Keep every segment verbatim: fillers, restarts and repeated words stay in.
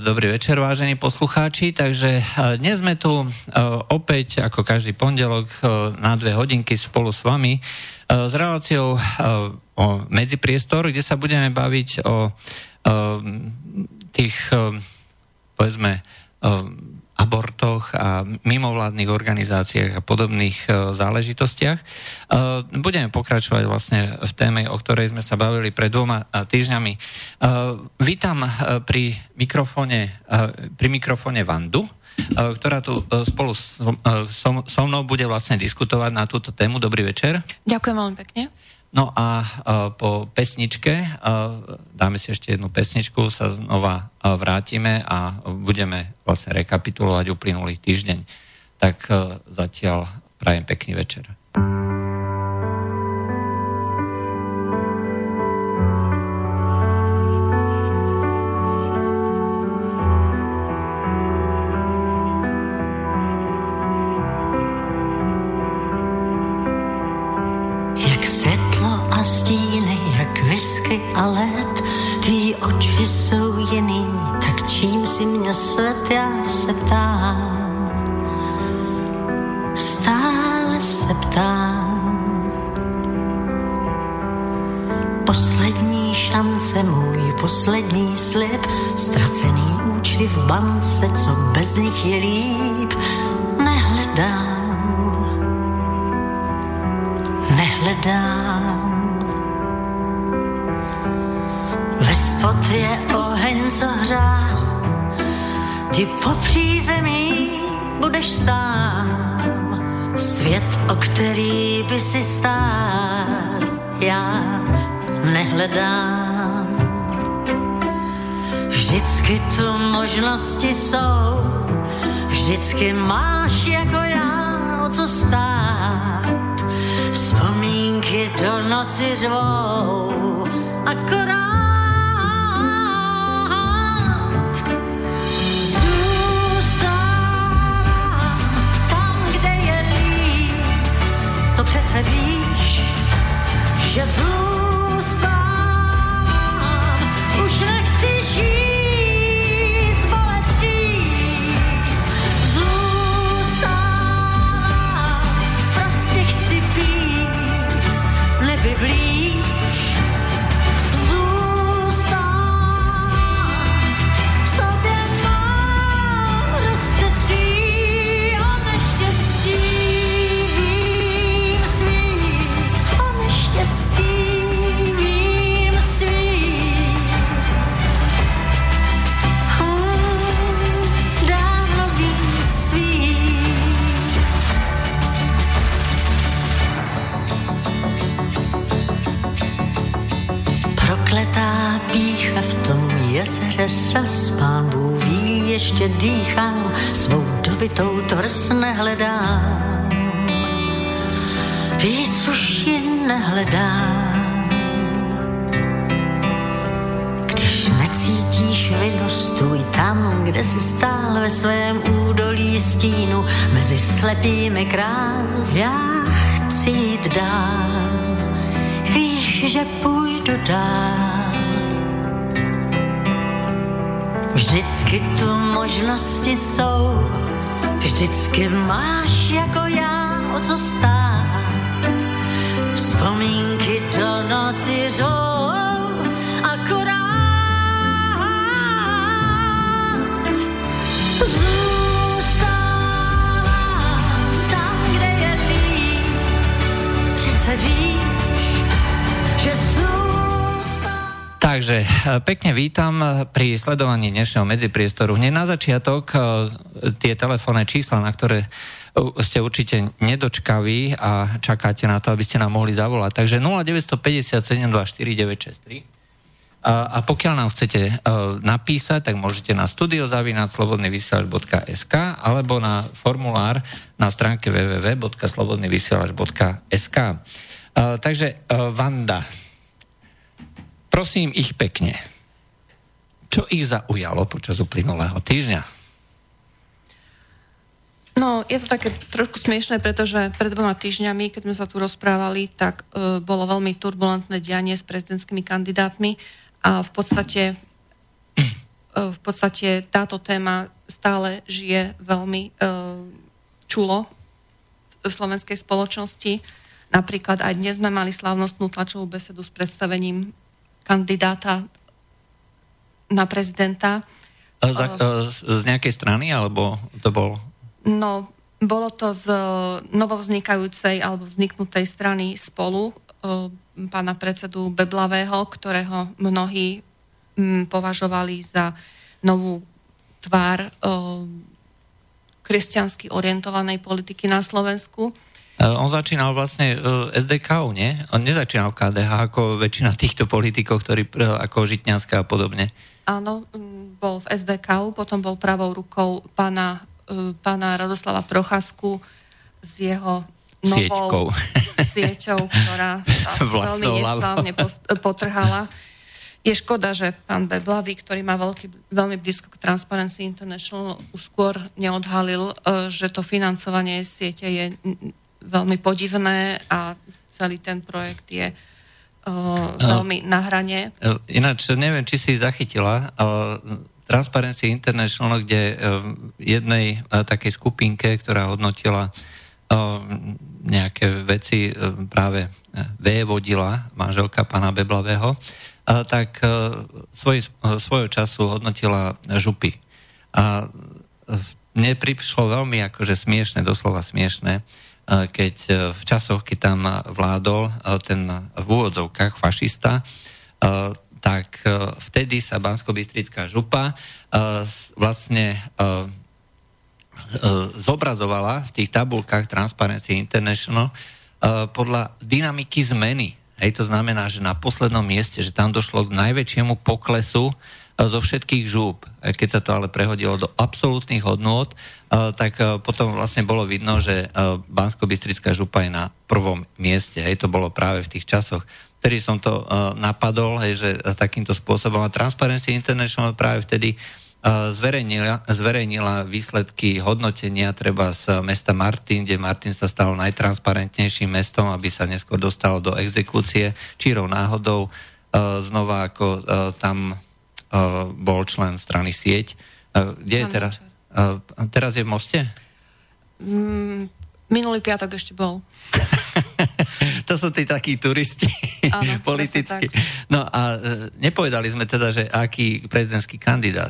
dobrý večer, vážení poslucháči. Takže dnes sme tu opäť, ako každý pondelok, na dve hodinky spolu s vami s reláciou o Medzipriestor, kde sa budeme baviť o tých, povedzme, abortoch a mimovládnych organizáciách a podobných záležitostiach. Budeme pokračovať vlastne v téme, o ktorej sme sa bavili pred dvoma týždňami. Vítam pri mikrofóne, pri mikrofóne Vandu, ktorá tu spolu so, so mnou bude vlastne diskutovať na túto tému. Dobrý večer. Ďakujem veľmi pekne. No a po pesničke, dáme si ešte jednu pesničku, sa znova vrátime a budeme vlastne rekapitulovať uplynulý týždeň. Tak zatiaľ prajem pekný večer. Whisky a led, tvý oči jsou jiný, tak čím si mě sled, já se ptám, stále se ptám. Poslední šance, můj poslední slib, ztracený účty v bance, co bez nich je líp, nehledám, nehledám. Vespod je oheň, co hřál, ti po přízemí budeš sám. Svět, o který by si stál, já nehledám. Vždycky tu možnosti jsou, vždycky máš jako já o co stát. Vzpomínky do noci řvou, akorát přece víš, že zůstávám, už nechci žít s bolestí. Zůstávám, prostě chci pít, neby blíž. Zůstávám, v sobě mám rozcestí a neštěstí. Prokletá pýcha v tom jezere sas, Pán Bůh ví, ještě dýchám, svou dobitou tvrz nehledám. Víc už ji nehledám. Když necítíš vinu, stůj tam, kde jsi stál ve svém údolí stínu, mezi slepými krám. Já chci jít dál, víš, že půjdu dál. Vždycky tu možnosti jsou, vždycky máš jako já o co stát. Vzpomínky do noci řou, akorát zůstávám tam, kde je líp. Přece víš, že zůstávám. Takže pekne vítam pri sledovaní dnešného Medzipriestoru. Hneď na začiatok tie telefónne čísla, na ktoré ste určite nedočkaví a čakáte na to, aby ste nám mohli zavolať. Takže nula deväť päť sedem dva štyri deväť šesť tri. A, a pokiaľ nám chcete uh, napísať, tak môžete na studio zavináč slobodný vysielač bodka es ká alebo na formulár na stránke w w w bodka slobodný vysielač bodka es ká. Uh, takže uh, Vanda, prosím ich pekne, čo ich zaujalo počas uplynulého týždňa? No, je to také trošku smiešné, pretože pred dvoma týždňami, keď sme sa tu rozprávali, tak uh, bolo veľmi turbulentné dianie s prezidentskými kandidátmi a v podstate v podstate táto téma stále žije veľmi čulo v slovenskej spoločnosti. Napríklad aj dnes sme mali slávnostnú tlačovú besedu s predstavením kandidáta na prezidenta. Z, z nejakej strany, alebo to bol? No, bolo to z novovznikajúcej alebo vzniknutej strany Spolu, pána predsedu Beblavého, ktorého mnohí považovali za novú tvár kresťansky orientovanej politiky na Slovensku. On začínal vlastne es dé ká, nie? On nezačínal ká dé há ako väčšina týchto politikov, ktorí ako Žitňanská a podobne. Áno, bol v es dé ká, potom bol pravou rukou pána, pána Radoslava Procházku s jeho novou sieťou, ktorá sa veľmi neslávne potrhala. Je škoda, že pán Beblavý, ktorý má veľký, veľmi blízko k Transparency International, už skôr neodhalil, že to financovanie siete je veľmi podivné a celý ten projekt je uh, veľmi na hrane. Ináč, neviem, či si zachytila uh, Transparency International, kde uh, jednej uh, takej skupinke, ktorá hodnotila uh, nejaké veci, uh, práve vévodila manželka pána Beblavého, Uh, tak uh, svoj, uh, svojho času hodnotila župy. A uh, mne prišlo veľmi akože smiešne, doslova smiešne, uh, keď uh, v časoch, keď tam vládol uh, ten v úvodzovkách fašista, uh, tak uh, vtedy sa Banskobystrická župa uh, vlastne uh, uh, zobrazovala v tých tabulkách Transparency International uh, podľa dynamiky zmeny. Hej, to znamená, že na poslednom mieste, že tam došlo k najväčšiemu poklesu zo všetkých žúb. Keď sa to ale prehodilo do absolútnych hodnôt, tak potom vlastne bolo vidno, že Banskobystrická župa je na prvom mieste. Hej, to bolo práve v tých časoch. Vtedy som to napadol, hej, že takýmto spôsobom. A Transparency International práve vtedy Zverejnila, zverejnila výsledky hodnotenia treba z mesta Martin, kde Martin sa stal najtransparentnejším mestom, aby sa neskôr dostalo do exekúcie. Čírou náhodou znova ako tam bol člen strany Sieť. Kde je teraz? Teraz je v Moste? Mm, minulý piatok ešte bol. To sú tí takí turisti. Áno, politicky. No a nepovedali sme teda, že aký prezidentský kandidát.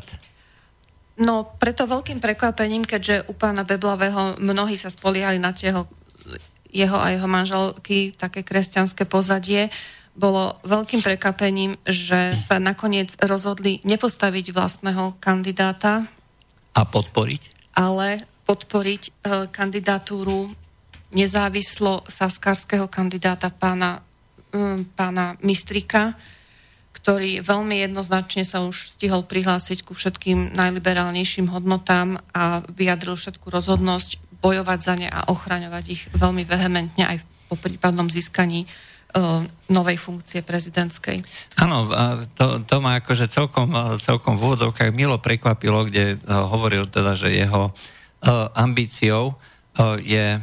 No, preto veľkým prekvapením, keďže u pána Beblavého mnohí sa spoliehali na jeho, jeho a jeho manželky také kresťanské pozadie, bolo veľkým prekvapením, že sa nakoniec rozhodli nepostaviť vlastného kandidáta. A podporiť? Ale podporiť e, kandidatúru nezávislo saskárskeho kandidáta pána, e, pána Mistrika, ktorý veľmi jednoznačne sa už stihol prihlásiť ku všetkým najliberálnejším hodnotám a vyjadril všetku rozhodnosť bojovať za ne a ochraňovať ich veľmi vehementne aj po prípadnom získaní uh, novej funkcie prezidentskej. Áno, to, to ma akože celkom, celkom v úvodzovkách milo prekvapilo, kde uh, hovoril teda, že jeho uh, ambíciou uh, je uh,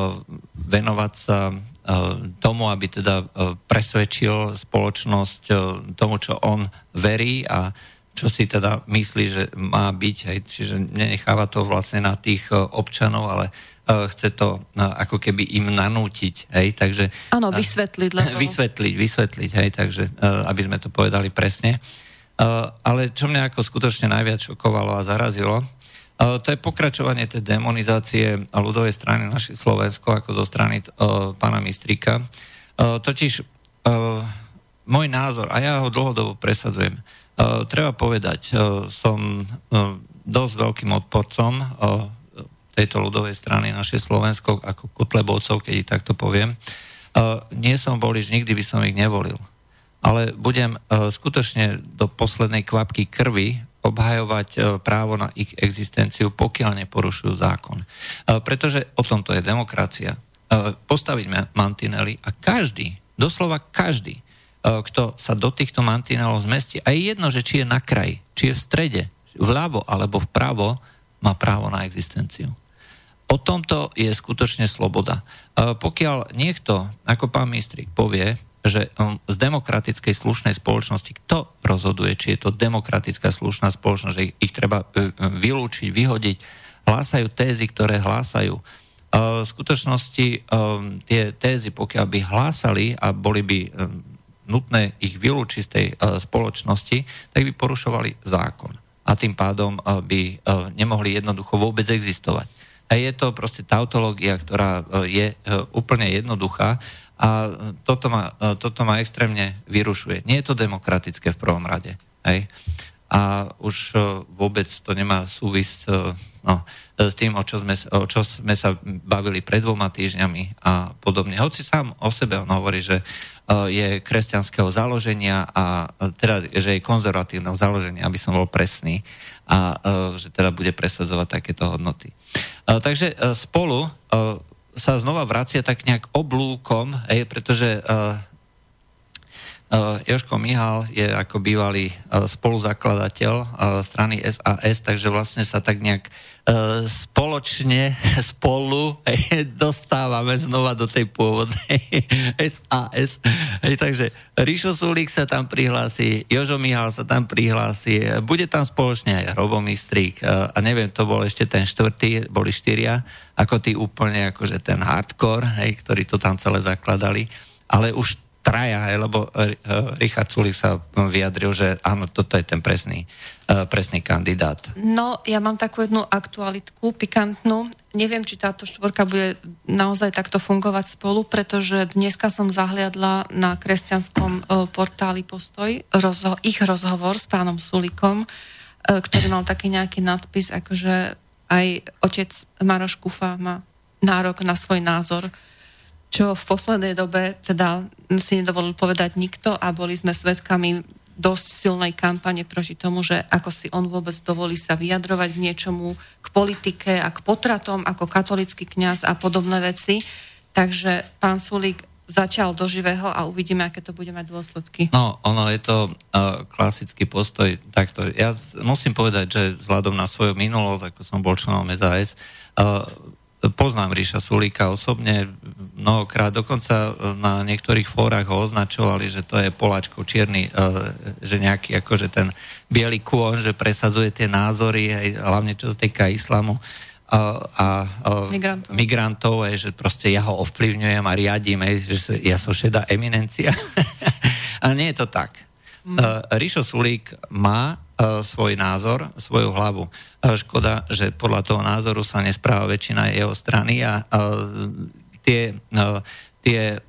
venovať sa tomu, aby teda presvedčil spoločnosť tomu, čo on verí a čo si teda myslí, že má byť. Hej. Čiže nenecháva to vlastne na tých občanov, ale chce to ako keby im nanútiť. Hej. Takže, áno, vysvetliť. Lebo... Vysvetliť, vysvetliť. Hej. Takže aby sme to povedali presne. Ale čo mňa ako skutočne najviac šokovalo a zarazilo, to je pokračovanie tej demonizácie ľudovej strany našej Slovensko ako zo strany uh, pána Mistrika. Uh, totiž uh, môj názor, a ja ho dlhodobo presadzujem, uh, treba povedať, uh, som uh, dosť veľkým odporcom uh, tejto ľudovej strany našej Slovensko ako Kotlebovcov, keď ich takto poviem. Uh, nie som volič, nikdy by som ich nevolil. Ale budem uh, skutočne do poslednej kvapky krvi obhajovať právo na ich existenciu, pokiaľ neporušujú zákon. Pretože o tomto je demokracia. Postaviť mantinely a každý, doslova každý, kto sa do týchto mantinelov zmestí, a je jedno, že či je na kraji, či je v strede, vľavo alebo vpravo, má právo na existenciu. O tomto je skutočne sloboda. Pokiaľ niekto, ako pán Mistrik, povie, že z demokratickej slušnej spoločnosti, kto rozhoduje, či je to demokratická slušná spoločnosť, že ich, ich treba vylúčiť, vyhodiť, hlásajú tézy, ktoré hlásajú. V skutočnosti tie tézy, pokiaľ by hlásali a boli by nutné ich vylúčiť z tej spoločnosti, tak by porušovali zákon. A tým pádom by nemohli jednoducho vôbec existovať. A je to proste tautológia, ktorá je úplne jednoduchá a toto ma, toto ma extrémne vyrušuje. Nie je to demokratické v prvom rade. Hej? A už vôbec to nemá súvis no, s tým, o čo, sme, o čo sme sa bavili pred dvoma týždňami a podobne. Hoci sám o sebe on hovorí, že je kresťanského založenia a teda, že je konzervatívneho založenia, aby som bol presný a že teda bude presadzovať takéto hodnoty. Takže Spolu sa znova vracia tak nejak oblúkom, hej, pretože Jožko Mihal je ako bývalý spoluzakladateľ strany es a es, takže vlastne sa tak nejak spoločne spolu hej, dostávame znova do tej pôvodnej es a es. Hej, takže Rišo Sulík sa tam prihlási, Jožo Mihal sa tam prihlási, bude tam spoločne aj Robo Mistrík a neviem, to bol ešte ten štvrtý, boli štyria, ako tí úplne akože ten hardcore, hej, ktorí to tam celé zakladali, ale už traja, hej, lebo Richard Sulík sa vyjadril, že áno, toto je ten presný, presný kandidát. No, ja mám takú jednu aktualitku, pikantnú. Neviem, či táto štvorka bude naozaj takto fungovať spolu, pretože dneska som zahliadla na kresťanskom portáli Postoj rozho- ich rozhovor s pánom Sulíkom, ktorý mal taký nejaký nadpis, akože aj otec Maroš Kufa má nárok na svoj názor, čo v poslednej dobe teda si nedovolil povedať nikto a boli sme svedkami dosť silnej kampane proti tomu, že ako si on vôbec dovolí sa vyjadrovať k niečomu, k politike a k potratom ako katolícky kňaz a podobné veci. Takže pán Sulík začal do živého a uvidíme, aké to bude mať dôsledky. No, ono je to uh, klasický postoj takto. Ja z, musím povedať, že vzhľadom na svoju minulosť, ako som bol členom es a es, uh, poznám Ríša Sulíka osobne mnohokrát, dokonca na niektorých fórach ho označovali, že to je Poláčko čierny, že nejaký akože ten biely kôň, že presadzuje tie názory, hlavne čo sa týka islamu a, a migrantov, migrantov je, že proste ja ho ovplyvňujem a riadím, že ja som šedá eminencia. Ale nie je to tak. Mm. Ríšo Sulík má svoj názor, svoju hlavu. Škoda, že podľa toho názoru sa nespráva väčšina jeho strany a, a tie, a, tie a,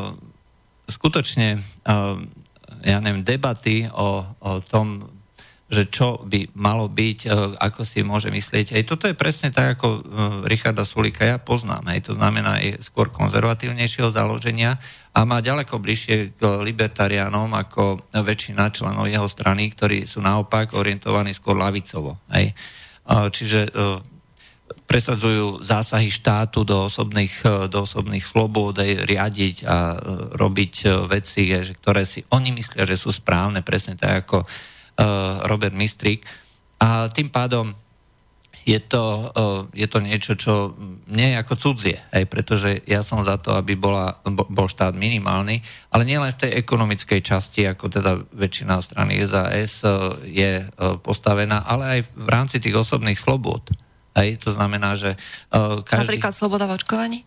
skutočne a, ja neviem, debaty o, o tom, že čo by malo byť, ako si môže myslieť. Aj toto je presne tak, ako Richarda Sulíka ja poznám. Hej. To znamená, je skôr konzervatívnejšieho založenia a má ďaleko bližšie k libertariánom ako väčšina členov jeho strany, ktorí sú naopak orientovaní skôr ľavicovo. Hej. Čiže presadzujú zásahy štátu do osobných, do osobných slobôd, aj riadiť a robiť veci, ktoré si oni myslia, že sú správne, presne tak ako Robert Mistrík. A tým pádom je to, je to niečo, čo nie je ako cudzie, hej, pretože ja som za to, aby bola, bol štát minimálny, ale nie len v tej ekonomickej časti, ako teda väčšina strany es a es je postavená, ale aj v rámci tých osobných slobôd. Hej, to znamená, že každý... Napríklad sloboda v očkovaní?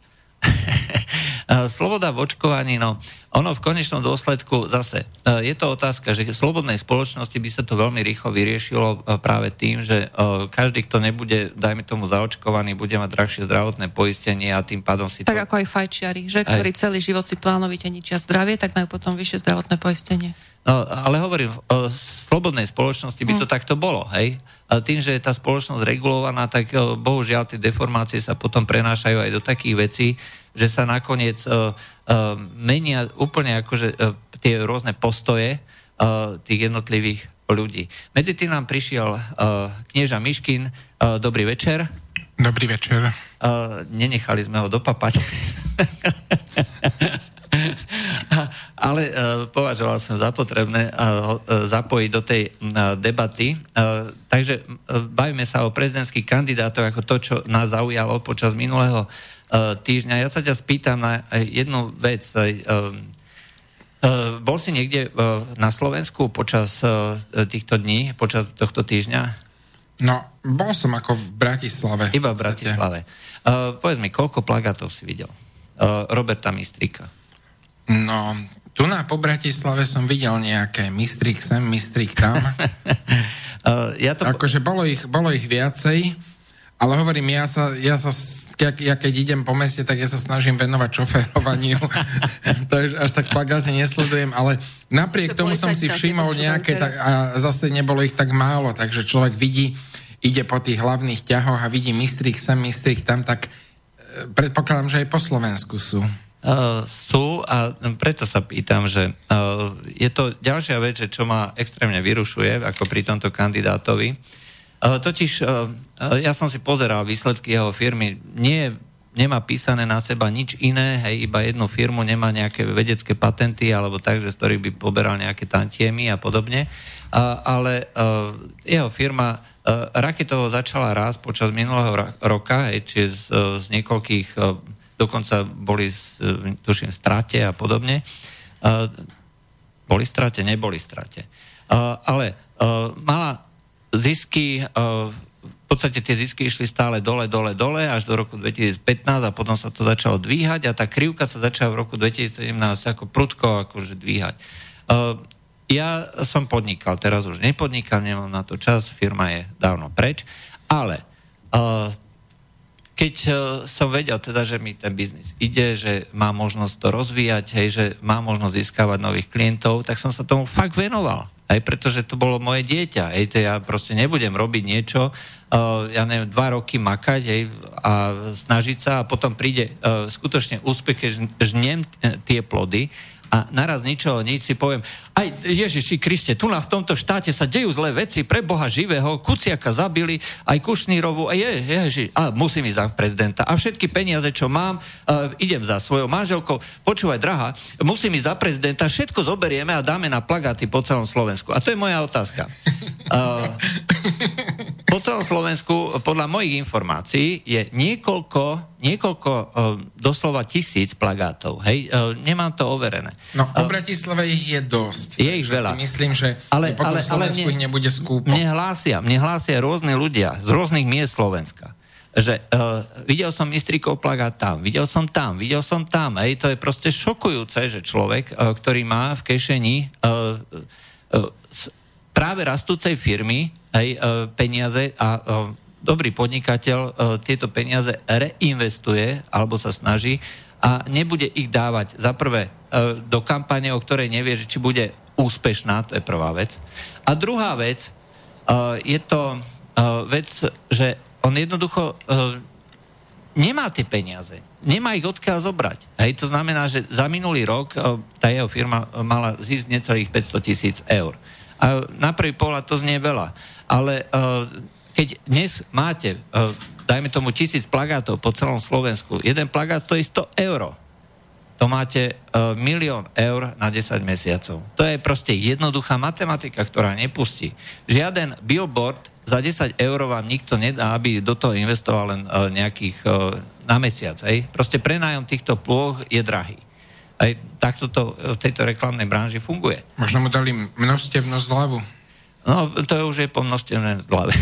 Sloboda v očkovaní, no ono v konečnom dôsledku zase je to otázka, že v slobodnej spoločnosti by sa to veľmi rýchlo vyriešilo práve tým, že každý, kto nebude, dajme tomu, zaočkovaný, bude mať drahšie zdravotné poistenie a tým pádom si tak to... ako aj fajčiari, že ktorí celý život si plánovite ničia zdravie, tak majú potom vyššie zdravotné poistenie. No, ale hovorím, v slobodnej spoločnosti by to mm. takto bolo, hej? A tým, že je tá spoločnosť regulovaná, tak bohužiaľ tie deformácie sa potom prenášajú aj do takých vecí, že sa nakoniec uh, uh, menia úplne akože uh, tie rôzne postoje uh, tých jednotlivých ľudí. Medzi tým nám prišiel uh, knieža Miškin. Uh, dobrý večer. Dobrý večer. Uh, nenechali sme ho dopapať. Ale uh, považoval som za potrebné uh, zapojiť do tej uh, debaty. Uh, takže uh, bavíme sa o prezidentských kandidátoch ako to, čo nás zaujalo počas minulého uh, týždňa. Ja sa ťa spýtam na jednu vec. Uh, Uh, bol si niekde uh, na Slovensku počas uh, týchto dní, počas tohto týždňa? No, bol som ako v Bratislave. Iba v Bratislave. Uh, povedz mi, koľko plagátov si videl? Uh, Roberta Mistríka. No, tu na po Bratislave som videl nejaké Mistrík sem, Mistrík tam. uh, ja to... Akože bolo ich, bolo ich viacej, ale hovorím, ja sa, ja sa ja, ja keď idem po meste, tak ja sa snažím venovať šoférovaniu. Takže až tak plagáty nesledujem, ale napriek tomu som si všimol nejaké, tak, a zase nebolo ich tak málo, takže človek vidí, ide po tých hlavných ťahoch a vidí Mistrík sem, Mistrík tam, tak predpokladám, že aj po Slovensku sú. Uh, sú a preto sa pýtam, že uh, je to ďalšia vec, že čo ma extrémne vyrušuje, ako pri tomto kandidátovi. Uh, totiž uh, ja som si pozeral výsledky jeho firmy, nie, nemá písané na seba nič iné, hej, iba jednu firmu, nemá nejaké vedecké patenty alebo tak, že z ktorých by poberal nejaké tantiemy a podobne, uh, ale uh, jeho firma uh, raketovo začala rásť počas minulého ra- roka, hej, čiže z, uh, z niekoľkých, uh, dokonca boli, uh, tuším, v strate a podobne. Uh, boli v strate? Neboli v strate. Uh, ale uh, mala zisky, v podstate tie zisky išli stále dole, dole, dole až do roku dvetisícpätnásť a potom sa to začalo dvíhať a tá krivka sa začala v roku dvetisícsedemnásť ako prudko akože dvíhať. Ja som podnikal, teraz už nepodnikal, nemám na to čas, firma je dávno preč, ale keď som vedel teda, že mi ten biznis ide, že má možnosť to rozvíjať, hej, že má možnosť získavať nových klientov, tak som sa tomu fakt venoval. Aj pretože to bolo moje dieťa. Hej, to ja proste nebudem robiť niečo, uh, ja neviem, dva roky makať, hej, a snažiť sa a potom príde uh, skutočne úspech, keď žnem tie plody a naraz ničoho nič si poviem, aj Ježiši Kriste, tu na v tomto štáte sa dejú zlé veci, pre Boha živého, Kuciaka zabili, aj Kušnírovu, a je, ježi, a musím ísť za prezidenta. A všetky peniaze, čo mám, uh, idem za svojou manželkou. Počúvaj, drahá, musím ísť za prezidenta, všetko zoberieme a dáme na plagáty po celom Slovensku. A to je moja otázka. Uh, po celom Slovensku, podľa mojich informácií, je niekoľko, niekoľko uh, doslova tisíc plagátov. Hej, uh, nemám to overené. No, po Bratislave ich je dosť. Je ich veľa. Si myslím, že ale, po ale, Slovensku ale mne, ich nebude skúpo. Mne hlásia, mne hlásia rôzne ľudia z rôznych miest Slovenska, že uh, videl som Mistríkov plagát tam, videl som tam, videl som tam. Hej, to je proste šokujúce, že človek, uh, ktorý má v kešeni uh, uh, práve rastúcej firmy hej, uh, peniaze a uh, dobrý podnikateľ uh, tieto peniaze reinvestuje alebo sa snaží a nebude ich dávať za prvé uh, do kampane, o ktorej nevie, že či bude úspešná, to je prvá vec. A druhá vec, uh, je to uh, vec, že on jednoducho uh, nemá tie peniaze, nemá ich odkiaľ zobrať. Hej, to znamená, že za minulý rok uh, tá jeho firma mala zisk necelých päťsto tisíc eur. A na prvý pohľad to znie veľa. Ale uh, keď dnes máte, uh, dajme tomu tisíc plagátov po celom Slovensku, jeden plagát stojí sto eur. To máte uh, milión eur na desať mesiacov. To je proste jednoduchá matematika, ktorá nepustí. Žiaden billboard za desať eur vám nikto nedá, aby do toho investoval len uh, nejakých uh, na mesiac. Hej? Proste prenájom týchto plôch je drahý. Aj takto to v tejto reklamnej branži funguje. Možno mu dali množstevnú zľavu. No, to je už je po množstevnej zľave.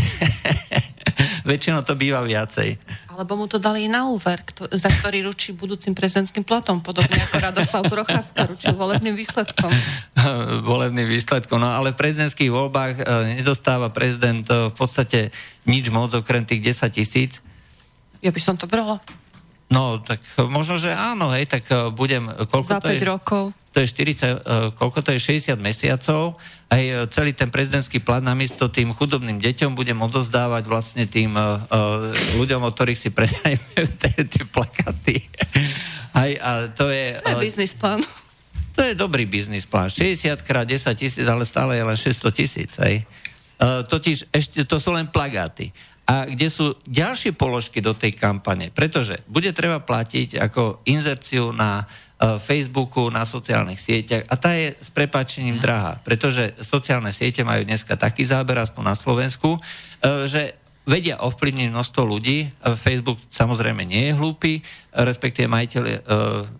Väčšinou to býva viacej. Alebo mu to dali na úver, kto, za ktorý ručí budúcim prezidentským platom, podobne ako Radoslav Procházka ručil volebným výsledkom. Volebným výsledkom, no ale v prezidentských voľbách e, nedostáva prezident e, v podstate nič moc, okrem tých desať tisíc. Ja by som to brala. No, tak možno, že áno, hej, tak budem... Koľko za päť rokov. To je štyridsať, koľko to je šesťdesiat mesiacov, aj celý ten prezidentský plat namiesto tým chudobným deťom budem odozdávať vlastne tým uh, ľuďom, od ktorých si prenajme tie plakáty. Aj, a to je... To je uh, biznis plán. To je dobrý biznis plán. šesťdesiat krát desať tisíc, ale stále je len šesťsto tisíc, hej. Uh, totiž ešte to sú len plagáty. A kde sú ďalšie položky do tej kampane. Pretože bude treba platiť ako inzerciu na uh, Facebooku, na sociálnych sieťach a tá je s prepáčením drahá. Pretože sociálne siete majú dneska taký záber, aspoň na Slovensku, uh, že vedia ovplyvniť množstvo ľudí. Uh, Facebook samozrejme nie je hlúpy, uh, respektíve majiteľ uh,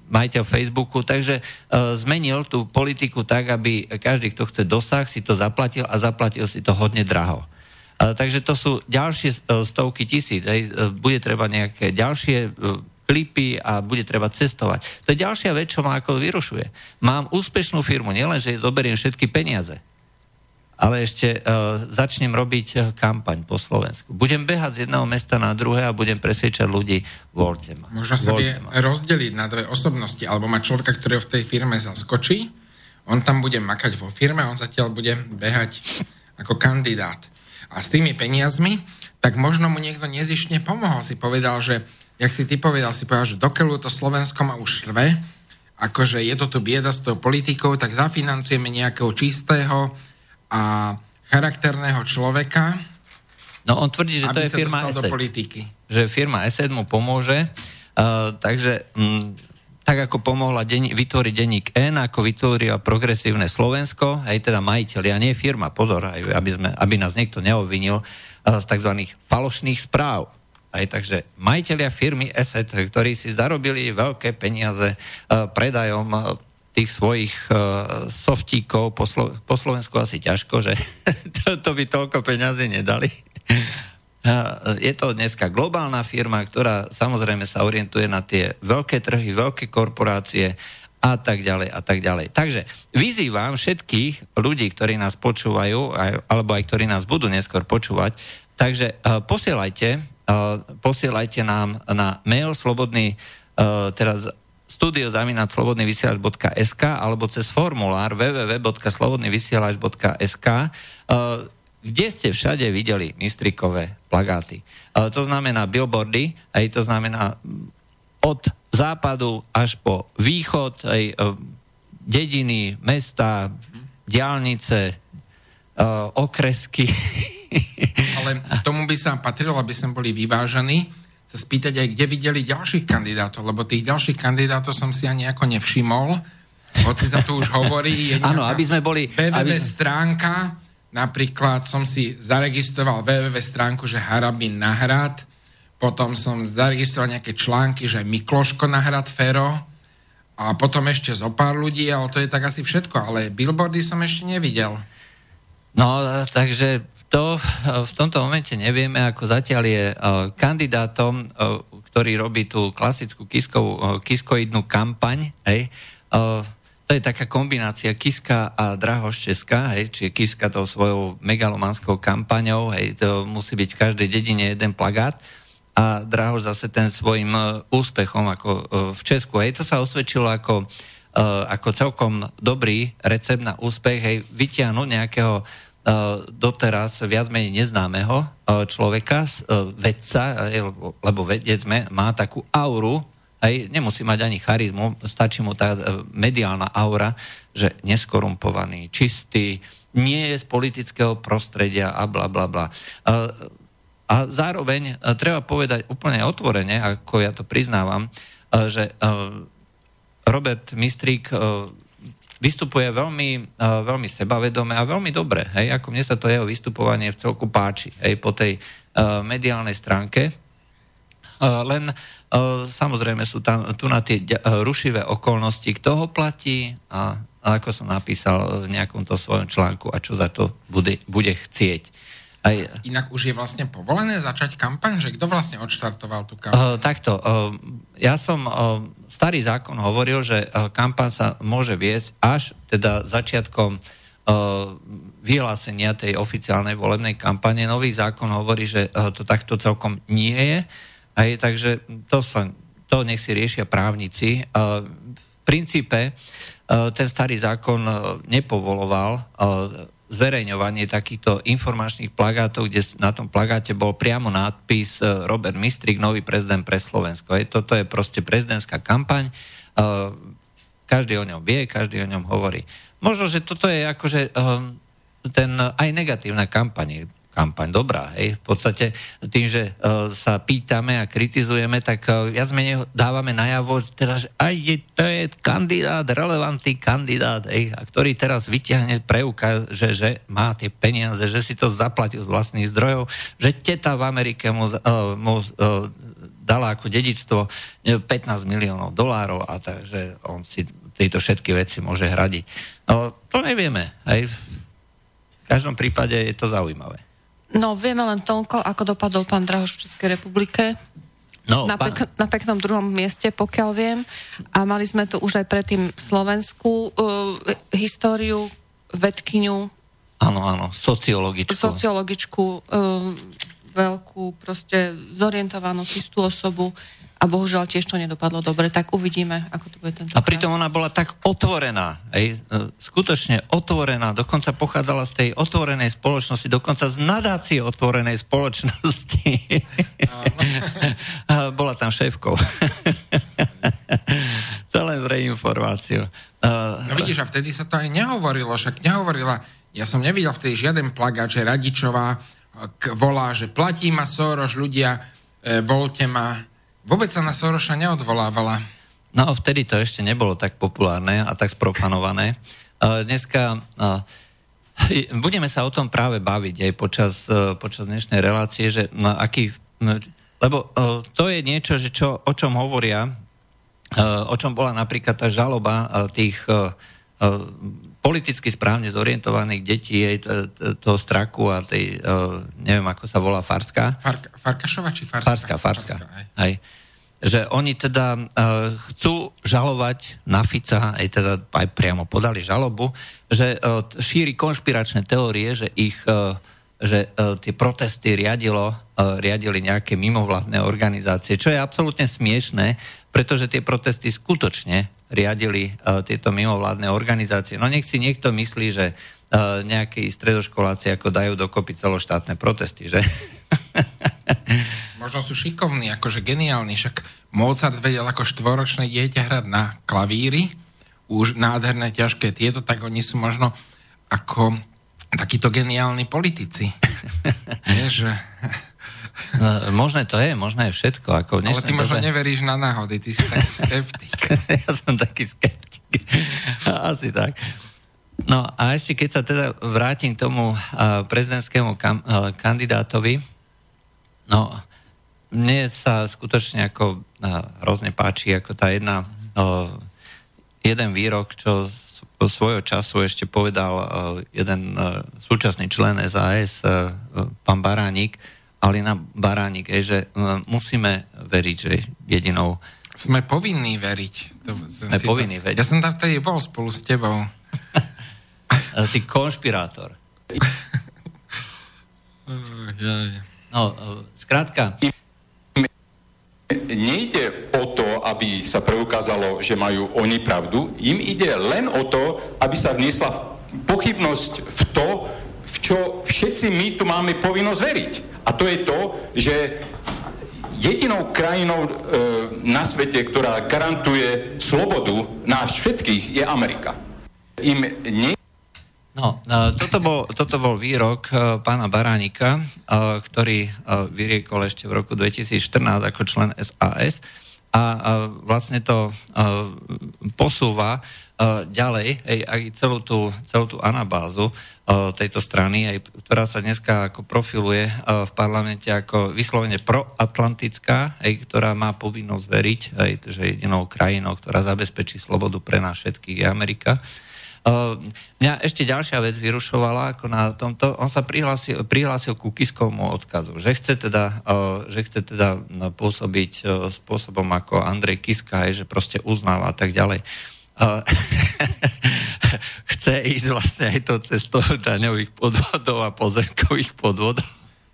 majiteľ Facebooku, takže zmenil tú politiku tak, aby každý, kto chce dosah, si to zaplatil a zaplatil si to hodne draho. Takže to sú ďalšie stovky tisíc. Bude treba nejaké ďalšie klipy a bude treba cestovať. To je ďalšia vec, čo ma ako vyrušuje. Mám úspešnú firmu, nielen, že jej zoberiem všetky peniaze, ale ešte uh, začnem robiť uh, kampaň po Slovensku. Budem behať z jedného mesta na druhé a budem presviečať ľudí, voľte ma. Možno sa vie rozdeliť na dve osobnosti, alebo mať človeka, ktorý v tej firme zaskočí, on tam bude makať vo firme, on zatiaľ bude behať ako kandidát. A s tými peniazmi, tak možno mu niekto nezištne pomohol. Si povedal, že, jak si ty povedal, si povedal, že dokeľu to Slovensko ma už šrve, akože je to tu bieda s tou politikou, tak zafinancujeme nejakého čistého a charakterného človeka. No on tvrdí, že to je firma Esed. Že firma Esed mu pomôže. Uh, takže m, tak ako pomohla deň, vytvoriť denník N, ako vytvorila Progresívne Slovensko, aj teda majiteľia, nie firma, pozor, aj, aby, sme, aby nás niekto neobvinil uh, z tzv. Falošných správ. Aj, takže majiteľia firmy Esed, ktorí si zarobili veľké peniaze uh, predajom uh, tých svojich uh, softíkov po, Slo- po Slovensku asi ťažko, že to, to by toľko peňazí nedali. Uh, je to dneska globálna firma, ktorá samozrejme sa orientuje na tie veľké trhy, veľké korporácie a tak ďalej a tak ďalej. Takže vyzývam všetkých ľudí, ktorí nás počúvajú, aj, alebo aj ktorí nás budú neskôr počúvať, takže uh, posielajte, uh, posielajte nám na mail slobodný, uh, teraz studio zavináč slobodný vysielač bodka es ká alebo cez formulár w w w bodka slobodný vysielač bodka es ká, kde ste všade videli Mistrikové plagáty. To znamená billboardy, aj to znamená od západu až po východ, aj dediny, mesta, diaľnice, okresky. Ale tomu by sa patrilo, aby sme boli vyvážení, sa spýtať aj, kde videli ďalších kandidátov, lebo tých ďalších kandidátov som si ani ako nevšimol, hoci sa tu už hovorí, je áno, aby sme boli www aby... stránka, napríklad som si zaregistroval www stránku, že Harabín na hrad, potom som zaregistroval nejaké články, že Mikloško na hrad Fero a potom ešte zo pár ľudí, ale to je tak asi všetko, ale billboardy som ešte nevidel. No, takže to v tomto momente nevieme, ako zatiaľ je kandidátom, ktorý robí tú klasickú kiskovú, kiskoidnú kampaň. Hej. To je taká kombinácia Kiska a Drahoš Česka, hej, čiže Kiska tou svojou megalomanskou kampaňou, hej, to musí byť v každej dedine jeden plagát a Drahoš zase ten svojim úspechom ako v Česku. Hej, to sa osvedčilo ako, ako celkom dobrý recept na úspech, hej, vytiahnuť nejakého doteraz viac menej neznámeho človeka, vedca, lebo vedec má takú auru, aj nemusí mať ani charizmu, stačí mu tá mediálna aura, že neskorumpovaný, čistý, nie je z politického prostredia a bla bla bla. A zároveň treba povedať úplne otvorene, ako ja to priznávam, že Robert Mistrík vystupuje veľmi, uh, veľmi sebavedome a veľmi dobre. Hej? Ako mne sa to jeho vystupovanie v celku páči, hej? Po tej uh, mediálnej stránke. Uh, len uh, samozrejme sú tam tu na tie uh, rušivé okolnosti, kto ho platí a, a ako som napísal v nejakom to svojom článku a čo za to bude, bude chcieť. Aj, inak už je vlastne povolené začať kampaň? Že kto vlastne odštartoval tú kampaň? Uh, takto. Uh, ja som... Uh, starý zákon hovoril, že uh, kampaň sa môže viesť až teda začiatkom uh, vyhlásenia tej oficiálnej volebnej kampane. Nový zákon hovorí, že uh, to takto celkom nie je. Aj, takže to, sa, to nech si riešia právnici. Uh, v princípe uh, ten starý zákon uh, nepovoloval uh, zverejňovanie takýchto informačných plagátov, kde na tom plagáte bol priamo nápis Robert Mistrík, nový prezident pre Slovensko. Toto je proste prezidentská kampaň, každý o ňom vie, každý o ňom hovorí. Možno, že toto je akože ten aj negatívna kampaň, kampaň dobrá, hej. V podstate tým, že uh, sa pýtame a kritizujeme, tak uh, viac menej dávame najavo, teda, že aj je, to je kandidát, relevantný kandidát, hej, a ktorý teraz vyťahne preukaz, že, že má tie peniaze, že si to zaplatil z vlastných zdrojov, že teta v Amerike mu, uh, mu uh, dala ako dedičstvo pätnásť miliónov dolárov a takže on si tieto všetky veci môže hradiť. No, to nevieme. Hej. V každom prípade je to zaujímavé. No, vieme len toľko, ako dopadol pán Drahoš v Českej republike. No, na, pán... pek- na peknom druhom mieste, pokiaľ viem. A mali sme tu už aj predtým slovenskú uh, históriu, vedkyňu. Áno, áno, sociologičku. Sociologičku, um, veľkú, proste zorientovanú, čistú osobu. A bohužiaľ tiež to nedopadlo dobre, tak uvidíme, ako to bude tento. A pritom ona bola tak otvorená, hej, skutočne otvorená, dokonca pochádzala z tej otvorenej spoločnosti, dokonca z nadácie otvorenej spoločnosti. Bola tam šéfkou. To len zre informáciu. No vidíš, a vtedy sa to aj nehovorilo, však nehovorila, ja som nevidel vtedy žiaden plagát, že Radičová volá, že platí ma Soros, ľudia, e, voľte ma. Vôbec sa na Soroša neodvolávala. No, vtedy to ešte nebolo tak populárne a tak sprofanované. Dneska budeme sa o tom práve baviť aj počas, počas dnešnej relácie, že no, aký, lebo to je niečo, že čo, o čom hovoria, o čom bola napríklad tá žaloba tých politicky správne zorientovaných detí, toho Straku a tej, neviem, ako sa volá, Farska. Fark, Farkašova či Farska? Farska, Farska. Farska aj. Aj. Že oni teda uh, chcú žalovať na Fica, aj teda aj priamo podali žalobu, že uh, šíri konšpiračné teórie, že ich uh, že uh, tie protesty riadilo, uh, riadili nejaké mimovládne organizácie, čo je absolútne smiešné, pretože tie protesty skutočne riadili uh, tieto mimovládne organizácie. No nech si niekto myslí, že uh, nejakí stredoškoláci ako dajú dokopy celoštátne protesty, že? Možno sú šikovní, akože geniálni, však Mozart vedel ako štvoročné dieťa hrať na klavíri, už nádherné, ťažké tieto, tak oni sú možno ako takíto geniálni politici. Nie, že... No, možné to je, možné je všetko. Ako ale ty možno dobe... neveríš na náhody, ty si taký skeptik. Ja som taký skeptik. Asi tak. No a ešte keď sa teda vrátim k tomu uh, prezidentskému kam, uh, kandidátovi, no mne sa skutočne ako uh, hrozne páči, ako tá jedna uh, jeden výrok, čo svojho času ešte povedal uh, jeden uh, súčasný člen es a es, uh, pán Baránik, Alina Baránik, je, že uh, musíme veriť, že jedinou... Sme povinní veriť. To, Sme povinní veriť. Ja som tam vtedy bol spolu s tebou. Ty konšpirátor. No, uh, skrátka... Nejde o to, aby sa preukázalo, že majú oni pravdu. Im ide len o to, aby sa vniesla pochybnosť v to, v čo všetci my tu máme povinnosť veriť. A to je to, že jedinou krajinou e, na svete, ktorá garantuje slobodu nás všetkých, je Amerika. Im nie... No, toto bol, toto bol výrok pána Baránika, ktorý vyriekol ešte v roku dvetisícštrnásť ako člen es a es a vlastne to posúva ďalej aj celú tú, celú tú anabázu tejto strany, ktorá sa dneska ako profiluje v parlamente ako vyslovene proatlantická, ktorá má povinnosť veriť, že jedinou krajinou, ktorá zabezpečí slobodu pre nás všetkých, je Amerika. Uh, mňa ešte ďalšia vec vyrušovala ako na tomto. On sa prihlásil, prihlásil ku Kiskovmu odkazu, že chce teda, uh, že chce teda pôsobiť uh, spôsobom ako Andrej Kiska, že proste uznáva a tak ďalej. Uh, chce ísť vlastne aj to cestou daňových podvodov a pozemkových podvodov.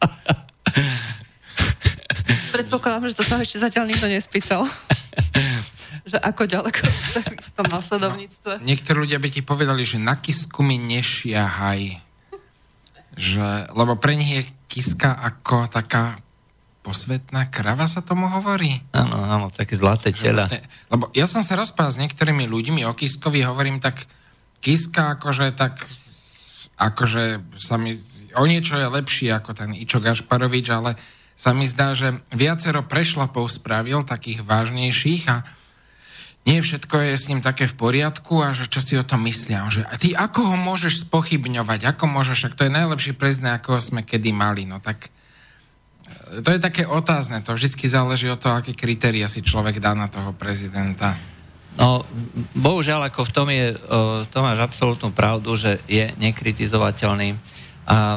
Predpokladám, že to sa ešte zatiaľ nikto nespýtal. Že ako ďaleko v tom následovníctve. No, niektorí ľudia by ti povedali, že na Kisku mi nešiahaj. Že, lebo pre nich je Kiska ako taká posvetná krava, sa tomu hovorí. Áno, áno, také zlaté tela. Vlastne, lebo ja som sa rozprával s niektorými ľuďmi o Kiskovi, hovorím tak, Kiska akože tak, akože sa mi, o niečo je lepší ako ten Ičo Gašparovič, ale sa mi zdá, že viacero prešlapov spravil, takých vážnejších a nie všetko je s ním také v poriadku a že čo si o tom myslia. Že, a ty ako ho môžeš spochybňovať? Ako môžeš? Ak to je najlepší prezident, ako sme kedy mali. No tak To je také otázne, to vždycky záleží od toho, aké kritéria si človek dá na toho prezidenta. No, bohužiaľ, ako v tom je, to máš absolútnu pravdu, že je nekritizovateľný. A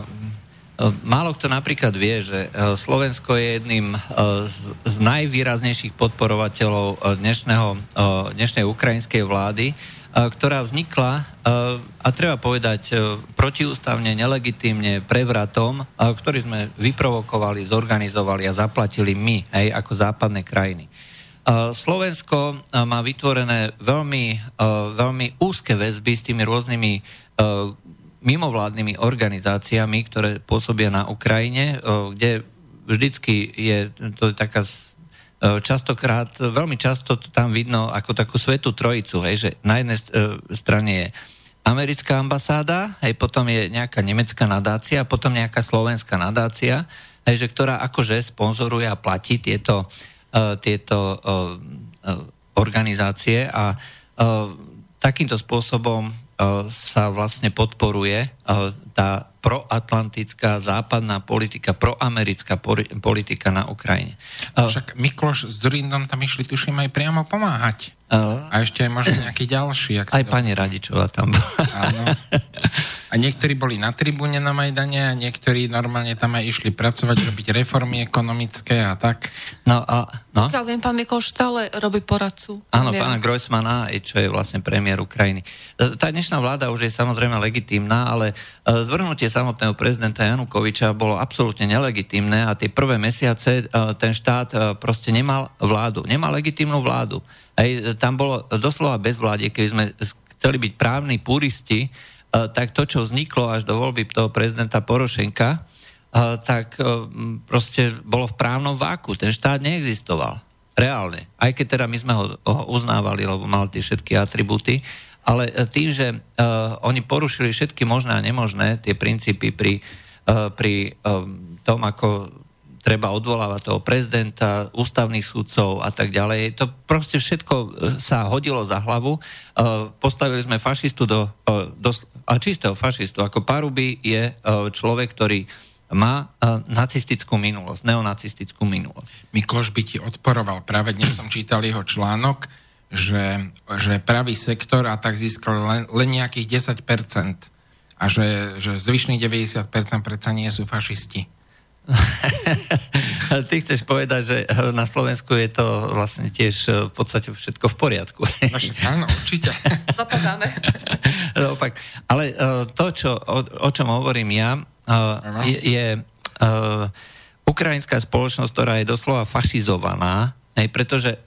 málo kto napríklad vie, že Slovensko je jedným z, z najvýraznejších podporovateľov dnešného, dnešnej ukrajinskej vlády, ktorá vznikla, a treba povedať, protiústavne, nelegitímne, prevratom, ktorý sme vyprovokovali, zorganizovali a zaplatili my, hej, ako západné krajiny. Slovensko má vytvorené veľmi, veľmi úzke väzby s tými rôznymi mimovládnymi organizáciami, ktoré pôsobia na Ukrajine, kde vždycky je to je taká častokrát, veľmi často to tam vidno ako takú svätú trojicu, hej, že na jednej strane je americká ambasáda, hej, potom je nejaká nemecká nadácia, potom nejaká slovenská nadácia, hej, že ktorá akože sponzoruje a platí tieto, uh, tieto uh, uh, organizácie a uh, takýmto spôsobom uh, sa vlastne podporuje uh, tá proatlantická západná politika, proamerická politika na Ukrajine. Však Mikloš s Durindom tam išli, tuším, aj priamo pomáhať. Uh, a ešte aj možno nejaký ďalší. Aj pani Radičová tam bola. Áno. A niektorí boli na tribúne na Majdane a niektorí normálne tam aj išli pracovať, robiť reformy ekonomické a tak. No a... No? Ja viem, pán Mikloš stále robí poradcu. Áno, pána Groysmana, čo je vlastne premiér Ukrajiny. Tá dnešná vláda už je samozrejme legitímna, ale zvrhnutie samotného prezidenta Janukoviča bolo absolútne nelegitímne a tie prvé mesiace ten štát proste nemal vládu. Nemal legitímnu vládu. Hej, tam bolo doslova bezvládie, keby sme chceli byť právni puristi, tak to, čo vzniklo až do voľby toho prezidenta Porošenka, tak proste bolo v právnom váku. Ten štát neexistoval. Reálne. Aj keď teda my sme ho, ho uznávali, lebo mal tie všetky atribúty, ale tým, že uh, oni porušili všetky možné a nemožné tie princípy pri, uh, pri um, tom, ako treba odvolávať toho prezidenta, ústavných sudcov a tak ďalej. To proste všetko sa hodilo za hlavu. Uh, postavili sme fašistu do, uh, do a čistého fašistu. Ako Paruby je uh, človek, ktorý má uh, nacistickú minulosť, neonacistickú minulosť. Mikloš by ti odporoval. Práve dnes som čítal jeho článok, že, že pravý sektor a tak získal len, len nejakých desať percent a že, že zvyšných deväťdesiat percent predsa nie sú fašisti. Ty chceš povedať, že na Slovensku je to vlastne tiež v podstate všetko v poriadku. No však áno, určite. Zapadáme. Opak. Ale to, čo, o, o čom hovorím ja, je, je ukrajinská spoločnosť, ktorá je doslova fašizovaná, hej, pretože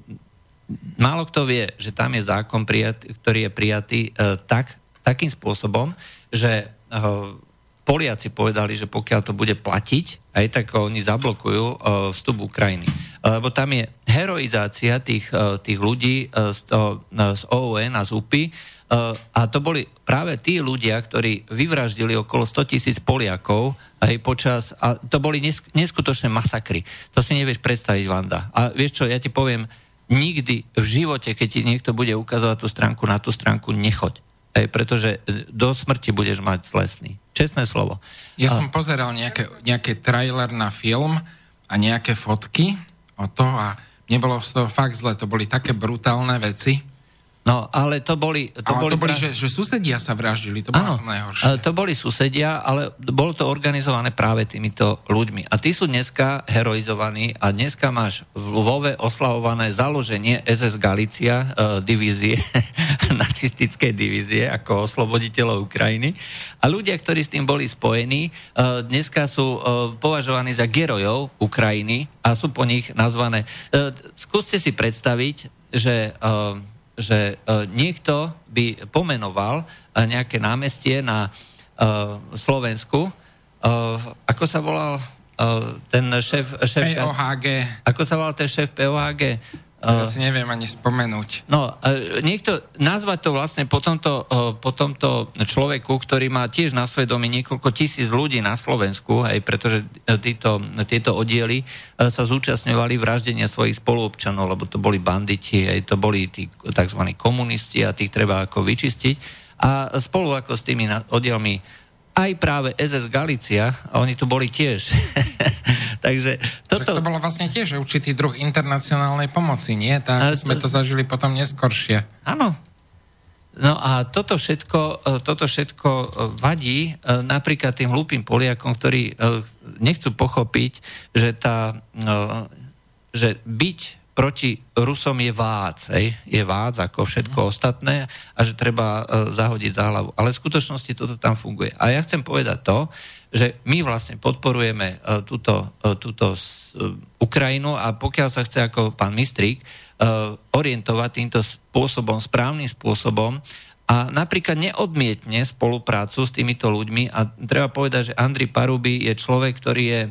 málo kto vie, že tam je zákon, prijatý, ktorý je prijatý uh, tak, takým spôsobom, že uh, Poliaci povedali, že pokiaľ to bude platiť, aj tak oni zablokujú uh, vstup Ukrajiny. Uh, lebo tam je heroizácia tých, uh, tých ľudí uh, z, to, uh, z ó ó en a z ú pé uh, a to boli práve tí ľudia, ktorí vyvraždili okolo sto tisíc Poliakov aj počas, a to boli nesk- neskutočné masakry. To si nevieš predstaviť, Vanda. A vieš čo, ja ti poviem, nikdy v živote, keď ti niekto bude ukazovať tú stránku, na tú stránku nechoď. Ej, pretože do smrti budeš mať slesný. Čestné slovo. Ja a... som pozeral nejaké, nejaké trailer na film a nejaké fotky o to a mne bolo z toho fakt zle. To boli také brutálne veci. No, ale to boli... To ale boli, to boli pra... že, že susedia sa vraždili, to bolo najhoršie. To boli susedia, ale bolo to organizované práve týmito ľuďmi. A tí sú dneska heroizovaní a dneska máš v Lvove oslavované založenie es es Galícia, uh, divízie, nacistické divízie, ako osloboditeľov Ukrajiny. A ľudia, ktorí s tým boli spojení, uh, dneska sú uh, považovaní za gerojov Ukrajiny a sú po nich nazvané. Uh, skúste si predstaviť, že... Uh, že uh, niekto by pomenoval uh, nejaké námestie na uh, Slovensku. Uh, ako sa volal uh, ten šéf... šéf pé ó há gé. Ako sa volal ten šéf pé ó há gé? Ja si neviem ani spomenúť. No, niekto nazvať to vlastne po tomto, po tomto človeku, ktorý má tiež na svedomí niekoľko tisíc ľudí na Slovensku, aj pretože títo, tieto oddiely sa zúčastňovali vraždenia svojich spoluobčanov, lebo to boli banditi, aj to boli tí tzv. Komunisti a tých treba ako vyčistiť. A spolu ako s tými oddielmi aj práve es es Galícia, oni tu boli tiež. Takže toto... to bolo vlastne tiež určitý druh internacionálnej pomoci, nie? Tak sme to zažili potom neskoršie. Áno. No a toto všetko, toto všetko vadí napríklad tým hlúpým Poliakom, ktorí nechcú pochopiť, že, tá, že byť proti Rusom je vác, hej? Je vác ako všetko ostatné a že treba zahodiť za hlavu. Ale v skutočnosti toto tam funguje. A ja chcem povedať to, že my vlastne podporujeme túto, túto Ukrajinu a pokiaľ sa chce ako pán Mistrík orientovať týmto spôsobom, správnym spôsobom a napríklad neodmietne spoluprácu s týmito ľuďmi a treba povedať, že Andrej Paruby je človek, ktorý je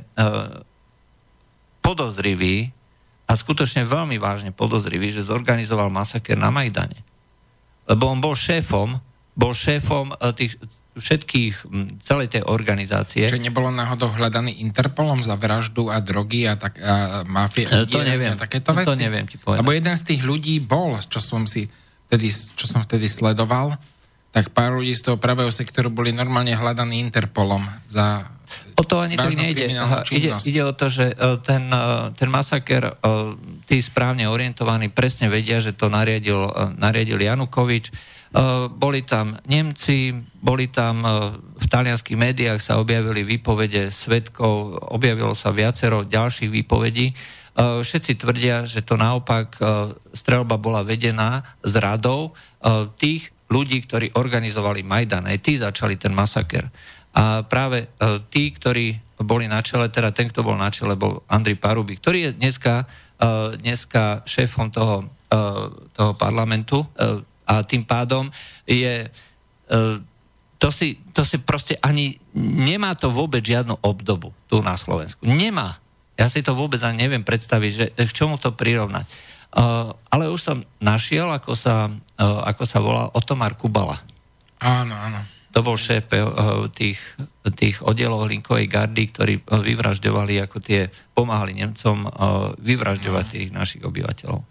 podozrivý a skutočne veľmi vážne podozrivý, že zorganizoval masaker na Majdane. Lebo on bol šéfom, bol šéfom tých všetkých, celej tej organizácie. Čiže nebolo náhodou hľadaný Interpolom za vraždu a drogy a, tak, a mafie? To neviem. A takéto veci? To neviem ti povedať. Lebo jeden z tých ľudí bol, čo som si vtedy, čo som vtedy sledoval, tak pár ľudí z toho pravého sektoru boli normálne hľadaní Interpolom za o to ani tak nejde. Ide, ide o to, že ten, ten masaker, tí správne orientovaní presne vedia, že to nariadil, nariadil Janukovič. Boli tam Nemci, boli tam v talianských médiách sa objavili výpovede svedkov, objavilo sa viacero ďalších výpovedí. Všetci tvrdia, že to naopak streľba bola vedená z radou tých ľudí, ktorí organizovali Majdan. Aj tí začali ten masaker. A práve uh, tí, ktorí boli na čele, teda ten, kto bol na čele, bol Andrej Paruby, ktorý je dneska, uh, dneska šéfom toho, uh, toho parlamentu uh, a tým pádom je... Uh, to, si, to si proste ani... Nemá to vôbec žiadnu obdobu tu na Slovensku. Nemá. Ja si to vôbec ani neviem predstaviť, že k čomu to prirovnať. Uh, ale už som našiel, ako sa, uh, ako sa volá Otomar Kubala. Áno, áno. To bol šéf tých, tých oddielov Hlinkovej gardy, ktorí vyvražďovali, ako tie pomáhali Nemcom vyvražďovať tých našich obyvateľov.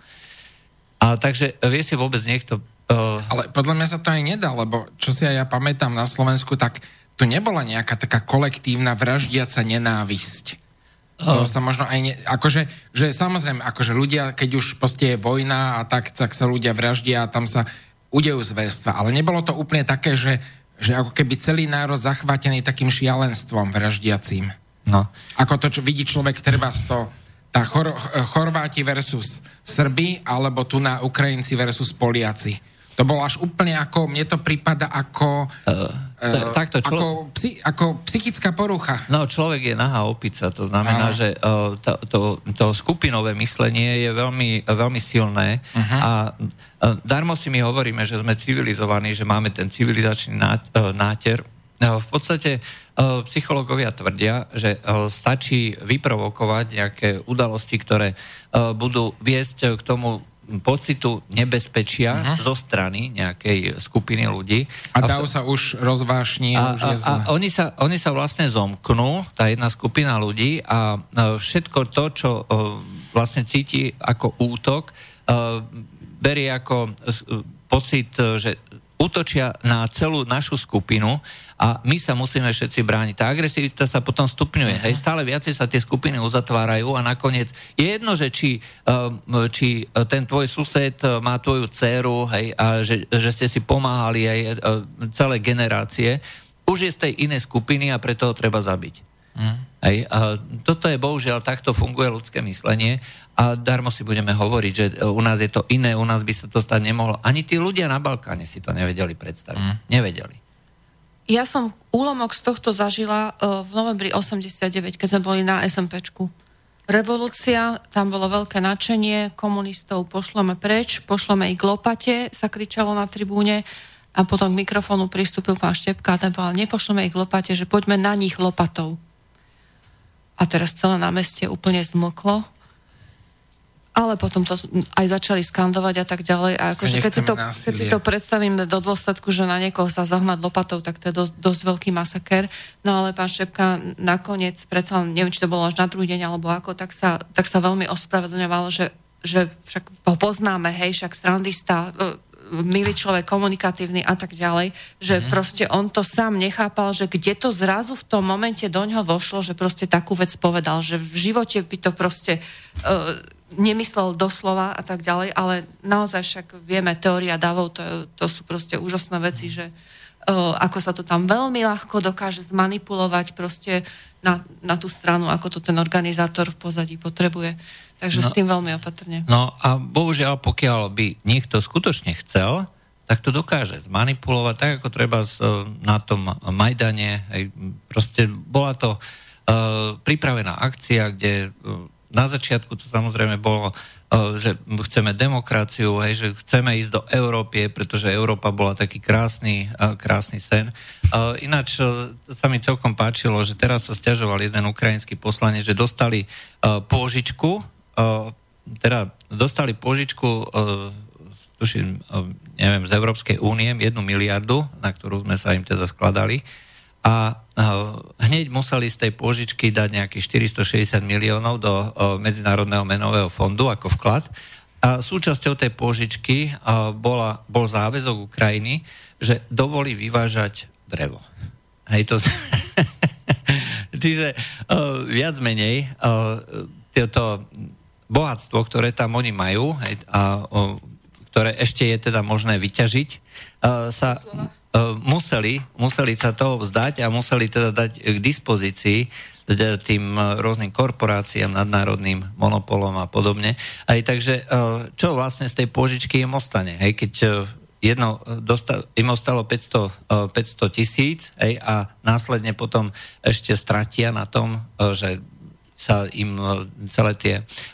A takže vie si vôbec niekto... Uh... Ale podľa mňa sa to aj nedá, lebo čo si aj ja pamätám na Slovensku, tak tu nebola nejaká taká kolektívna vraždiaca nenávisť. To sa možno aj ne... Akože, že samozrejme, akože ľudia, keď už proste je vojna a tak, tak sa ľudia vraždia a tam sa udejú zverstva. Ale nebolo to úplne také, že že ako keby celý národ zachvátený takým šialenstvom vraždiacím. No. Ako to, čo vidí človek, treba z to, tá Chor- Chorváti versus Srbi, alebo tu na Ukrajinci versus Poliaci. To bolo až úplne ako, mne to prípada ako, uh, uh, takto, člo... ako, psi, ako psychická porucha. No, človek je nahá opica, to znamená, Aha. že uh, to, to, to skupinové myslenie je veľmi, veľmi silné uh-huh. a uh, darmo si my hovoríme, že sme civilizovaní, že máme ten civilizačný ná, uh, náter. Uh, v podstate uh, psychológovia tvrdia, že uh, stačí vyprovokovať nejaké udalosti, ktoré uh, budú viesť k tomu pocitu nebezpečia uh-huh. zo strany nejakej skupiny ľudí. A dajú sa už rozvášni. A, už a, a oni, sa, oni sa vlastne zomknú, tá jedna skupina ľudí a všetko to, čo vlastne cíti ako útok, berie ako pocit, že útočia na celú našu skupinu a my sa musíme všetci brániť. Tá agresivita sa potom stupňuje. Uh-huh. Hej, stále viacej sa tie skupiny uzatvárajú a nakoniec je jedno, že či, či ten tvoj sused má tvoju dcéru, hej, a že, že ste si pomáhali aj celé generácie, už je z tej inej skupiny a preto ho treba zabiť. Uh-huh. Hej, a toto je bohužiaľ, takto funguje ľudské myslenie a darmo si budeme hovoriť, že u nás je to iné, u nás by sa to stať nemohlo. Ani tí ľudia na Balkáne si to nevedeli predstaviť. Mm. Nevedeli. Ja som úlomok z tohto zažila uh, v novembri osemdesiatdeväť, keď sme boli na SMPčku. Revolúcia, tam bolo veľké nadšenie, komunistov pošleme preč, pošleme ich k lopate, sa kričalo na tribúne a potom k mikrofónu pristúpil pán Štepka a ten povedal, nepošleme ich k lopate, že poďme na nich lopatou. A teraz celé námestie úplne zmlklo. Ale potom to aj začali skandovať a tak ďalej. A akože keď si, to, keď si to predstavím do dôsledku, že na niekoho sa zahnať lopatou, tak to je dosť, dosť veľký masaker. No ale pán Štepka nakoniec, predsa neviem, či to bolo až na druhý deň alebo ako, tak sa, tak sa veľmi ospravedlňoval, že, že však ho poznáme, hej, však strandista, milý človek, komunikatívny a tak ďalej, že mm. proste on to sám nechápal, že kde to zrazu v tom momente do ňoho vošlo, že proste takú vec povedal, že v živote by to proste uh, nemyslel doslova a tak ďalej, ale naozaj však vieme, teória davov, to, to sú proste úžasné veci, že uh, ako sa to tam veľmi ľahko dokáže zmanipulovať proste na, na tú stranu, ako to ten organizátor v pozadí potrebuje. Takže no, s tým veľmi opatrne. No a bohužiaľ, pokiaľ by niekto skutočne chcel, tak to dokáže zmanipulovať, tak ako treba na tom Majdane. Proste bola to uh, pripravená akcia, kde uh, na začiatku to samozrejme bolo, uh, že chceme demokraciu, hej, že chceme ísť do Európy, pretože Európa bola taký krásny, uh, krásny sen. Uh, ináč uh, sa mi celkom páčilo, že teraz sa sťažoval jeden ukrajinský poslanec, že dostali uh, pôžičku, Uh, teda dostali požičku, uh, tuším, uh, neviem, z Európskej únie, jednu miliardu, na ktorú sme sa im teda skladali a uh, hneď museli z tej požičky dať nejakých štyristošesťdesiat miliónov do uh, Medzinárodného menového fondu ako vklad a súčasťou tej požičky uh, bola, bol záväzok Ukrajiny, že dovolí vyvážať drevo. Hej, to... Čiže uh, viac menej uh, tieto bohatstvo, ktoré tam oni majú, hej, a o, ktoré ešte je teda možné vyťažiť, a, sa a, museli, museli sa toho vzdať a museli teda dať k dispozícii tým rôznym korporáciám, nadnárodným monopolom a podobne. Aj takže, a, čo vlastne z tej pôžičky im ostane? Hej, keď jedno dostal, im ostalo päťsto tisíc, hej, a následne potom ešte stratia na tom, že sa im celé tie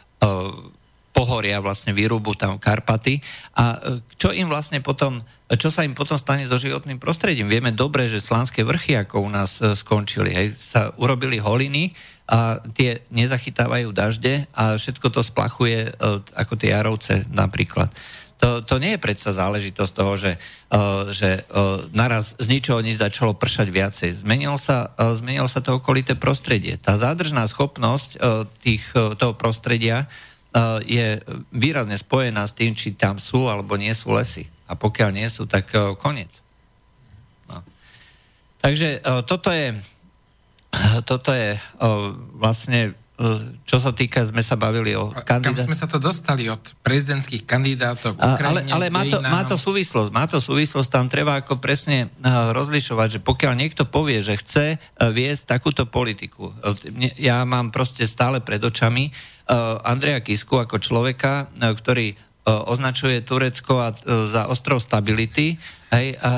pohoria vlastne vyrúbu tam Karpaty a čo im vlastne potom, čo sa im potom stane so životným prostredím. Vieme dobre, že Slánske vrchy, ako u nás skončili, hej, sa urobili holiny a tie nezachytávajú dažde a všetko to splachuje ako tie Jarovce napríklad. To, to nie je predsa záležitosť toho, že, uh, že uh, naraz z ničoho nič začalo pršať viacej. Zmenilo sa, uh, zmenilo sa to okolité prostredie. Tá zádržná schopnosť uh, tých, uh, toho prostredia uh, je výrazne spojená s tým, či tam sú alebo nie sú lesy. A pokiaľ nie sú, tak uh, koniec. No. Takže uh, toto je, uh, toto je uh, vlastne... Čo sa týka, sme sa bavili o kandidát... Kam sme sa to dostali od prezidentských kandidátov k Ukrajine? Ale, ale má, to, má to súvislosť. Má to súvislosť, tam treba ako presne rozlišovať, že pokiaľ niekto povie, že chce viesť takúto politiku. Ja mám proste stále pred očami Andreja Kisku ako človeka, ktorý označuje Turecko za ostrov stability. Hej, a...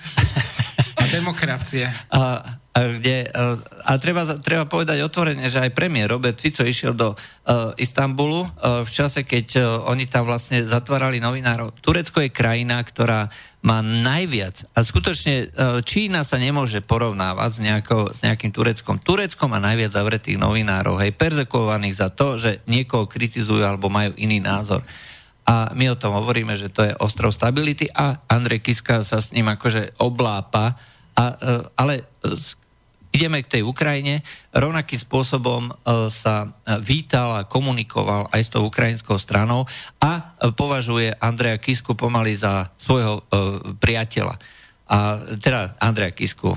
a demokracie. A, kde, a treba, treba povedať otvorene, že aj premiér Robert Fico išiel do uh, Istanbulu uh, v čase, keď uh, oni tam vlastne zatvárali novinárov. Turecko je krajina, ktorá má najviac, a skutočne uh, Čína sa nemôže porovnávať s, nejako, s nejakým Tureckom. Turecko má najviac zavretých novinárov, hej, perzekovaných za to, že niekoho kritizujú alebo majú iný názor. A my o tom hovoríme, že to je ostrov stability a Andrej Kiska sa s ním akože oblápa, a, uh, ale uh, ideme k tej Ukrajine. Rovnakým spôsobom sa vítal a komunikoval aj s tou ukrajinskou stranou a považuje Andreja Kisku pomaly za svojho priateľa. A teda Andreja Kisku,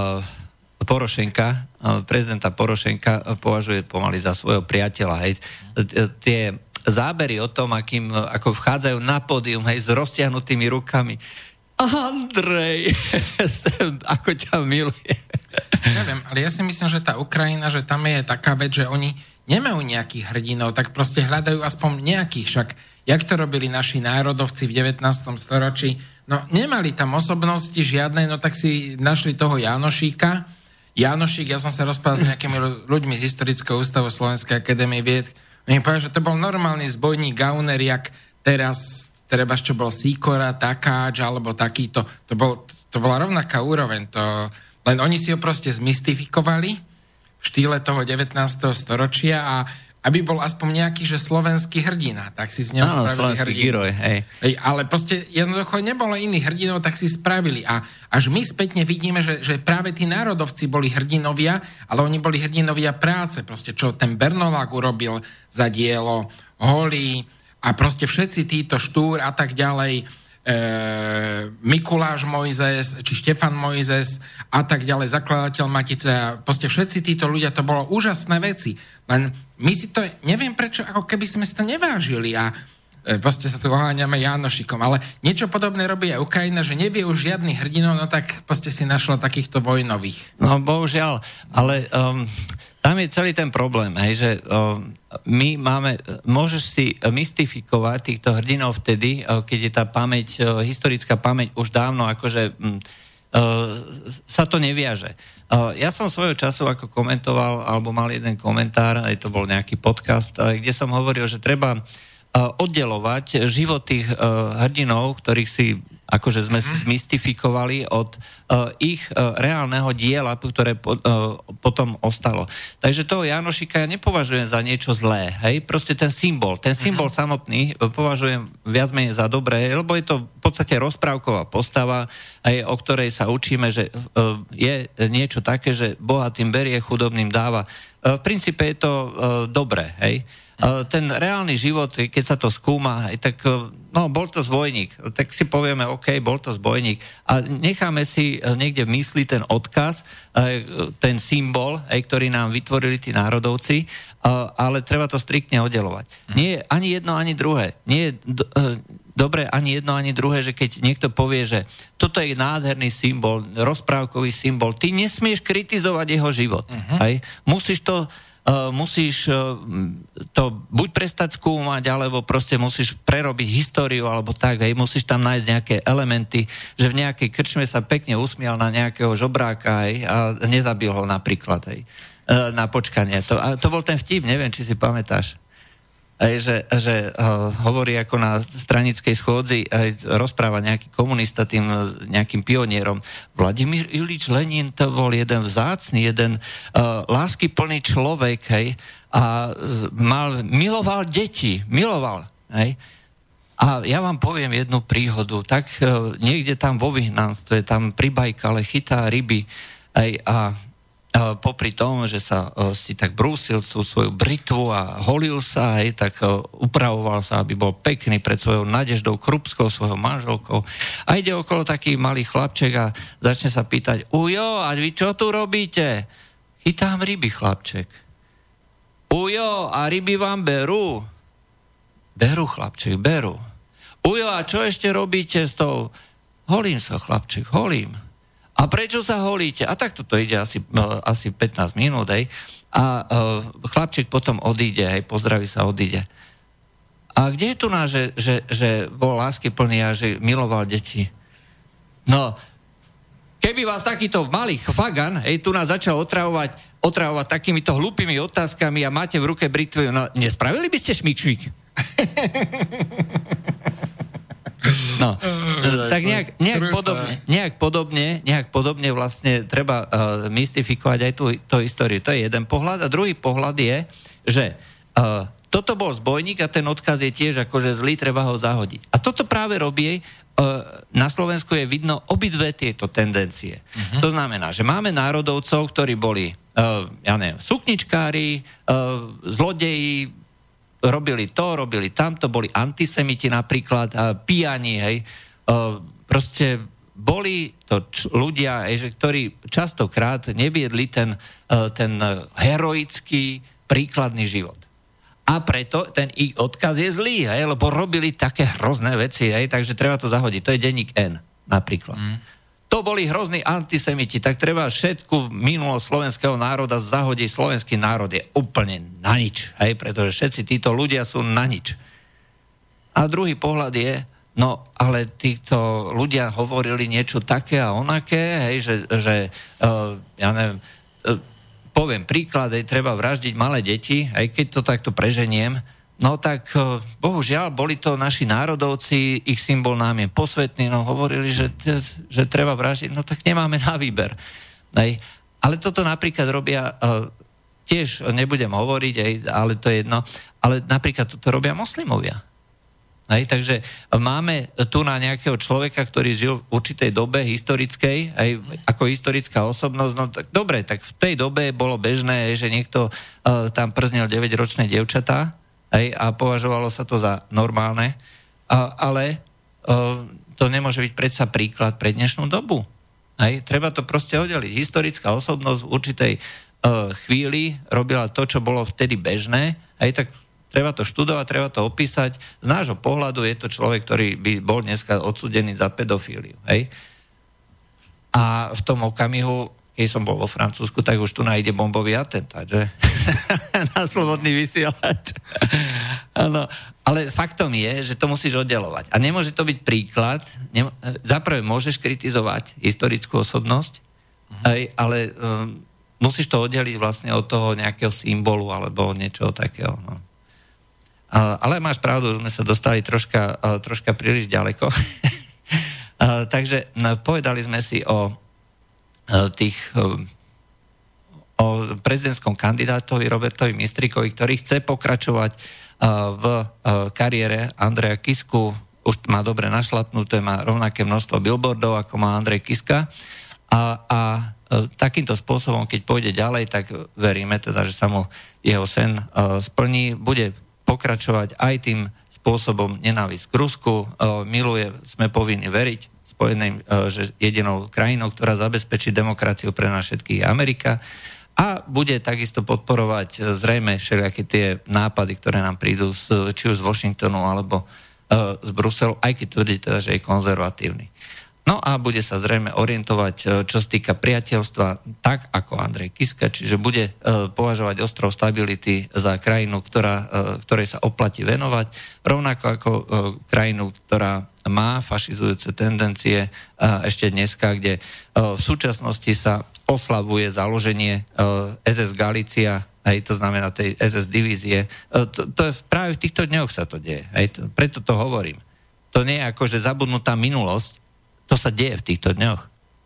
Porošenka, prezidenta Porošenka považuje pomaly za svojho priateľa. Hej. Tie zábery o tom, akým, ako vchádzajú na pódium, hej, s roztiahnutými rukami. Andrej, ako ťa miluje. Neviem, ale ja si myslím, že tá Ukrajina, že tam je taká vec, že oni nemajú nejakých hrdinov, tak proste hľadajú aspoň nejakých. Však, jak to robili naši národovci v devätnástom storočí, no nemali tam osobnosti žiadnej, no tak si našli toho Jánošíka. Jánošík, ja som sa rozprával s nejakými ľuďmi z Historického ústavu Slovenskej akadémie vied. Oni povedali, že to bol normálny zbojník gauner, jak teraz... treba, čo bol Sikora, Takáč, alebo takýto. To, bol, to bola rovnaká úroveň. To, len oni si ho proste zmistifikovali v štýle toho devätnásteho storočia a aby bol aspoň nejaký, že slovenský hrdina, tak si z neho Áno, spravili hrdinu. Gíroj, hej. Hej, ale proste jednoducho nebolo iných hrdinov, tak si spravili. A až my spätne vidíme, že, že práve tí národovci boli hrdinovia, ale oni boli hrdinovia práce. Proste čo ten Bernolák urobil za dielo, Holý, a proste všetci títo Štúr a tak ďalej, Mikuláš Mojzes, či Štefan Mojzes a tak ďalej, zakladateľ Matice a proste všetci títo ľudia, to bolo úžasné veci. Len my si to, neviem prečo, ako keby sme si to nevážili a proste sa tu oháňame Jánošikom, ale niečo podobné robí aj Ukrajina, že nevie už žiadny hrdinov, no tak proste si našla takýchto vojnových. No bohužiaľ, ale um, tam je celý ten problém, hej, že um, my máme, môžeš si mystifikovať týchto hrdinov vtedy, keď je tá pamäť, historická pamäť už dávno akože um, sa to neviaže. Ja som svojho času ako komentoval, alebo mal jeden komentár, aj to bol nejaký podcast, kde som hovoril, že treba oddelovať život tých hrdinov, ktorých si akože sme si zmystifikovali od uh, ich uh, reálneho diela, ktoré po, uh, potom ostalo. Takže toho Jánošika ja nepovažujem za niečo zlé, hej? Proste ten symbol, ten symbol uh-huh. samotný považujem viac menej za dobré, lebo je to v podstate rozprávková postava, hej, o ktorej sa učíme, že uh, je niečo také, že bohatým berie, chudobným dáva. Uh, v princípe je to uh, dobré, hej? Ten reálny život, keď sa to skúma, tak no, bol to zbojník. Tak si povieme, OK, bol to zbojník. A necháme si niekde v mysli ten odkaz, ten symbol, ktorý nám vytvorili tí národovci, ale treba to striktne oddelovať. Nie je ani jedno, ani druhé. Nie je do, dobre ani jedno, ani druhé, že keď niekto povie, že toto je nádherný symbol, rozprávkový symbol, ty nesmieš kritizovať jeho život. Uh-huh. Hej? Musíš to Uh, musíš uh, to buď prestať skúmať, alebo proste musíš prerobiť históriu, alebo tak, hej, musíš tam nájsť nejaké elementy, že v nejakej krčme sa pekne usmial na nejakého žobráka, hej, a nezabil ho napríklad, hej, uh, na počkanie. To, a to bol ten vtip, neviem, či si pamätáš. Hej, že, že uh, hovorí ako na stranickej schôdzi, hej, rozpráva nejaký komunista tým uh, nejakým pionierom. Vladimír Ilič Lenin to bol jeden vzácny, jeden uh, láskyplný človek, hej, a uh, mal, miloval deti, miloval, hej. A ja vám poviem jednu príhodu, tak uh, niekde tam vo vyhnanstve, tam pri Bajkale chytá ryby, hej, a popri tom, že sa uh, si tak brúsil tú svoju britvu a holil sa, hej, tak uh, upravoval sa, aby bol pekný pred svojou Nadeždou Krupskou, svojou manželkou. A ide okolo taký malý chlapček a začne sa pýtať, ujo, a vy čo tu robíte? Chytám ryby, chlapček. Ujo, a ryby vám berú? Berú, chlapček, berú. Ujo, a čo ešte robíte s tou? Holím sa, chlapček, holím. A prečo sa holíte? A tak toto ide asi, uh, asi pätnásť minút, hej. A uh, chlapček potom odíde, hej, pozdraví sa, odíde. A kde je tu náš, že, že, že bol láskyplný a že miloval deti? No, keby vás takýto malý fagan, hej, tu nás začal otravovať, otravovať takýmito hlúpými otázkami a máte v ruke britvu, no, nespravili by ste šmik-šmik? No, tak nejak, nejak, podobne, nejak podobne, nejak podobne vlastne treba uh, mystifikovať aj tú, tú históriu. To je jeden pohľad. A druhý pohľad je, že uh, toto bol zbojník a ten odkaz je tiež akože zlý, treba ho zahodiť. A toto práve robí, uh, na Slovensku je vidno obidve tieto tendencie. Uh-huh. To znamená, že máme národovcov, ktorí boli, uh, ja neviem, sukničkári, uh, zlodeji, robili to, robili tamto, boli antisemiti napríklad, a pijani, hej. Uh, proste boli to č- ľudia, hej, že, ktorí častokrát neviedli ten, uh, ten heroický, príkladný život. A preto ten ich odkaz je zlý, hej, lebo robili také hrozné veci, hej, takže treba to zahodiť. To je denník N, napríklad. Mm. To boli hrozní antisemiti, tak treba všetku minulosť slovenského národa zahodiť. Slovenský národ je úplne na nič, hej, pretože všetci títo ľudia sú na nič. A druhý pohľad je, no, ale títo ľudia hovorili niečo také a onaké, hej, že, že uh, ja neviem, uh, poviem príklad, hej, treba vraždiť malé deti, aj keď to takto preženiem. No tak, bohužiaľ, boli to naši národovci, ich symbol nám je posvetný, no hovorili, že, že treba vraždiť, no tak nemáme na výber. Hej. Ale toto napríklad robia, tiež nebudem hovoriť, hej, ale to je jedno, ale napríklad toto robia moslimovia. Hej, takže máme tu na nejakého človeka, ktorý žil v určitej dobe historickej, aj ako historická osobnosť, no tak dobre, tak v tej dobe bolo bežné, že niekto uh, tam prznil deväťročné dievčatá, hej, a považovalo sa to za normálne, a, ale uh, to nemôže byť predsa príklad pre dnešnú dobu. Hej, treba to proste oddeliť. Historická osobnosť v určitej uh, chvíli robila to, čo bolo vtedy bežné, hej, tak treba to študovať, treba to opísať. Z nášho pohľadu je to človek, ktorý by bol dneska odsúdený za pedofíliu. Hej. A v tom okamihu, keď som bol vo Francúzsku, tak už tu nájde bombový atentát, že? Na slobodný vysielač. Áno. Ale faktom je, že to musíš oddelovať. A nemôže to byť príklad. Nem- Zaprvé môžeš kritizovať historickú osobnosť, uh-huh. aj, ale um, musíš to oddeliť vlastne od toho nejakého symbolu alebo niečoho takého. No. A, ale máš pravdu, že sme sa dostali troška, uh, troška príliš ďaleko. uh, takže no, povedali sme si o tých o prezidentskom kandidátovi Robertovi Mistrikovi, ktorý chce pokračovať v kariére Andreja Kisku. Už má dobre našlapnuté, má rovnaké množstvo billboardov, ako má Andrej Kiska. A, a takýmto spôsobom, keď pôjde ďalej, tak veríme teda, že sa mu jeho sen splní. Bude pokračovať aj tým spôsobom nenávisť k Rusku. Miluje, sme povinni veriť, spojeným, že jedinou krajinou, ktorá zabezpečí demokraciu pre nás všetkých je Amerika a bude takisto podporovať zrejme všelijaké tie nápady, ktoré nám prídu z, či už z Washingtonu alebo uh, z Bruselu, aj keď tvrdí teda, že je konzervatívny. No a bude sa zrejme orientovať, čo sa týka priateľstva, tak ako Andrej Kiska, čiže bude uh, považovať ostrov stability za krajinu, ktorá, uh, ktorej sa oplatí venovať, rovnako ako uh, krajinu, ktorá má fašizujúce tendencie uh, ešte dneska, kde uh, v súčasnosti sa oslavuje založenie uh, es es Galícia, hej, to znamená tej es es divízie. Uh, to, to je, práve v týchto dňoch sa to deje, hej, to, preto to hovorím. To nie je ako, že zabudnutá minulosť, to sa deje v týchto dňoch.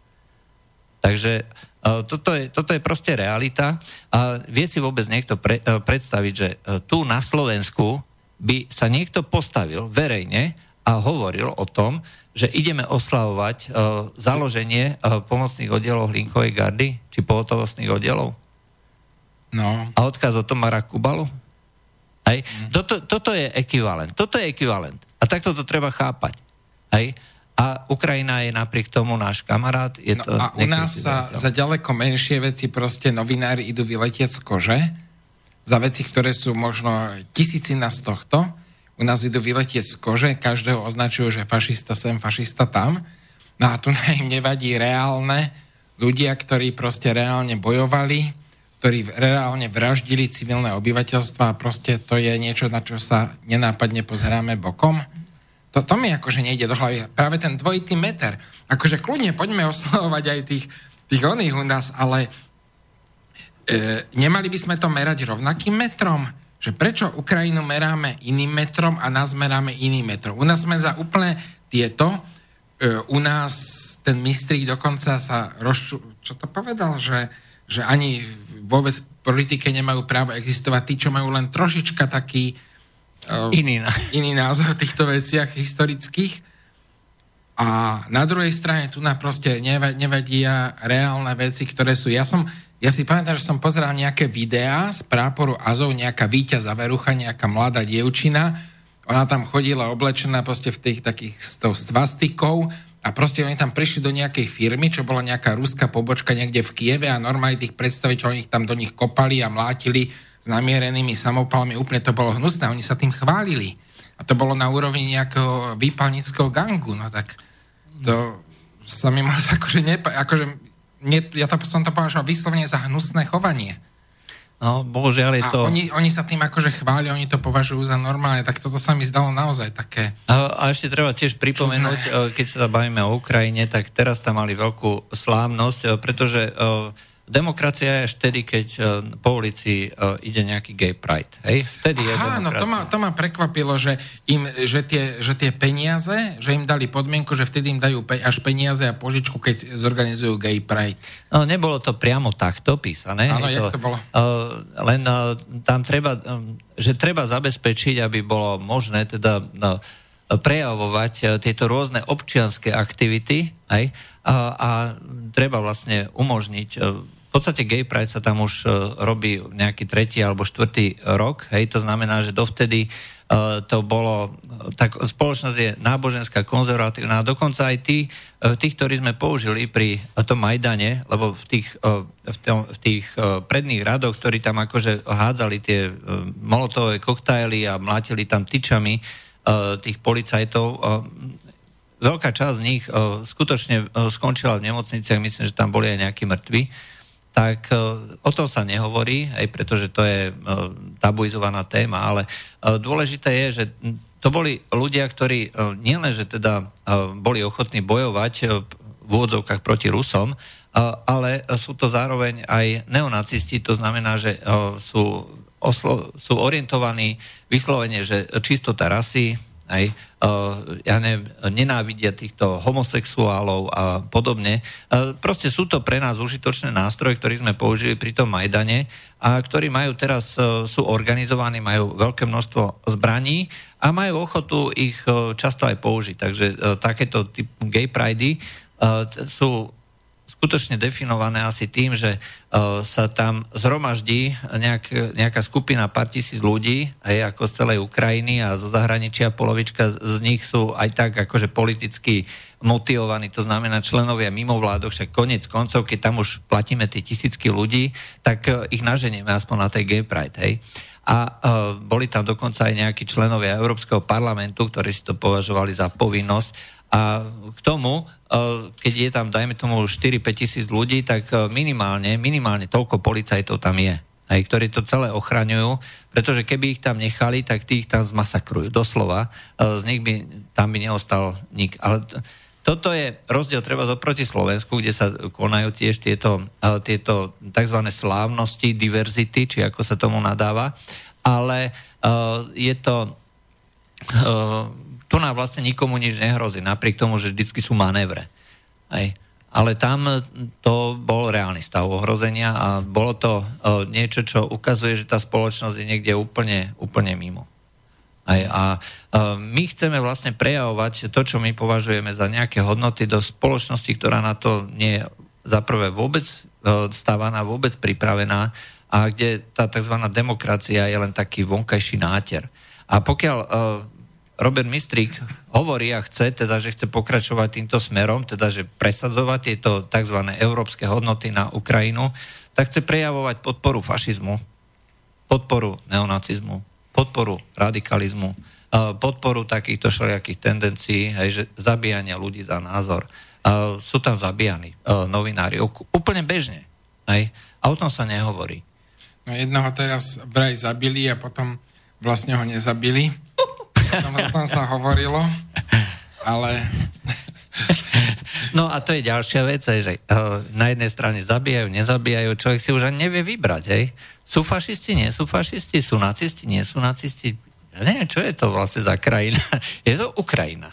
Takže uh, toto, je, toto je proste realita a vie si vôbec niekto pre, uh, predstaviť, že uh, tu na Slovensku by sa niekto postavil verejne a hovoril o tom, že ideme oslavovať uh, založenie uh, pomocných oddielov Hlinkovej gardy, či pohotovostných oddielov. No. A odkaz o Tomara Kubalu. Hej. Mm. Toto, toto je ekvivalent. Toto je ekvivalent. A takto to treba chápať. Hej. A Ukrajina je napriek tomu náš kamarát. Je no to a u nás sa za ďaleko menšie veci proste novinári idú vyletieť z kože za veci, ktoré sú možno tisícina z tohto. U nás idú vyletieť z kože, každého označujú, že fašista sem, fašista tam. No a tu im nevadí reálne ľudia, ktorí proste reálne bojovali, ktorí reálne vraždili civilné obyvateľstvo a proste to je niečo, na čo sa nenápadne pozeráme bokom. To, to mi akože nejde do hlavy. Práve ten dvojitý meter. Akože kľudne poďme oslavovať aj tých, tých oných u nás, ale e, nemali by sme to merať rovnakým metrom? Že prečo Ukrajinu meráme iným metrom a nás meráme iným metrom? U nás sme za úplne tieto. E, u nás ten Mistrík dokonca sa rozču... Čo to povedal? Že, že ani vôbec v politike nemajú právo existovať tí, čo majú len trošička taký Iný, iný názor v týchto veciach historických. A na druhej strane tu na proste nevedia reálne veci, ktoré sú... Ja som, ja si pamätám, že som pozeral nejaké videá z práporu Azov, nejaká víťaza Verucha, nejaká mladá dievčina. Ona tam chodila oblečená proste v tých takých s tou svastikou a proste oni tam prišli do nejakej firmy, čo bola nejaká ruská pobočka niekde v Kieve a normálne tých predstaviteľov ich tam do nich kopali a mlátili s namierenými samopalmi, úplne to bolo hnusné, oni sa tým chválili. A to bolo na úrovni nejakého výpalnického gangu, no tak to sa mi možno akože, nepa- akože ne, ja to som to považoval vyslovene za hnusné chovanie. No, bohužiaľ je to... A oni, oni sa tým akože chvália, oni to považujú za normálne, tak toto sa mi zdalo naozaj také... A, a ešte treba tiež pripomenúť, čudné. Keď sa bavíme o Ukrajine, tak teraz tam mali veľkú slávnosť, pretože... Demokracia je až vtedy, keď uh, po ulici uh, ide nejaký gay pride. Hej? Vtedy je Aha, demokracia. no to ma, to ma prekvapilo, že, im, že, tie, že tie peniaze, že im dali podmienku, že vtedy im dajú pe- až peniaze a požičku, keď zorganizujú gay pride. No, nebolo to priamo takto písané. Áno, jak to, to bolo? Uh, len uh, tam treba, um, že treba zabezpečiť, aby bolo možné teda uh, prejavovať uh, tieto rôzne občianske aktivity, aj, a, a treba vlastne umožniť uh, v podstate gay pride sa tam už uh, robí nejaký tretí alebo štvrtý rok, hej, to znamená, že dovtedy to bolo, tak spoločnosť je náboženská, konzervatívna a dokonca aj tí, tých, ktorí sme použili pri tom Majdane, lebo v tých, v, tom, v tých predných radoch, ktorí tam akože hádzali tie molotové koktajly a mlátili tam tyčami tých policajtov, veľká časť z nich skutočne skončila v nemocniciach, myslím, že tam boli aj nejakí mŕtvi, tak o tom sa nehovorí, aj pretože to je tabuizovaná téma, ale dôležité je, že to boli ľudia, ktorí nielen, že teda boli ochotní bojovať v úvodzovkách proti Rusom, ale sú to zároveň aj neonacisti, to znamená, že sú, oslo- sú orientovaní vyslovene, že čistota rasy, aj, uh, ja neviem, nenávidia týchto homosexuálov a podobne. Uh, proste sú to pre nás užitočné nástroje, ktoré sme použili pri tom Majdane a ktorí majú teraz, uh, sú organizovaní, majú veľké množstvo zbraní a majú ochotu ich uh, často aj použiť. Takže uh, takéto typ gay pridey uh, sú skutočne definované asi tým, že uh, sa tam zhromaždí nejak, nejaká skupina, pár tisíc ľudí, aj ako z celej Ukrajiny a zo zahraničia polovička z nich sú aj tak akože politicky motivovaní, to znamená členovia mimovládok, však koniec koncov, keď tam už platíme tie tisícky ľudí, tak uh, ich naženieme aspoň na tej gay pride, hej. A uh, boli tam dokonca aj nejakí členovia Európskeho parlamentu, ktorí si to považovali za povinnosť. A k tomu, keď je tam, dajme tomu, štyri päť tisíc ľudí, tak minimálne, minimálne toľko policajtov tam je, aj, ktorí to celé ochraňujú, pretože keby ich tam nechali, tak tí ich tam zmasakrujú, doslova. Z nich by, tam by neostal nik. Ale toto je rozdiel treba oproti Slovensku, kde sa konajú tiež tieto, tieto tzv. Slávnosti, diverzity, či ako sa tomu nadáva, ale je to... tu nám vlastne nikomu nič nehrozí, napriek tomu, že vždycky sú manévre. Hej. Ale tam to bol reálny stav ohrozenia a bolo to uh, niečo, čo ukazuje, že tá spoločnosť je niekde úplne, úplne mimo. Hej. A uh, my chceme vlastne prejavovať to, čo my považujeme za nejaké hodnoty do spoločnosti, ktorá na to nie je za prvé vôbec uh, stávaná, vôbec pripravená a kde tá tzv. Demokracia je len taký vonkajší náter. A pokiaľ uh, Robert Mistrík hovorí a chce, teda, že chce pokračovať týmto smerom, teda, že presadzovať tieto tzv. Európske hodnoty na Ukrajinu, tak chce prejavovať podporu fašizmu, podporu neonacizmu, podporu radikalizmu, podporu takýchto všelijakých tendencií, hej, že zabíjania ľudí za názor. Sú tam zabíjani novinári, úplne bežne. Hej, a o tom sa nehovorí. No jednoho teraz vraj zabili a potom vlastne ho nezabili. O tom sa hovorilo, ale... No a to je ďalšia vec, že na jednej strane zabíjajú, nezabíjajú, človek si už ani nevie vybrať, hej. Sú fašisti, nie sú fašisti, sú nacisti, nie sú nacisti. Ja neviem, čo je to vlastne za krajina. Je to Ukrajina.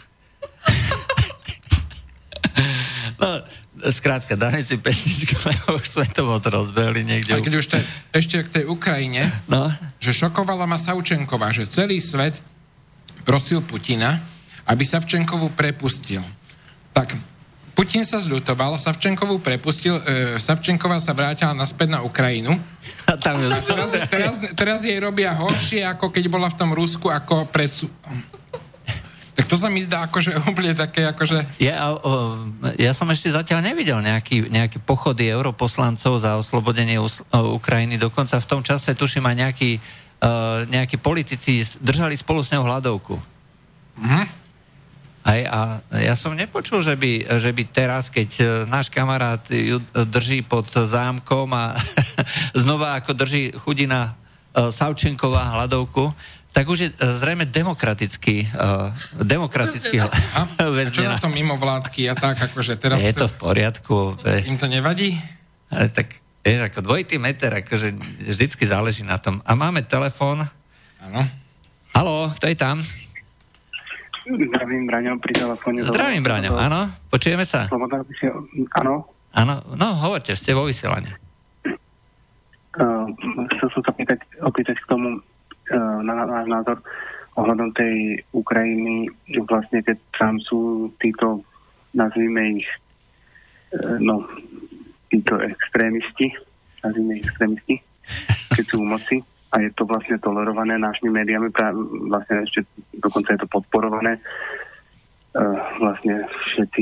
No, skrátka, dáme si pesničku, lebo už sme to moc rozbehli niekde. A keď už te, ešte k tej Ukrajine, no? Že šokovala ma Savčenková, že celý svet prosil Putina, aby Savčenkovú prepustil. Tak Putin sa zľutoval, Savčenkovú prepustil, e, Savčenková sa vrátila naspäť na Ukrajinu. A, tam a teraz, teraz, teraz jej robia horšie, ako keď bola v tom Rusku, ako pred... Tak to sa mi zdá akože úplne také, akože... Ja, o, ja som ešte zatiaľ nevidel nejaký, nejaké pochody europoslancov za oslobodenie Us- Ukrajiny. Dokonca v tom čase, tuším, aj nejaký Uh, nejakí politici držali spolu s ňou hladovku. Uh-huh. Aj, a ja som nepočul, že by, že by teraz, keď uh, náš kamarát ju drží pod zámkom a znova ako drží chudina uh, Savčenková hladovku, tak už je uh, zrejme demokratický uh, demokratický väznená. Čo na to mimo vládky a tak, akože teraz... Je to v poriadku. Im to nevadí? Ale tak vieš, ako dvojitý meter, akože vždycky záleží na tom. A máme telefón. Áno. Haló, kto je tam? Zdravím, Braňo, pri telefóne. Zdravím, Braňo, áno. Počujeme sa? Áno. Áno, no hovorte, ste vo vysielaní. Uh, chcel som sa pýtať, opýtať k tomu uh, na náš názor ohľadom tej Ukrajiny, vlastne keď tam sú títo, nazvime ich, uh, no, títo extrémisti, nazvime ich extrémisti, keď sú v moci, a je to vlastne tolerované našimi médiami, vlastne ešte dokonca je to podporované. Vlastne všetci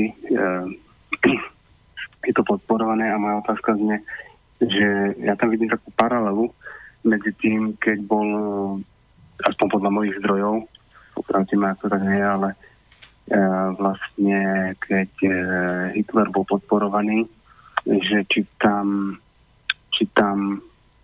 je to podporované a moja otázka znie, že ja tam vidím takú paralelu medzi tým, keď bol, aspoň podľa mojich zdrojov, popravte ma, ako tak nie, ale vlastne keď Hitler bol podporovaný, že či tam či tam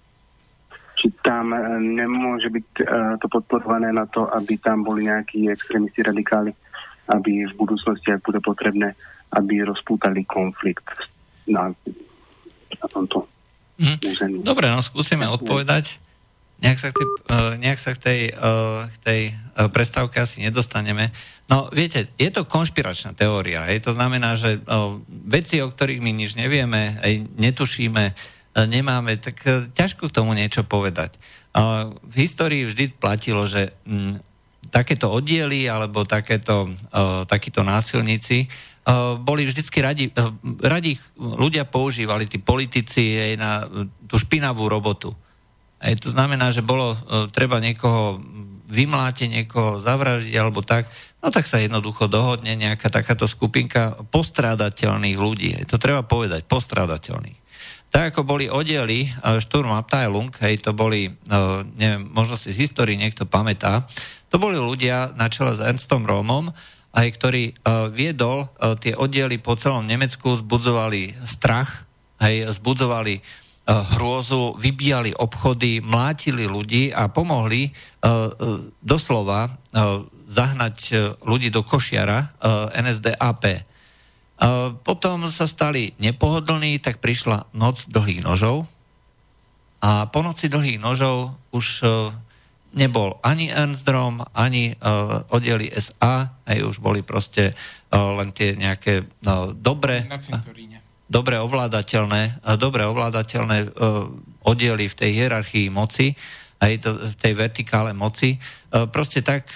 či tam nemôže byť to podporované na to, aby tam boli nejakí extrémisti, radikáli, aby v budúcnosti, ak bude potrebné, aby rozpútali konflikt na, na tomto mm. území. Dobre, no skúsime odpovedať. Nejak sa k tej, nejak sa k tej, k tej prestávke asi nedostaneme. No, viete, je to konšpiračná teória. Hej? To znamená, že veci, o ktorých my nič nevieme, aj netušíme, nemáme, tak ťažko k tomu niečo povedať. V histórii vždy platilo, že takéto oddiely alebo takéto, takíto násilníci boli vždycky radi, radi ľudia používali, tí politici, aj na tú špinavú robotu. Aj to znamená, že bolo treba niekoho vymlátiť, niekoho zavraždiť alebo tak, no tak sa jednoducho dohodne nejaká takáto skupinka postrádateľných ľudí. Aj to treba povedať, postrádateľných. Tak ako boli oddiely Sturmabteilung, hej, to boli, neviem, možno si z histórii niekto pamätá, to boli ľudia na čele s Ernstom Röhmom, aj ktorý viedol tie oddiely po celom Nemecku, zbudzovali strach, hej, zbudzovali hrôzu, vybíjali obchody, mlátili ľudí a pomohli doslova zahnať ľudí do košiara en es dé á pé. Potom sa stali nepohodlní, tak prišla noc dlhých nožov a po noci dlhých nožov už nebol ani Ernst Röhm, ani oddiely es á, aj už boli proste len tie nejaké dobre, dobre ovládateľné, dobre ovládateľné oddiely v tej hierarchii moci, aj v tej vertikále moci, proste tak,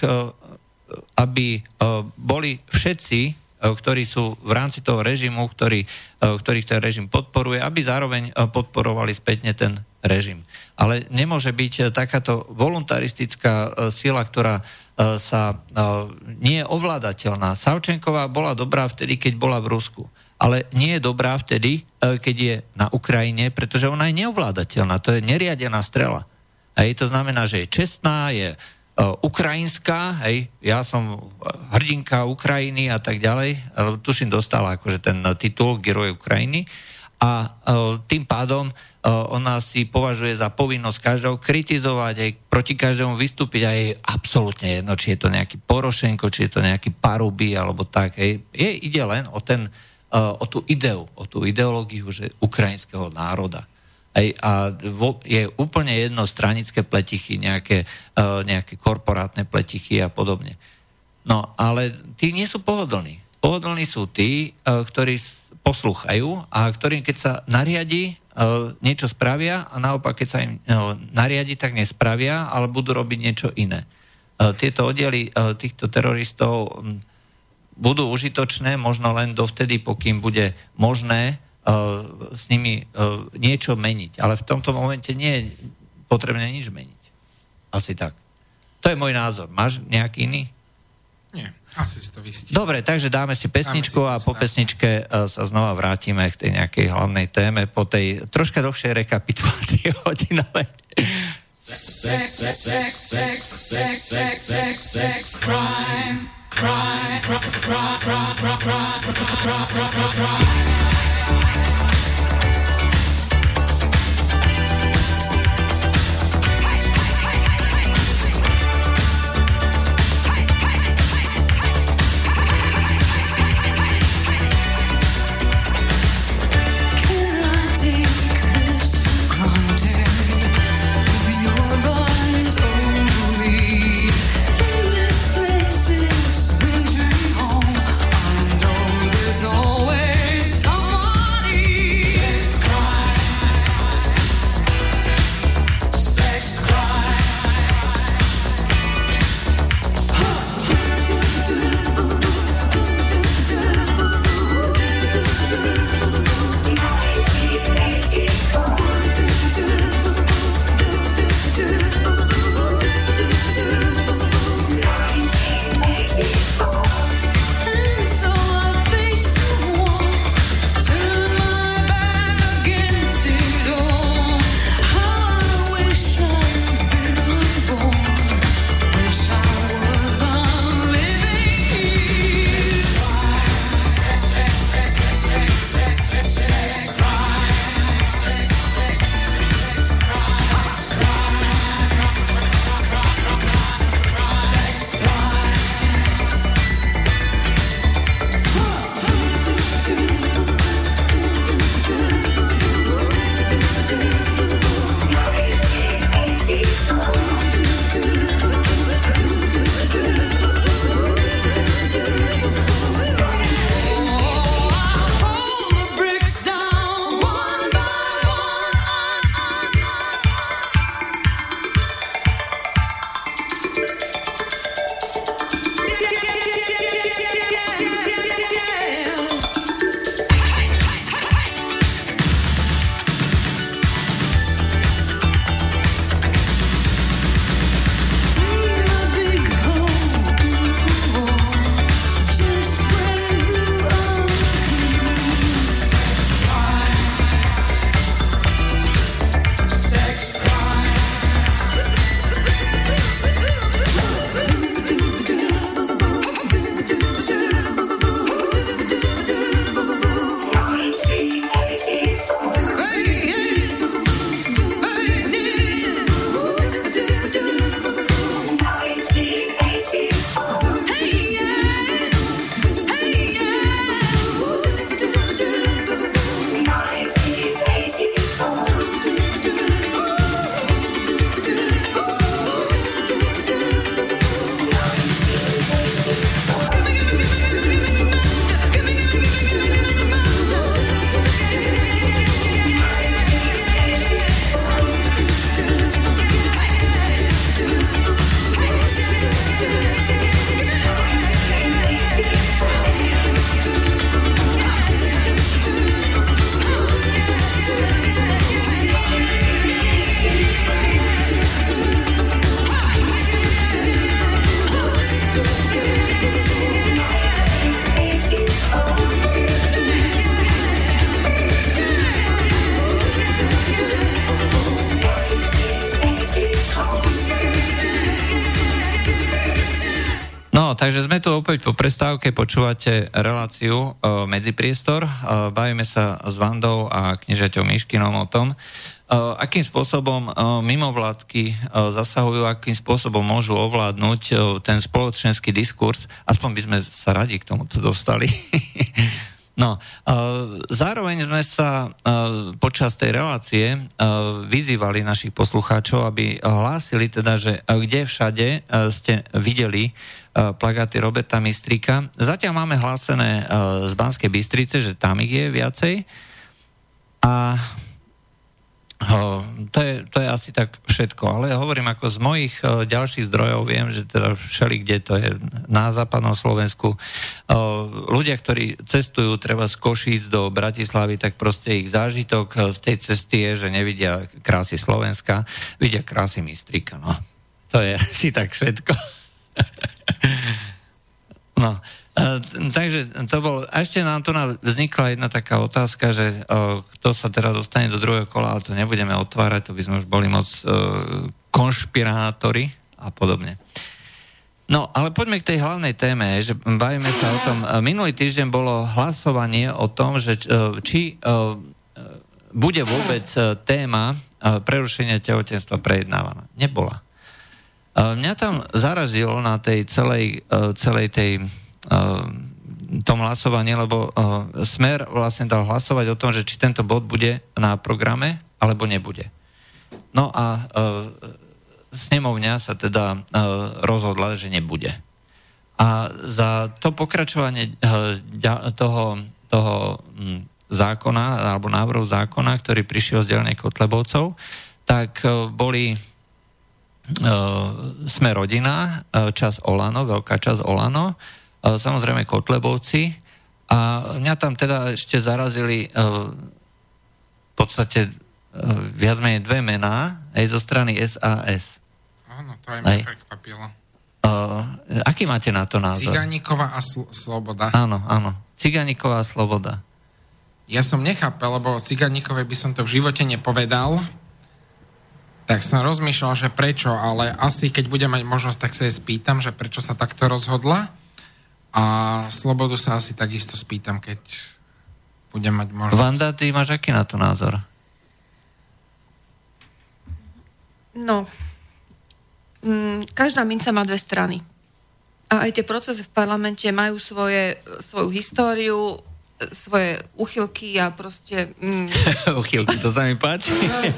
aby boli všetci, ktorí sú v rámci toho režimu, ktorý, ktorých ten režim podporuje, aby zároveň podporovali spätne ten režim. Ale nemôže byť takáto voluntaristická sila, ktorá sa nie je ovládateľná. Savčenková bola dobrá vtedy, keď bola v Rusku. Ale nie je dobrá vtedy, keď je na Ukrajine, pretože ona je neovládateľná. To je neriadená strela. Hej, to znamená, že je čestná, je ukrajinská, hej, ja som hrdinka Ukrajiny a tak ďalej, tuším dostala akože ten titul Geroj Ukrajiny a tým pádom ona si považuje za povinnosť každého kritizovať, aj proti každému vystúpiť a je absolútne jedno, či je to nejaký Porošenko, či je to nejaký Paruby alebo tak, hej. Je, ide len o ten, o tú ideu, o tú ideológiu, že ukrajinského národa. A je úplne jedno stranické pletichy, nejaké, nejaké korporátne pletichy a podobne. No, ale tí nie sú pohodlní. Pohodlní sú tí, ktorí poslúchajú a ktorým, keď sa nariadi, niečo spravia a naopak, keď sa im nariadi, tak nespravia, ale budú robiť niečo iné. Tieto oddiely týchto teroristov budú užitočné možno len dovtedy, pokým bude možné s nimi niečo meniť. Ale v tomto momente nie je potrebné nič meniť. Asi tak. To je môj názor. Máš nejaký iný? Nie, asi si to vystihol. Dobre, takže dáme si pesničku dáme si a po pesničke sa znova vrátime k tej nejakej hlavnej téme po tej troška dlhšej rekapitulácii hodinovej. Sex, sex, sex, sex, sex, sex, sex, sex, sex, crime, crime, crime, crime, crime, crime, crime, crime, crime, crime, crime. Always someone No, takže sme tu opäť po prestávke, počúvate reláciu e, Medzipriestor. E, bavíme sa s Vandou a kniežaťou Miškinom o tom, e, akým spôsobom e, mimovládky e, zasahujú, akým spôsobom môžu ovládnuť e, ten spoločenský diskurs. Aspoň by sme sa radi k tomuto dostali. No, zároveň sme sa počas tej relácie vyzývali našich poslucháčov, aby hlásili teda, že kde všade ste videli plagáty Roberta Mistrika. Zatiaľ máme hlásené z Banskej Bystrice, že tam ich je viacej. A to je, to je asi tak všetko. Ale hovorím, ako z mojich ďalších zdrojov viem, že teda všeli, kde to je na západnom Slovensku. Ľudia, ktorí cestujú treba z Košíc do Bratislavy, tak proste ich zážitok z tej cesty je, že nevidia krásy Slovenska, vidia krásy Mistrika. No. To je asi tak všetko. No. Takže to bol, a ešte nám tu vznikla jedna taká otázka, že o, kto sa teda dostane do druhého kola, ale to nebudeme otvárať, to by sme už boli moc o, konšpirátori a podobne. No, ale poďme k tej hlavnej téme, že bavíme sa o tom. Minulý týždeň bolo hlasovanie o tom, že či o, bude vôbec téma prerušenia tehotenstva prejednávaná. Nebola. Mňa tam zarazilo na tej celej, celej tej tom hlasovaní, lebo Smer vlastne dal hlasovať o tom, že či tento bod bude na programe, alebo nebude. No a snemovňa sa teda rozhodla, že nebude. A za to pokračovanie toho, toho zákona, alebo návrhu zákona, ktorý prišiel z dielne Kotlebovcov, tak boli Sme rodina, časť Olano, veľká časť Olano, samozrejme Kotlebovci a mňa tam teda ešte zarazili v podstate viac menej dve mená aj zo strany es a es. Áno, to aj mňa prekvapilo. Uh, aký máte na to názor? Ciganíková a sl- Sloboda. Áno, áno. Ciganíková a Sloboda. Ja som nechápel, lebo Ciganíkovej by som to v živote nepovedal. Tak som rozmýšľal, že prečo, ale asi keď budem mať možnosť, tak sa jej spýtam, že prečo sa takto rozhodla. A Slobodu sa asi takisto spýtam, keď budem mať možnosť. Vanda, ty máš aký na to názor? No, mm, každá minca má dve strany. A aj tie procesy v parlamente majú svoje, svoju históriu, svoje uchylky a proste... Mm... Uchylky, to sa mi páči.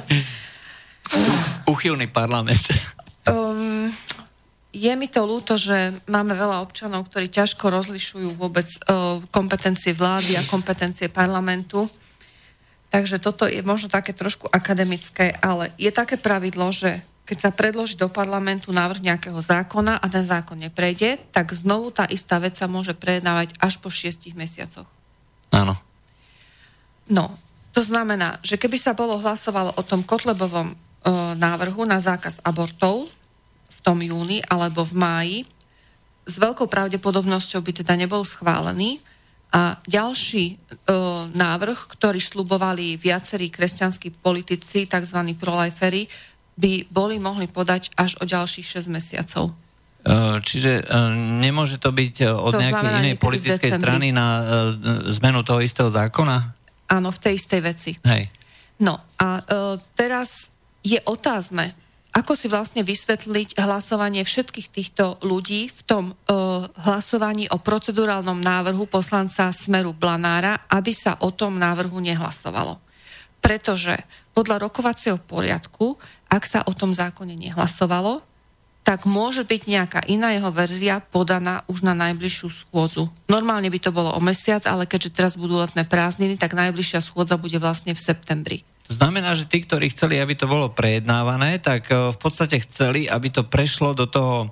Uchylný parlament. Um, je mi to ľúto, že máme veľa občanov, ktorí ťažko rozlišujú vôbec uh, kompetencie vlády a kompetencie parlamentu. Takže toto je možno také trošku akademické, ale je také pravidlo, že keď sa predloží do parlamentu návrh nejakého zákona a ten zákon neprejde, tak znovu tá istá vec sa môže prejednávať až po šiestich mesiacoch. Áno. No, to znamená, že keby sa bolo hlasovalo o tom Kotlebovom e, návrhu na zákaz abortov v tom júni alebo v máji, s veľkou pravdepodobnosťou by teda nebol schválený a ďalší e, návrh, ktorý sľubovali viacerí kresťanskí politici, tzv. Proliferi, by boli mohli podať až o ďalších šesť mesiacov. Čiže nemôže to byť od to nejakej inej politickej strany na zmenu toho istého zákona? Áno, v tej istej veci. Hej. No a e, teraz je otázne, ako si vlastne vysvetliť hlasovanie všetkých týchto ľudí v tom e, hlasovaní o procedurálnom návrhu poslanca Smeru Blanára, aby sa o tom návrhu nehlasovalo. Pretože podľa rokovacieho poriadku, ak sa o tom zákone nehlasovalo, tak môže byť nejaká iná jeho verzia podaná už na najbližšiu schôdzu. Normálne by to bolo o mesiac, ale keďže teraz budú letné prázdniny, tak najbližšia schôdza bude vlastne v septembri. To znamená, že tí, ktorí chceli, aby to bolo prejednávané, tak v podstate chceli, aby to prešlo do toho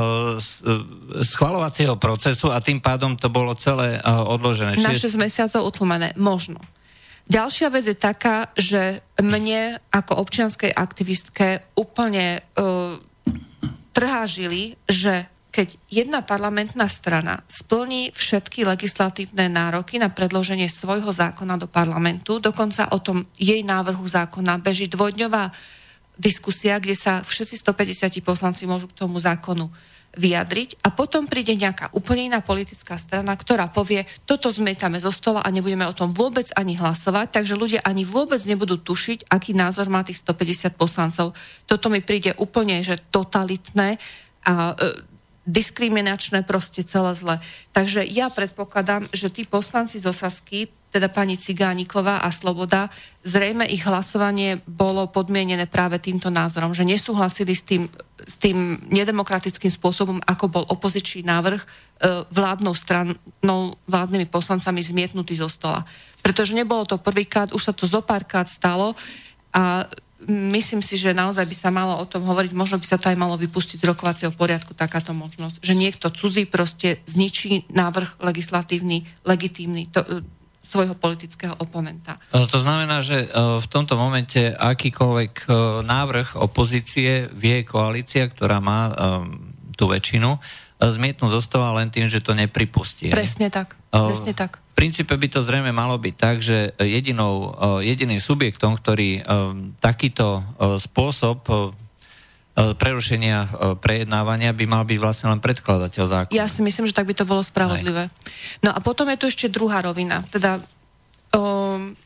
schvaľovacieho procesu a tým pádom to bolo celé odložené. Na šesť mesiacov utlmené, možno. Ďalšia vec je taká, že mne ako občianskej aktivistke úplne uh, trhážili, že keď jedna parlamentná strana splní všetky legislatívne nároky na predloženie svojho zákona do parlamentu, dokonca o tom jej návrhu zákona beží dvojdňová diskusia, kde sa všetci stopäťdesiat poslanci môžu k tomu zákonu vyjadriť a potom príde nejaká úplne iná politická strana, ktorá povie, toto zmietame zo stola a nebudeme o tom vôbec ani hlasovať, takže ľudia ani vôbec nebudú tušiť, aký názor má tých stopäťdesiat poslancov. Toto mi príde úplne, že totalitné a e, diskriminačné, proste celé zle. Takže ja predpokladám, že tí poslanci zo Sasky, teda pani Cigániková a Sloboda, zrejme ich hlasovanie bolo podmienené práve týmto názorom, že nesúhlasili s tým, s tým nedemokratickým spôsobom, ako bol opozičný návrh e, vládnou stranou, vládnymi poslancami zmietnutý zo stola. Pretože nebolo to prvýkrát, už sa to zopárkrát stalo a myslím si, že naozaj by sa malo o tom hovoriť, možno by sa to aj malo vypustiť z rokovacieho poriadku, takáto možnosť, že niekto cudzí proste zničí návrh legislatívny, legitímny to, svojho politického oponenta. To znamená, že v tomto momente akýkoľvek návrh opozície vie koalícia, ktorá má tú väčšinu, zmietnúť zo stola len tým, že to nepripustí. Presne tak, presne tak. V princípe by to zrejme malo byť tak, že jedinou, jediným subjektom, ktorý takýto spôsob prerušenia prejednávania by mal byť vlastne len predkladateľ zákona. Ja si myslím, že tak by to bolo spravodlivé. No a potom je tu ešte druhá rovina. Teda um,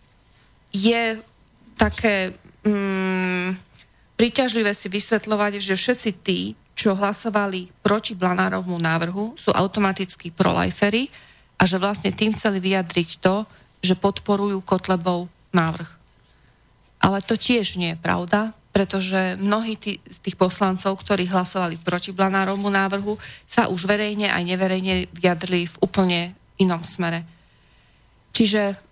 je také um, príťažlivé si vysvetľovať, že všetci tí, čo hlasovali proti Blanárovmu návrhu, sú automaticky prolajferi, a že vlastne tým chceli vyjadriť to, že podporujú Kotlebov návrh. Ale to tiež nie je pravda, pretože mnohí tí, z tých poslancov, ktorí hlasovali proti Blanárovmu návrhu, sa už verejne aj neverejne vyjadrili v úplne inom smere. Čiže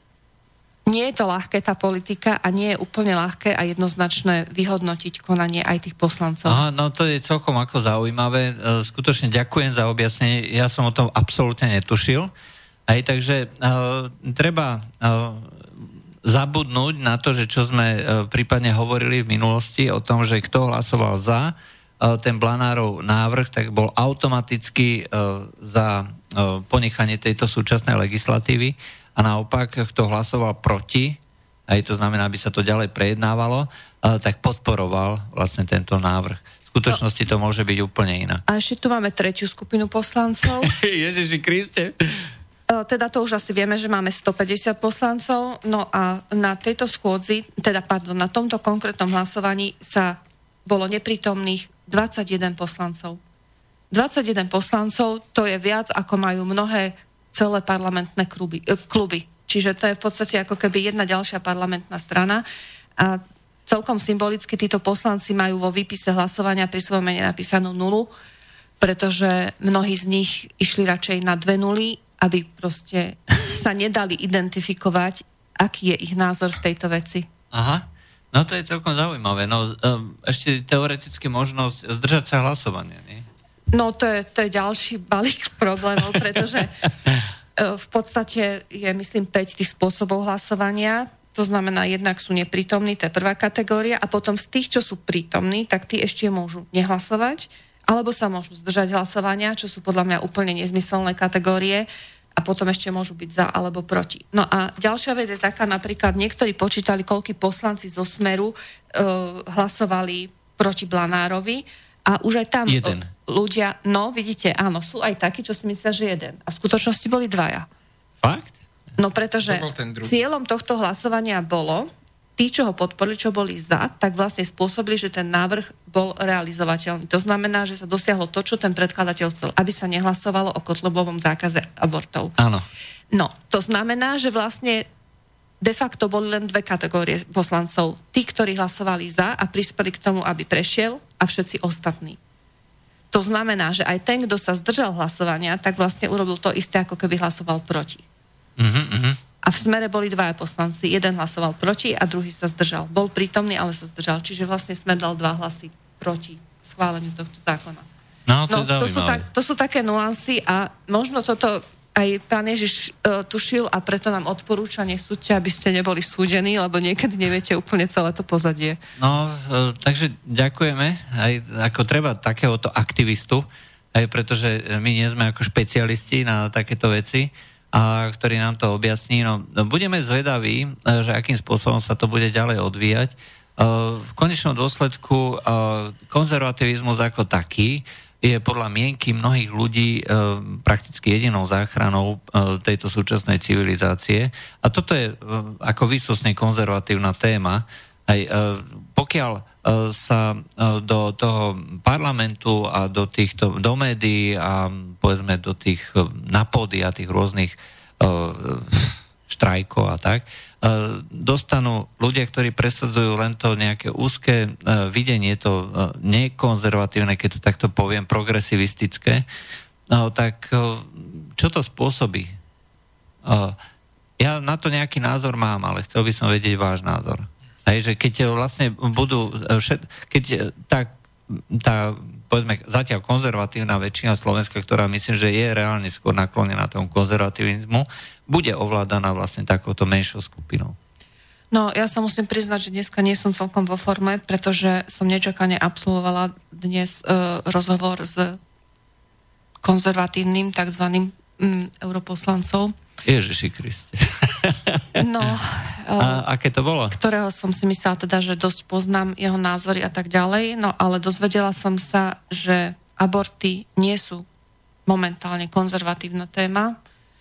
nie je to ľahké, tá politika, a nie je úplne ľahké a jednoznačné vyhodnotiť konanie aj tých poslancov. Aha, no to je celkom ako zaujímavé. Skutočne ďakujem za objasnenie. Ja som o tom absolútne netušil. Aj takže uh, treba uh, zabudnúť na to, že čo sme uh, prípadne hovorili v minulosti o tom, že kto hlasoval za uh, ten Blanárov návrh, tak bol automaticky uh, za uh, ponechanie tejto súčasnej legislatívy. A naopak, kto hlasoval proti, aj to znamená, aby sa to ďalej prejednávalo, tak podporoval vlastne tento návrh. V skutočnosti to môže byť úplne inak. A ešte tu máme tretiu skupinu poslancov. Ježiši Kriste. Teda to už asi vieme, že máme stopäťdesiat poslancov, no a na tejto schôdzi, teda pardon, na tomto konkrétnom hlasovaní sa bolo neprítomných dvadsaťjeden poslancov. dvadsaťjeden poslancov, to je viac, ako majú mnohé celé parlamentné kluby, kluby. Čiže to je v podstate ako keby jedna ďalšia parlamentná strana a celkom symbolicky títo poslanci majú vo výpise hlasovania pri svojom mene napísanú nulu, pretože mnohí z nich išli radšej na dve nuly, aby proste sa nedali identifikovať, aký je ich názor v tejto veci. Aha, no to je celkom zaujímavé. No, ešte teoreticky možnosť zdržať sa hlasovania, nie? No to je, to je ďalší balík problémov, pretože v podstate je, myslím, päť tých spôsobov hlasovania. To znamená, jednak sú neprítomní, to je prvá kategória, a potom z tých, čo sú prítomní, tak tí ešte môžu nehlasovať, alebo sa môžu zdržať hlasovania, čo sú podľa mňa úplne nezmyselné kategórie, a potom ešte môžu byť za alebo proti. No a ďalšia vec je taká, napríklad niektorí počítali, koľkí poslanci zo Smeru e, hlasovali proti Blanárovi, a už aj tam jeden. Ľudia, no vidíte, áno, sú aj takí, čo si myslia, že jeden. A v skutočnosti boli dvaja. Fakt? No pretože cieľom tohto hlasovania bolo, tí, čo ho podporili, čo boli za, tak vlastne spôsobili, že ten návrh bol realizovateľný. To znamená, že sa dosiahlo to, čo ten predkladateľ chcel, aby sa nehlasovalo o Kotlebovom zákaze abortov. Áno. No, to znamená, že vlastne de facto boli len dve kategórie poslancov. Tí, ktorí hlasovali za a prispeli k tomu, aby prešiel, a všetci ostatní. To znamená, že aj ten, kto sa zdržal hlasovania, tak vlastne urobil to isté, ako keby hlasoval proti. Uh-huh, uh-huh. A A v Smere boli dvaja poslanci. Jeden hlasoval proti a druhý sa zdržal. Bol prítomný, ale sa zdržal. Čiže vlastne Smer dal dva hlasy proti schváleniu tohto zákona. No, to, no, to, sú, tak, to sú také nuancy a možno toto aj pán Ježiš uh, tušil a preto nám odporúča, nesúďte, aby ste neboli súdení, lebo niekedy neviete úplne celé to pozadie. No, uh, takže ďakujeme. Aj ako treba takéhoto aktivistu, aj pretože my nie sme ako špecialisti na takéto veci, a ktorý nám to objasní. No, budeme zvedaví, že akým spôsobom sa to bude ďalej odvíjať. Uh, v konečnom dôsledku uh, konzervativizmus ako taký je podľa mienky mnohých ľudí e, prakticky jedinou záchranou e, tejto súčasnej civilizácie. A toto je e, ako výsostne konzervatívna téma. Aj, e, pokiaľ e, sa e, do toho parlamentu a do týchto, do médií a povedzme do tých e, na pódy a tých rôznych e, štrajkov a tak, dostanú ľudia, ktorí presadzujú len to nejaké úzke videnie, to nekonzervatívne, keď to takto poviem, progresivistické, no, tak čo to spôsobí? Ja na to nejaký názor mám, ale chcel by som vedieť váš názor. Hej, že keď vlastne budú, všet, keď tá, tá povedzme, zatiaľ konzervatívna väčšina Slovenska, ktorá myslím, že je reálne skôr naklonená tomu konzervativizmu, bude ovládaná vlastne takouto menšou skupinou. No, ja sa musím priznať, že dneska nie som celkom vo forme, pretože som nečakane absolvovala dnes uh, rozhovor s konzervatívnym takzvaným um, europoslancom. Ježiši Kriste. No, uh, a aké to bolo? Ktorého som si myslela teda, že dosť poznám jeho názory a tak ďalej, no ale dozvedela som sa, že aborty nie sú momentálne konzervatívna téma.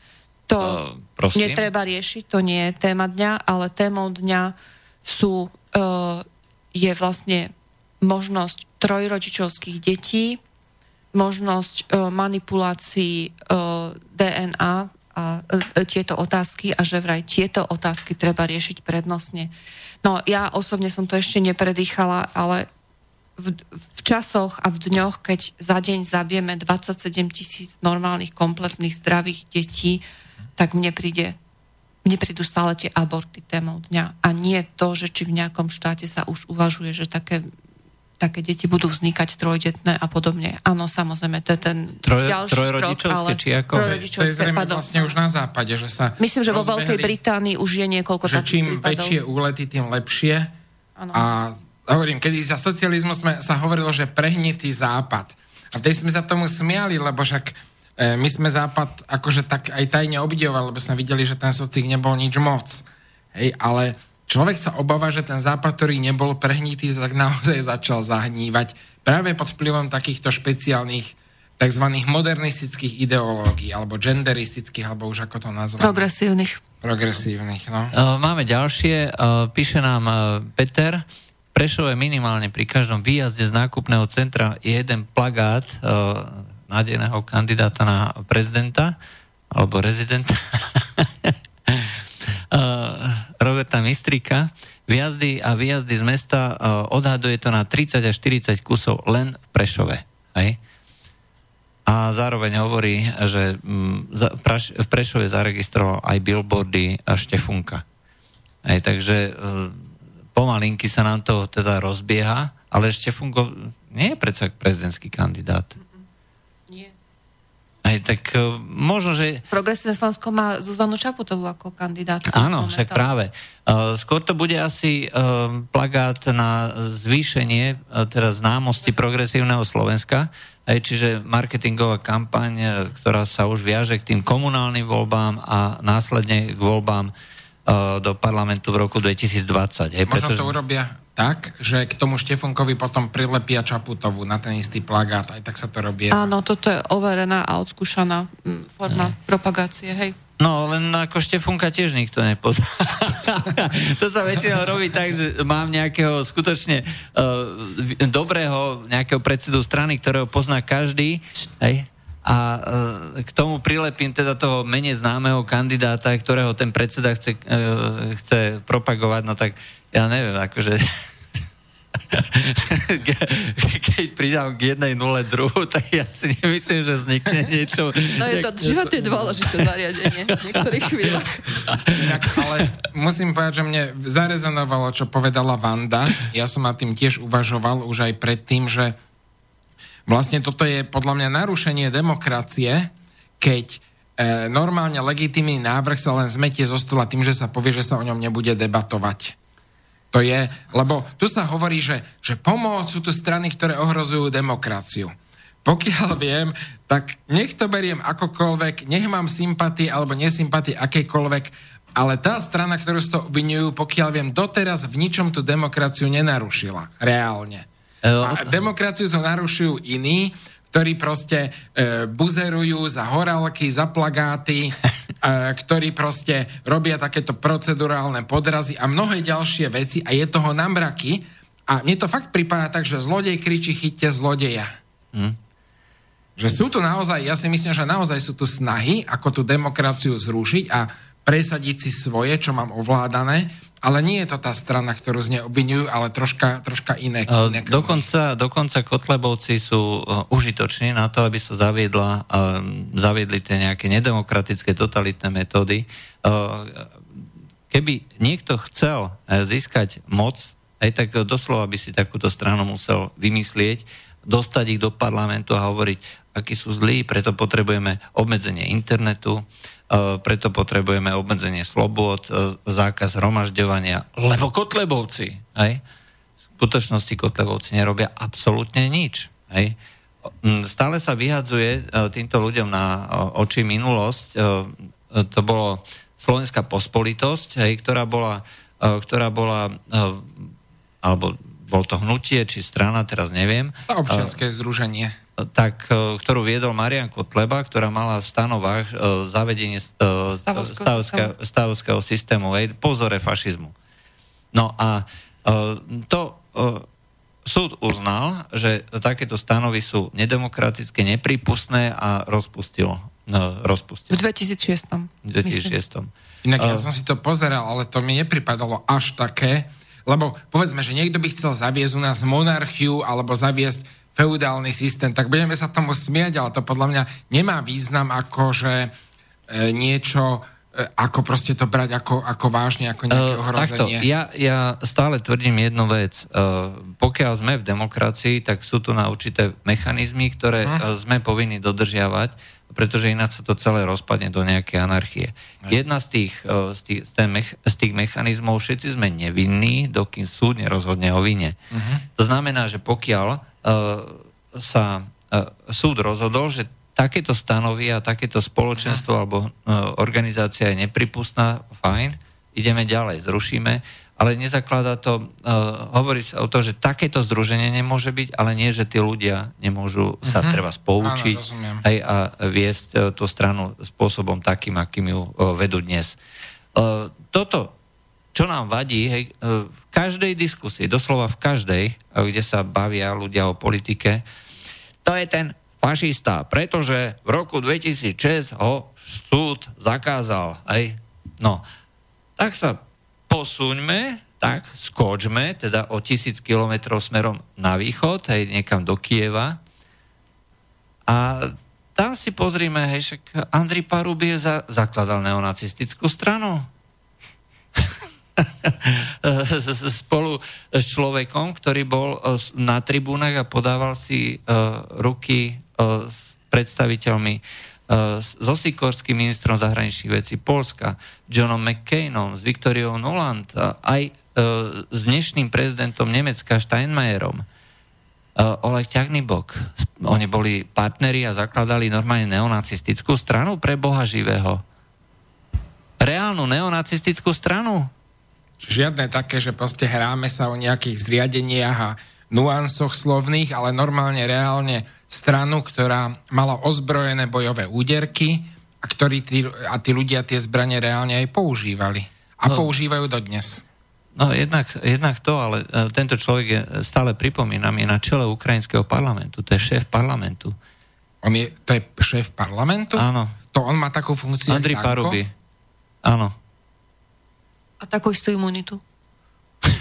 To uh, netreba riešiť, to nie je téma dňa, ale témou dňa sú, uh, je vlastne možnosť trojrodičovských detí, možnosť uh, manipulácií uh, dé en á a uh, tieto otázky a že vraj tieto otázky treba riešiť prednostne. No ja osobne som to ešte nepredýchala, ale v, v časoch a v dňoch, keď za deň zabijeme dvadsaťsedem tisíc normálnych, kompletných, zdravých detí, tak mne príde, mne prídu stále tie aborty témou dňa. A nie to, že či v nejakom štáte sa už uvažuje, že také, také deti budú vznikať trojdetné a podobne. Áno, samozrejme, to je ten Troj, ďalší trojrodičovské, krok, ale... či ako? To je zrejme vlastne už na západe, že sa... Myslím, že vo Veľkej Británii už je niekoľko takých prípadov. Že čím väčšie úlety, tým lepšie. Ano. A hovorím, kedy za socializmu sme, sa hovorilo, že prehnitý západ. A vtedy sme sa tomu smiali, lebo však my sme západ akože tak aj tajne obdivovali, lebo sme videli, že ten socik nebol nič moc. Hej, ale človek sa obáva, že ten západ, ktorý nebol prehnitý, tak naozaj začal zahnívať práve pod vplyvom takýchto špeciálnych tzv. Modernistických ideológií, alebo genderistických, alebo už ako to nazvať. Progresívnych. Progresívnych, no. Máme ďalšie. Píše nám Peter. Prešove minimálne pri každom výjazde z nákupného centra je jeden plagát nádejného kandidáta na prezidenta alebo rezidenta Roberta Mistrika. Výjazdy a výjazdy z mesta odhaduje to na tridsať až štyridsať kusov len v Prešove. Hej? A zároveň hovorí, že v Prešove zaregistroval aj billboardy a Štefunka. Hej, takže pomalinky sa nám to teda rozbieha, ale Štefunko nie je predsa prezidentský kandidát. Aj tak uh, možno, že... Progresívne Slovensko má Zuzanu Čaputovú ako kandidátku. Áno, však práve. Uh, skôr to bude asi uh, plagát na zvýšenie uh, teda známosti progresívneho Slovenska, aj čiže marketingová kampaň, uh, ktorá sa už viaže k tým komunálnym voľbám a následne k voľbám uh, do parlamentu v roku dvetisícdvadsať. Hej, možno pretože... to urobia tak, že k tomu Štefunkovi potom prilepia Čaputovú na ten istý plagát, aj tak sa to robí. Áno, toto je overená a odskúšaná forma hej. propagácie, hej. No, len ako Štefunka tiež nikto nepozná. To sa väčšinou robí tak, že mám nejakého skutočne uh, dobrého nejakého predsedu strany, ktorého pozná každý, hej, a uh, k tomu prilepím teda toho menej známeho kandidáta, ktorého ten predseda chce, uh, chce propagovať, no tak ja neviem, akože Keď pridám k jednej nule druhú, tak ja si nemyslím, že vznikne niečo... No je to životne dôležité zariadenie v niektorých chvíľach. Tak, ale musím povedať, že mne zarezonovalo, čo povedala Vanda. Ja som nad tým tiež uvažoval už aj predtým, že vlastne toto je podľa mňa narušenie demokracie, keď e, normálne legitímny návrh sa len zmetie zo stola tým, že sa povie, že sa o ňom nebude debatovať. To je, lebo tu sa hovorí, že, že pomoc sú tu strany, ktoré ohrozujú demokraciu. Pokiaľ viem, tak nech to beriem akokoľvek, nech mám sympatie alebo nesympatie akejkoľvek, ale tá strana, ktorú z toho obviňujú, pokiaľ viem, doteraz v ničom tú demokraciu nenarušila. Reálne. A demokraciu to narušujú iní, ktorí proste e, buzerujú za horálky, za plagáty, e, ktorí proste robia takéto procedurálne podrazy a mnohé ďalšie veci a je toho na mraky. A mne to fakt pripája tak, že zlodej kričí chyťte zlodeja. Hm. Že sú tu naozaj, ja si myslím, že naozaj sú tu snahy, ako tú demokraciu zrušiť a presadiť si svoje, čo mám ovládané, ale nie je to tá strana, ktorú z nej obviňujú, ale troška, troška iné. iné dokonca, dokonca Kotlebovci sú uh, užitoční na to, aby sa zaviedla, uh, zaviedli tie nejaké nedemokratické totalitné metódy. Uh, keby niekto chcel uh, získať moc, aj tak doslova by si takúto stranu musel vymyslieť, dostať ich do parlamentu a hovoriť, akí sú zlí, preto potrebujeme obmedzenie internetu, preto potrebujeme obmedzenie slobôd, zákaz hromažďovania, lebo Kotlebovci, hej? V skutočnosti Kotlebovci nerobia absolútne nič. Hej? Stále sa vyhadzuje týmto ľuďom na oči minulosť. To bolo Slovenská pospolitosť, hej, ktorá bola, ktorá bola, alebo bol to hnutie, či strana, teraz neviem. Občianske združenie. Tak, ktorú viedol Marian Kotleba, ktorá mala v stanovách zavedenie stavovského, stavovského systému, hej, po vzore fašizmu. No a to súd uznal, že takéto stanovy sú nedemokratické, neprípustné a rozpustil. rozpustil. V dvetisícšesť. V dvetisícšesť. Inak ja som si to pozeral, ale to mi nepripadalo až také, lebo povedzme, že niekto by chcel zaviesť u nás monarchiu alebo zaviesť feudálny systém, tak budeme sa tomu smiať, ale to podľa mňa nemá význam ako, že e, niečo, e, ako proste to brať ako, ako vážne, ako nejaké ohrozenie. Uh, takto, ja, ja stále tvrdím jednu vec. Uh, pokiaľ sme v demokracii, tak sú tu na určité mechanizmy, ktoré uh. sme povinni dodržiavať, pretože ináč sa to celé rozpadne do nejakej anarchie. Aj. Jedna z tých, uh, z, tých, z, mech, z tých mechanizmov, všetci sme nevinní, dokým súd nerozhodne o vine. Uh-huh. To znamená, že pokiaľ sa súd rozhodol, že takéto stanovy a takéto spoločenstvo alebo organizácia je nepripustná, fajn, ideme ďalej, zrušíme, ale nezakladá to, hovorí sa o to, že takéto združenie nemôže byť, ale nie, že tí ľudia nemôžu sa uh-huh. treba spoučiť aj a viesť tú stranu spôsobom takým, akým ju vedú dnes. Toto, čo nám vadí, hej, v každej diskusii, doslova v každej, kde sa bavia ľudia o politike, to je ten fašista, pretože v roku dvetisícšesť ho súd zakázal. Hej. No, tak sa posuňme, tak skočme, teda o tisíc kilometrov smerom na východ, hej, niekam do Kieva. A tam si pozrime, hej, však Andrej Parubie za, zakladal neonacistickú stranu. Spolu s človekom, ktorý bol na tribúnach a podával si uh, ruky uh, s predstaviteľmi, uh, so Sikorským ministrom zahraničných vecí Poľska, Johnom McCainom, s Viktoriou Nuland, uh, aj uh, s dnešným prezidentom Nemecka Steinmeierom, uh, Oleg Ťahnibok. Oni boli partneri a zakladali normálne neonacistickú stranu pre Boha živého. Reálnu neonacistickú stranu. Žiadne také, že proste hráme sa o nejakých zriadeniach a nuansoch slovných, ale normálne, reálne stranu, ktorá mala ozbrojené bojové úderky a, ktorí tí, a tí ľudia tie zbrane reálne aj používali. A no, používajú dodnes. No jednak, jednak to, ale tento človek je, stále pripomínam, je na čele ukrajinského parlamentu. To je šéf parlamentu. On je, to je šéf parlamentu? Áno. To on má takú funkciu? Andrej Parubie. Áno. A takú istú imunitu.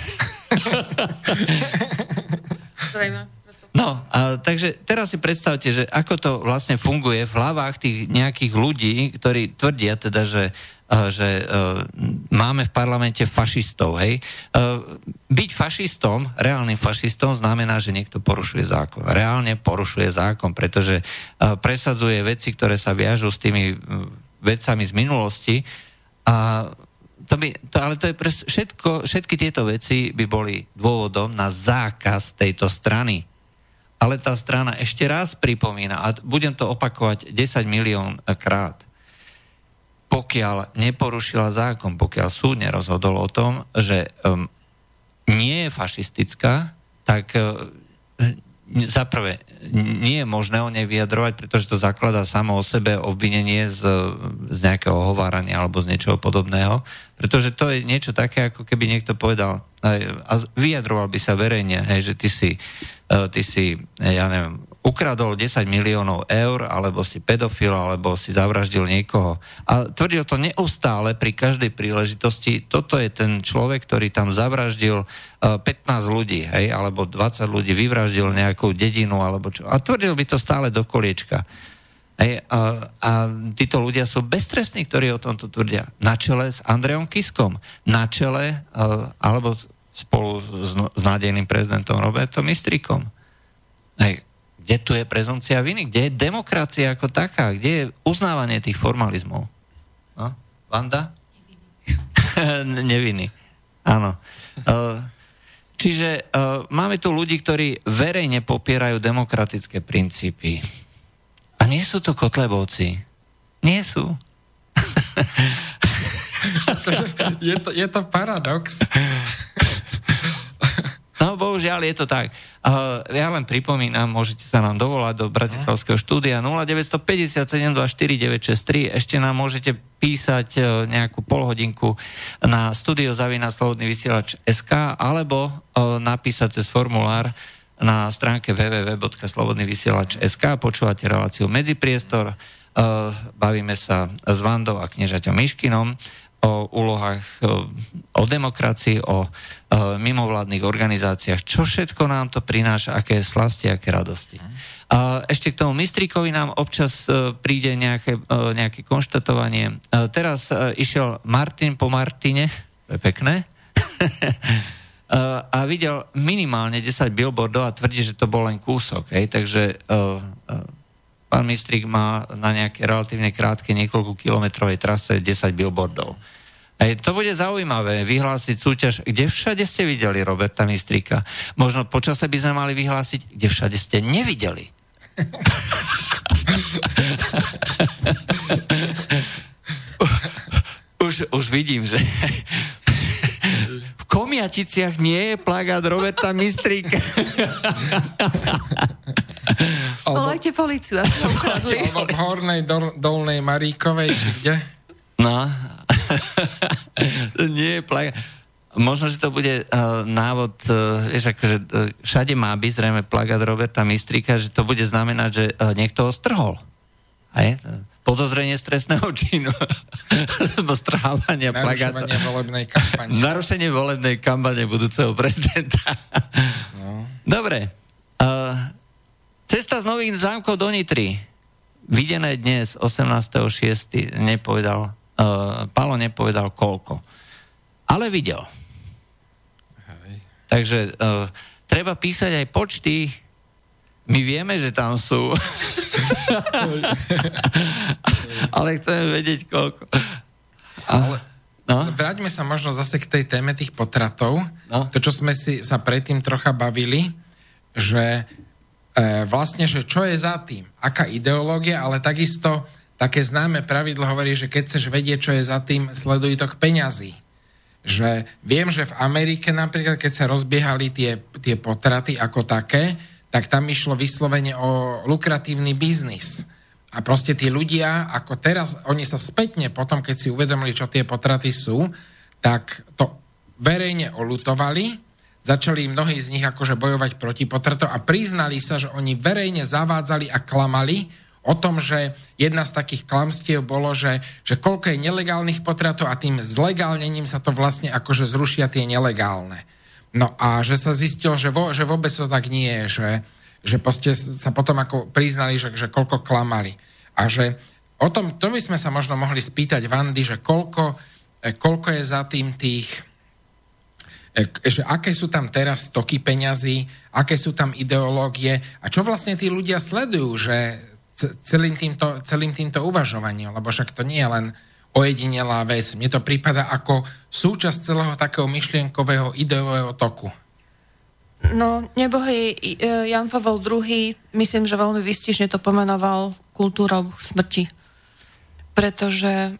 No, a, takže teraz si predstavte, že ako to vlastne funguje v hlavách tých nejakých ľudí, ktorí tvrdia teda, že, a, že a, máme v parlamente fašistov, hej. A, byť fašistom, reálnym fašistom, znamená, že niekto porušuje zákon. Reálne porušuje zákon, pretože a, presadzuje veci, ktoré sa viažú s tými vecami z minulosti a to by, to, ale to je pres, všetko, všetky tieto veci by boli dôvodom na zákaz tejto strany. Ale tá strana ešte raz pripomína, a budem to opakovať desať milión krát, pokiaľ neporušila zákon, pokiaľ súd nerozhodol o tom, že um, nie je fašistická, tak uh, za prvé, nie je možné o nej vyjadrovať, pretože to zakladá samo o sebe obvinenie z, z nejakého ohovárania alebo z niečoho podobného, pretože to je niečo také, ako keby niekto povedal a vyjadroval by sa verejne, hej, že ty si, ty si, ja neviem, ukradol desať miliónov eur, alebo si pedofil, alebo si zavraždil niekoho. A tvrdil to neustále pri každej príležitosti. Toto je ten človek, ktorý tam zavraždil pätnásť ľudí, hej, alebo dvadsať ľudí, vyvraždil nejakú dedinu, alebo čo. A tvrdil by to stále do koliečka. Hej, a, a títo ľudia sú beztrestní, ktorí o tomto tvrdia. Na čele s Andrejom Kiskom. Na čele, alebo spolu s, s nádejným prezidentom Robertom Mistríkom. Hej. Kde tu je prezumcia viny? Kde je demokracia ako taká? Kde je uznávanie tých formalizmov? No? Vanda? Neviny. Neviny. Áno. Čiže máme tu ľudí, ktorí verejne popierajú demokratické princípy. A nie sú to Kotlebovci. Nie sú. je, to, je to paradox. No, bohužiaľ, je to tak. Uh, ja len pripomínam, môžete sa nám dovolať do bratislavského štúdia nula deväť päť sedem dva štyri deväť šesť tri. Ešte nám môžete písať uh, nejakú polhodinku na studio zavináč slobodný vysielač bodka es ká alebo uh, napísať cez formulár na stránke w w w bodka slobodný vysielač bodka es ká. Počúvate reláciu Medzipriestor. Uh, bavíme sa s Vandou a kniežaťom Miškinom o úlohách, o demokracii, o mimovládnych organizáciách. Čo všetko nám to prináša, aké slasti, aké radosti. A ešte k tomu Mistríkovi nám občas príde nejaké, nejaké konštatovanie. Teraz išiel Martin po Martine, to je pekné, a videl minimálne desať billboardov a tvrdí, že to bol len kúsok. Hej? Takže pán Mistrík má na nejaké relatívne krátke niekoľko kilometrovej trase desať billboardov. Ej, to bude zaujímavé, vyhlásiť súťaž, kde všade ste videli Roberta Mistríka. Možno počase by sme mali vyhlásiť, kde všade ste nevideli. už, už vidím, že v Komiaticiach nie je plagát Roberta Mistríka. Volajte políciu. Alebo v Hornej dol, Dolnej Maríkovej, či kde? No, nie je plagát. Možno, že to bude uh, návod, uh, vieš, akože uh, všade má byť zrejme plagát Roberta Mistríka, že to bude znamenať, že uh, niekto ho strhol. Hej? Podozrenie z trestného činu. Strhávania plagátu. Narušenie volebnej kampane. Narušenie volebnej kampane budúceho prezidenta. No. Dobre. Uh, cesta z Nových Zámkov do Nitry. Videné dnes, osemnásteho šiesteho Nepovedal, uh, Palo nepovedal koľko. Ale videl. Hej. Takže uh, treba písať aj počty. My vieme, že tam sú. Ale chceme vedieť, koľko. Ale, no? Vráťme sa možno zase k tej téme tých potratov. No? To, čo sme si sa predtým trocha bavili, že e, vlastne, že čo je za tým, aká ideológia, ale takisto také známe pravidlo hovorí, že keď chceš vedieť, čo je za tým, sleduj tok peňazí. Že viem, že v Amerike napríklad, keď sa rozbiehali tie, tie potraty ako také, tak tam išlo vyslovene o lukratívny biznis. A proste tí ľudia, ako teraz, oni sa spätne potom, keď si uvedomili, čo tie potraty sú, tak to verejne oľutovali, začali mnohí z nich akože bojovať proti potratom a priznali sa, že oni verejne zavádzali a klamali o tom, že jedna z takých klamstiev bolo, že, že koľko je nelegálnych potratov a tým zlegálnením sa to vlastne akože zrušia tie nelegálne. No a že sa zistil, že, vo, že vôbec to tak nie je, že, že proste sa potom ako priznali, že, že koľko klamali. A že o tom, to by sme sa možno mohli spýtať Vandy, že koľko, koľko je za tým tých, že aké sú tam teraz toky peňazí, aké sú tam ideológie a čo vlastne tí ľudia sledujú, že celým týmto, celým týmto uvažovaním, lebo však to nie je len ojedinelá vec. Mne to prípada ako súčasť celého takého myšlienkového ideového toku. No, nebohý Jan Pavel druhý, myslím, že veľmi výstižne to pomenoval kultúrou smrti. Pretože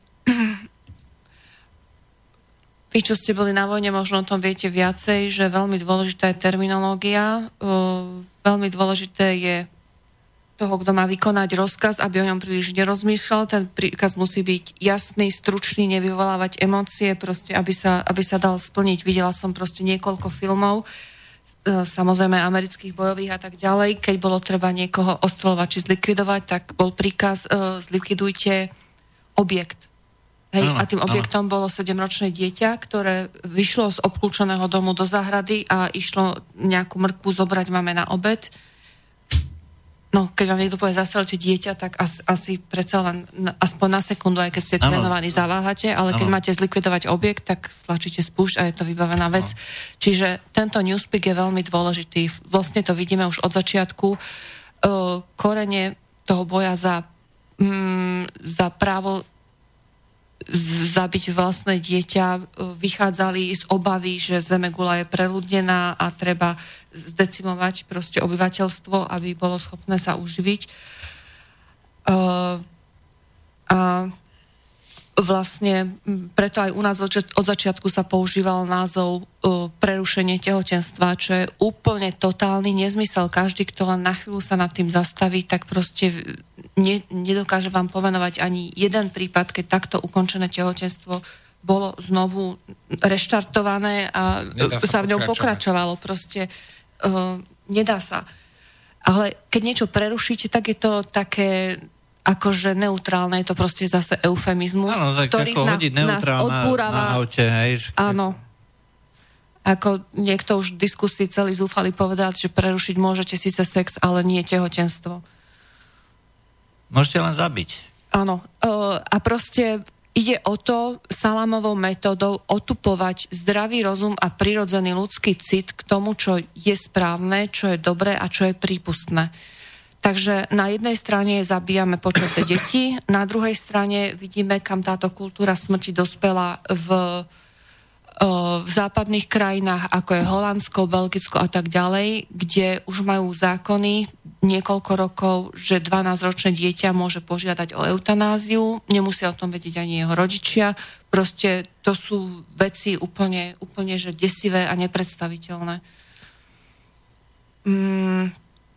vy, čo ste boli na vojne, možno o tom viete viacej, že veľmi dôležitá je terminológia, veľmi dôležité je toho, kto má vykonať rozkaz, aby o ňom príliš nerozmýšľal. Ten príkaz musí byť jasný, stručný, nevyvolávať emócie, proste, aby sa, aby sa dal splniť. Videla som proste niekoľko filmov, samozrejme amerických bojových a tak ďalej. Keď bolo treba niekoho ostreľovať či zlikvidovať, tak bol príkaz, uh, zlikvidujte objekt. Hej, ano, a tým objektom ano. Bolo sedemročné dieťa, ktoré vyšlo z obklúčeného domu do záhrady a išlo nejakú mrkvu zobrať máme na obed. No, keď vám niekto povie zastrelite dieťa, tak asi, asi predsa len na, aspoň na sekundu, aj keď ste ano. Trénovaní, zaváhate, ale ano. Keď máte zlikvidovať objekt, tak stlačíte spúšť a je to vybavená vec. Ano. Čiže tento newspeak je veľmi dôležitý. Vlastne to vidíme už od začiatku. Uh, korene toho boja za, mm, za právo zabiť vlastné dieťa vychádzali z obavy, že Zemegula je preľudnená a treba zdecimovať proste obyvateľstvo, aby bolo schopné sa uživiť. Uh, a vlastne preto aj u nás od začiatku sa používal názov uh, prerušenie tehotenstva, čo je úplne totálny nezmysel. Každý, kto len na chvíľu sa nad tým zastaví, tak proste ne, nedokáže vám pomenovať ani jeden prípad, keď takto ukončené tehotenstvo bolo znovu reštartované a Nedá sa v ňom pokračovalo. Proste uh, nedá sa. Ale keď niečo prerušíte, tak je to také akože neutrálne, je to proste zase eufemizmus, áno, tak ktorý ako na, hodiť nás odbúrava. Na aute, hej. Áno. Ako niekto už v diskusii celý zúfali povedať, že prerušiť môžete síce sex, ale nie tehotenstvo. Môžete len zabiť. Áno. Uh, a proste ide o to salámovou metódou otupovať zdravý rozum a prirodzený ľudský cit k tomu, čo je správne, čo je dobré a čo je prípustné. Takže na jednej strane zabíjame početné deti, na druhej strane vidíme, kam táto kultúra smrti dospela v, v západných krajinách, ako je Holandsko, Belgicko a tak ďalej, kde už majú zákony niekoľko rokov, že dvanásťročné dieťa môže požiadať o eutanáziu, nemusia o tom vedieť ani jeho rodičia. Proste to sú veci úplne, úplne že desivé a nepredstaviteľné. Mm.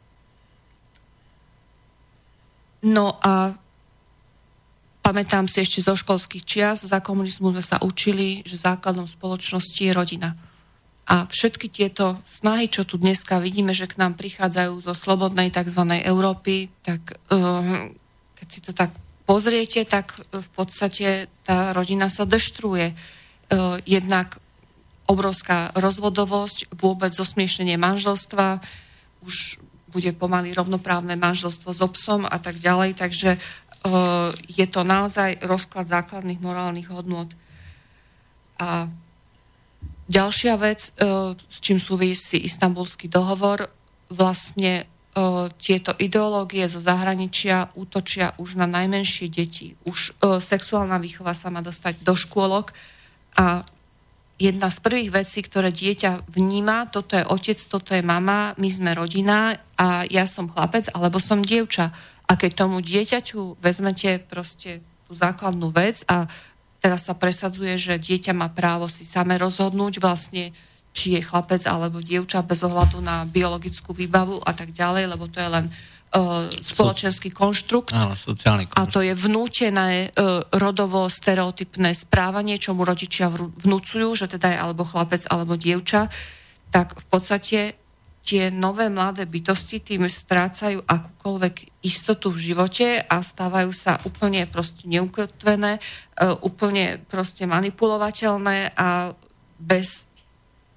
No a pamätám si ešte zo školských čias, za komunizmu sme sa učili, že základom spoločnosti je rodina. A všetky tieto snahy, čo tu dneska vidíme, že k nám prichádzajú zo slobodnej tzv. Európy, tak uh, keď si to tak pozriete, tak v podstate tá rodina sa deštruuje. Uh, jednak obrovská rozvodovosť, vôbec zosmiešnenie manželstva, už bude pomaly rovnoprávne manželstvo s obsom a tak ďalej, takže uh, je to naozaj rozklad základných morálnych hodnôt. A ďalšia vec, uh, s čím súvisí Istanbulský dohovor, vlastne uh, tieto ideológie zo zahraničia útočia už na najmenšie deti. Už uh, sexuálna výchova sa má dostať do škôlok a jedna z prvých vecí, ktoré dieťa vníma, toto je otec, toto je mama, my sme rodina a ja som chlapec alebo som dievča. A keď tomu dieťaťu vezmete proste tú základnú vec a teraz sa presadzuje, že dieťa má právo si same rozhodnúť vlastne, či je chlapec alebo dievča bez ohľadu na biologickú výbavu a tak ďalej, lebo to je len uh, spoločenský konštrukt. Áno, sociálny konštrukt. A to je vnútené uh, rodovo stereotypné správanie, čo mu rodičia vnúcujú, že teda je alebo chlapec, alebo dievča, tak v podstate tie nové mladé bytosti tým strácajú akúkoľvek istotu v živote a stávajú sa úplne proste neukotvené, uh, úplne proste manipulovateľné a bez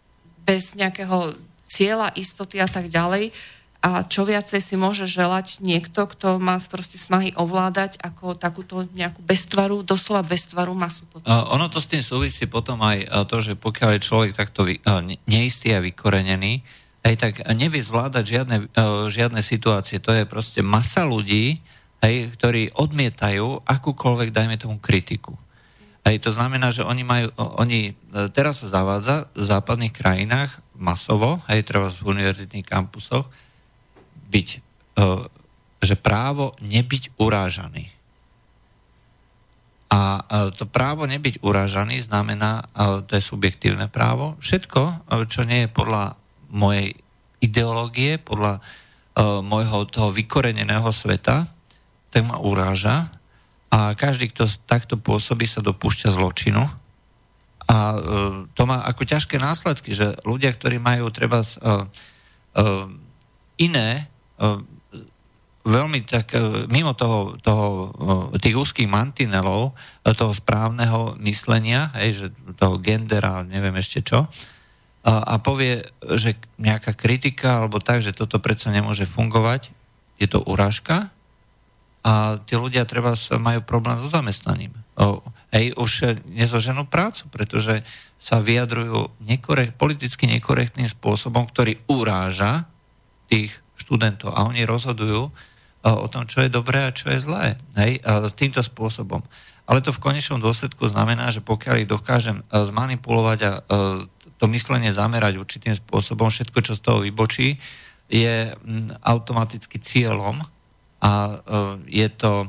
bez nejakého cieľa, istoty a tak ďalej. A čo viacej si môže želať niekto, kto má proste snahy ovládať ako takúto nejakú beztvaru, doslova beztvaru masu. Uh, ono to s tým súvisí potom aj to, že pokiaľ je človek takto vy, uh, neistý a vykorenený, hej, tak nevie zvládať žiadne, uh, žiadne situácie. To je proste masa ľudí, hej, ktorí odmietajú akúkoľvek, dajme tomu, kritiku. Hej, to znamená, že oni majú, oni teraz sa zavádza v západných krajinách masovo, hej, treba v univerzitných kampusoch, byť, že právo nebyť urážaný. A to právo nebyť urážaný znamená, to je subjektívne právo, všetko, čo nie je podľa mojej ideológie, podľa môjho toho vykoreneného sveta, tak ma uráža a každý, kto takto pôsobí, sa dopúšťa zločinu. A to má ako ťažké následky, že ľudia, ktorí majú treba iné veľmi tak mimo toho, toho tých úzkých mantinelov, toho správneho myslenia, hej, že toho gendera, neviem ešte čo, a, a povie, že nejaká kritika alebo tak, že toto predsa nemôže fungovať, je to urážka a tí ľudia treba majú problém so zamestnaním. O, hej, už nezoženú prácu, pretože sa vyjadrujú nekorekt, politicky nekorektným spôsobom, ktorý uráža tých študentov a oni rozhodujú o tom, čo je dobré a čo je zlé. Hej, týmto spôsobom. Ale to v konečnom dôsledku znamená, že pokiaľ ich dokážem zmanipulovať a to myslenie zamerať určitým spôsobom, všetko, čo z toho vybočí, je automaticky cieľom a je to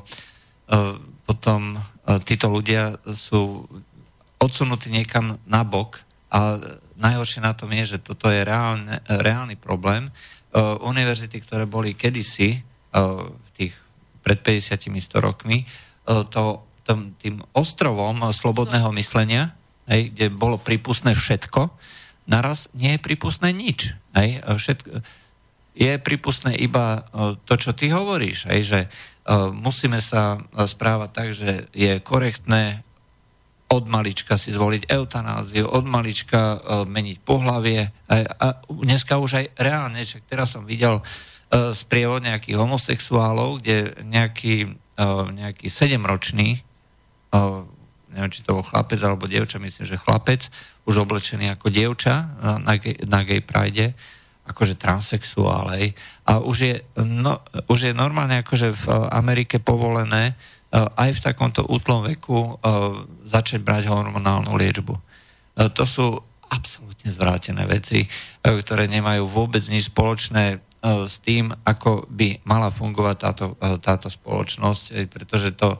potom títo ľudia sú odsunutí niekam na bok a najhoršie na tom je, že toto je reálne, reálny problém. Univerzity, ktoré boli kedysi v tých pred päťdesiatimi sto rokmi to, tom, tým ostrovom slobodného myslenia, hej, kde bolo prípustné všetko, naraz nie je prípustné nič. Hej, všetko, je prípustné iba to, čo ty hovoríš, hej, že musíme sa správať tak, že je korektné od malička si zvoliť eutanáziu, od malička uh, meniť pohlavie. A, a dneska už aj reálne, však teraz som videl uh, sprievod nejakých homosexuálov, kde nejaký, uh, nejaký sedemročný, uh, neviem, či to bol chlapec alebo dievča, myslím, že chlapec, už oblečený ako dievča uh, na, na gay pride, akože transsexuál, hej. A už je, no, už je normálne akože v Amerike povolené aj v takomto útlom veku začať brať hormonálnu liečbu. To sú absolútne zvrátené veci, ktoré nemajú vôbec nič spoločné s tým, ako by mala fungovať táto, táto spoločnosť, pretože to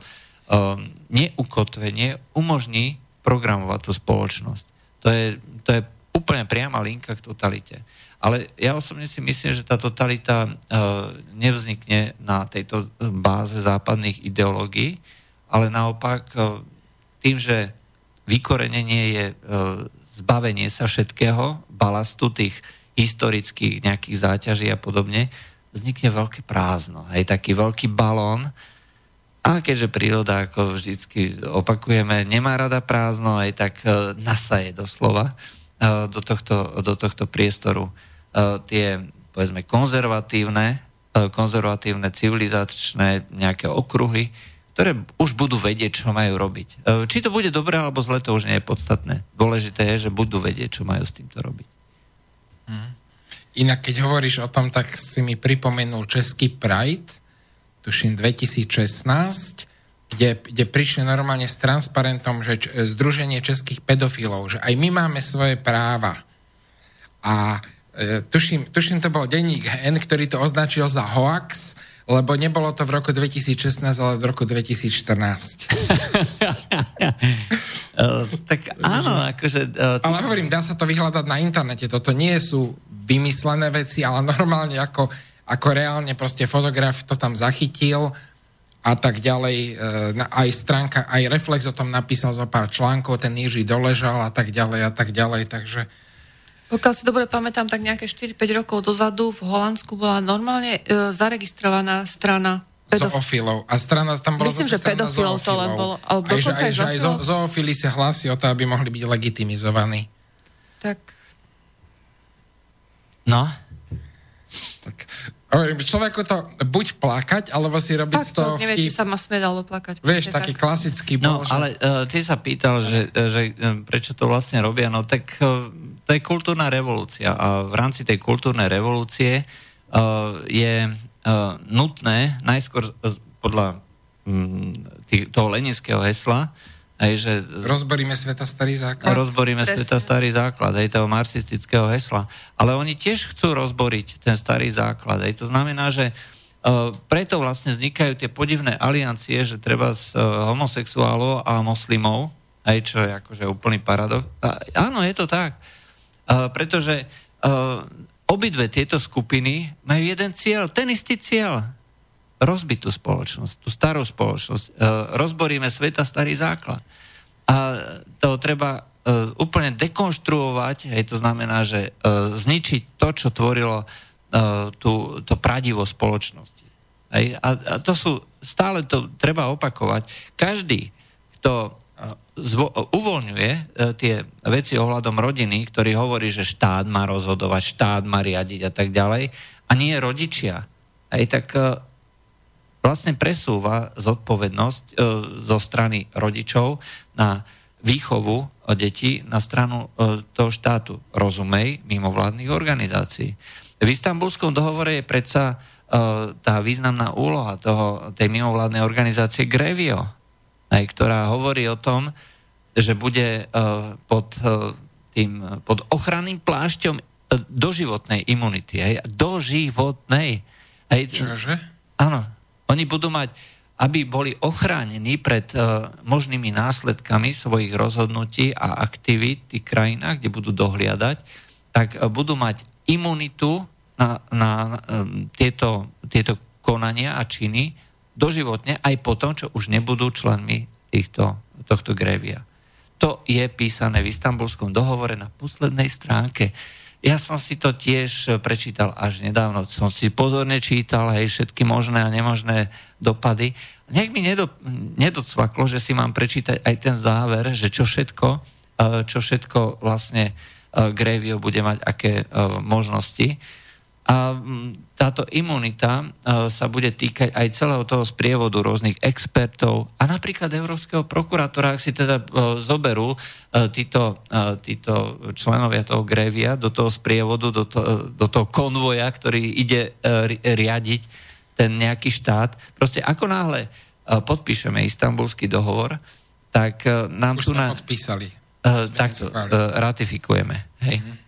neukotvenie umožní programovať tú spoločnosť. To je, to je úplne priama linka k totalite. Ale ja osobne si myslím, že tá totalita uh, nevznikne na tejto báze západných ideológií, ale naopak uh, tým, že vykorenenie je uh, zbavenie sa všetkého, balastu tých historických nejakých záťaží a podobne, vznikne veľké prázdno. Hej, taký veľký balón. A keďže príroda, ako vždycky opakujeme, nemá rada prázdno, aj tak uh, nasaje doslova uh, do tohto, do tohto priestoru tie, povedzme, konzervatívne, konzervatívne civilizačné nejaké okruhy, ktoré už budú vedieť, čo majú robiť. Či to bude dobré alebo zle, to už nie je podstatné. Dôležité je, že budú vedieť, čo majú s týmto robiť. Hmm. Inak, keď hovoríš o tom, tak si mi pripomenul český Pride, tuším dvetisícšestnásť, kde, kde prišli normálne s transparentom, že Združenie českých pedofilov, že aj my máme svoje práva. A Tuším, tuším, to bol denník N, ktorý to označil za hoax, lebo nebolo to v roku dvetisícšestnásť, ale v roku dvetisícštrnásť. uh, tak áno, akože... Uh, ale hovorím, dá sa to vyhľadať na internete. Toto nie sú vymyslené veci, ale normálne ako, ako reálne proste fotograf to tam zachytil a tak ďalej. Uh, aj stránka, aj Reflex o tom napísal zo pár článkov, ten Jiří doležal a tak ďalej a tak ďalej, takže... Pokiaľ si dobre pamätám, tak nejaké štyri päť rokov dozadu v Holandsku bola normálne e, zaregistrovaná strana pedof- zoofilov. A strana tam bola Myslím, že pedofilov to len bolo. Ale aj, že, aj, že aj zo, zoofili sa hlási o to, aby mohli byť legitimizovaní. Tak No. Tak, hovorím, človeku to buď plakať, alebo si robiť tak, z toho vtip. Nevie, či sa má smieť alebo plakať. Vieš, taký tak. klasický bol. No, že... ale uh, ty sa pýtal, že, že prečo to vlastne robia. No tak uh, to je kultúrna revolúcia. A v rámci tej kultúrnej revolúcie uh, je uh, nutné, najskôr uh, podľa um, tých, toho leninského hesla, aj, že rozboríme sveta starý základ. Rozboríme Presne. sveta starý základ, aj toho marxistického hesla. Ale oni tiež chcú rozboriť ten starý základ. Aj to znamená, že uh, preto vlastne vznikajú tie podivné aliancie, že treba s uh, homosexuálov a moslimov, aj čo je akože úplný paradox. A, áno, je to tak. Uh, pretože uh, obidve tieto skupiny majú jeden cieľ, ten istý cieľ. Rozbiť tú spoločnosť, tú starú spoločnosť. Rozboríme sveta starý základ. A to treba úplne dekonštruovať, hej, to znamená, že zničiť to, čo tvorilo tú, to pradivo spoločnosti. Hej, a, a to sú, stále to treba opakovať. Každý, kto zvo, uvoľňuje tie veci ohľadom rodiny, ktorý hovorí, že štát má rozhodovať, štát má riadiť a tak ďalej, a nie rodičia, hej, tak vlastne presúva zodpovednosť e, zo strany rodičov na výchovu detí na stranu e, toho štátu. Rozumej, mimovládnych organizácií. V Istanbulskom dohovore je predsa e, tá významná úloha toho, tej mimovládnej organizácie Grevio, aj, ktorá hovorí o tom, že bude e, pod, e, tým, pod ochranným plášťom e, doživotnej imunity. Aj, doživotnej. Aj, Čože? Áno. Oni budú mať, aby boli ochránení pred uh, možnými následkami svojich rozhodnutí a aktivít v tých krajinách, kde budú dohliadať, tak uh, budú mať imunitu na, na um, tieto, tieto konania a činy doživotne aj potom, čo už nebudú členmi týchto, tohto Grevia. To je písané v Istanbulskom dohovore na poslednej stránke. Ja som si to tiež prečítal až nedávno. Som si pozorne čítal aj všetky možné a nemožné dopady. Nech mi nedo, nedocvaklo, že si mám prečítať aj ten záver, že čo všetko, čo všetko vlastne Grevio bude mať, aké možnosti. A táto imunita sa bude týkať aj celého toho sprievodu rôznych expertov a napríklad európskeho prokurátora, ak si teda zoberú títo, títo členovia toho Grevia do toho sprievodu, do, to, do toho konvoja, ktorý ide riadiť ten nejaký štát. Proste ako náhle podpíšeme Istanbulský dohovor, tak nám Už tu na... podpísali. Takto ratifikujeme. Hej. Mm-hmm.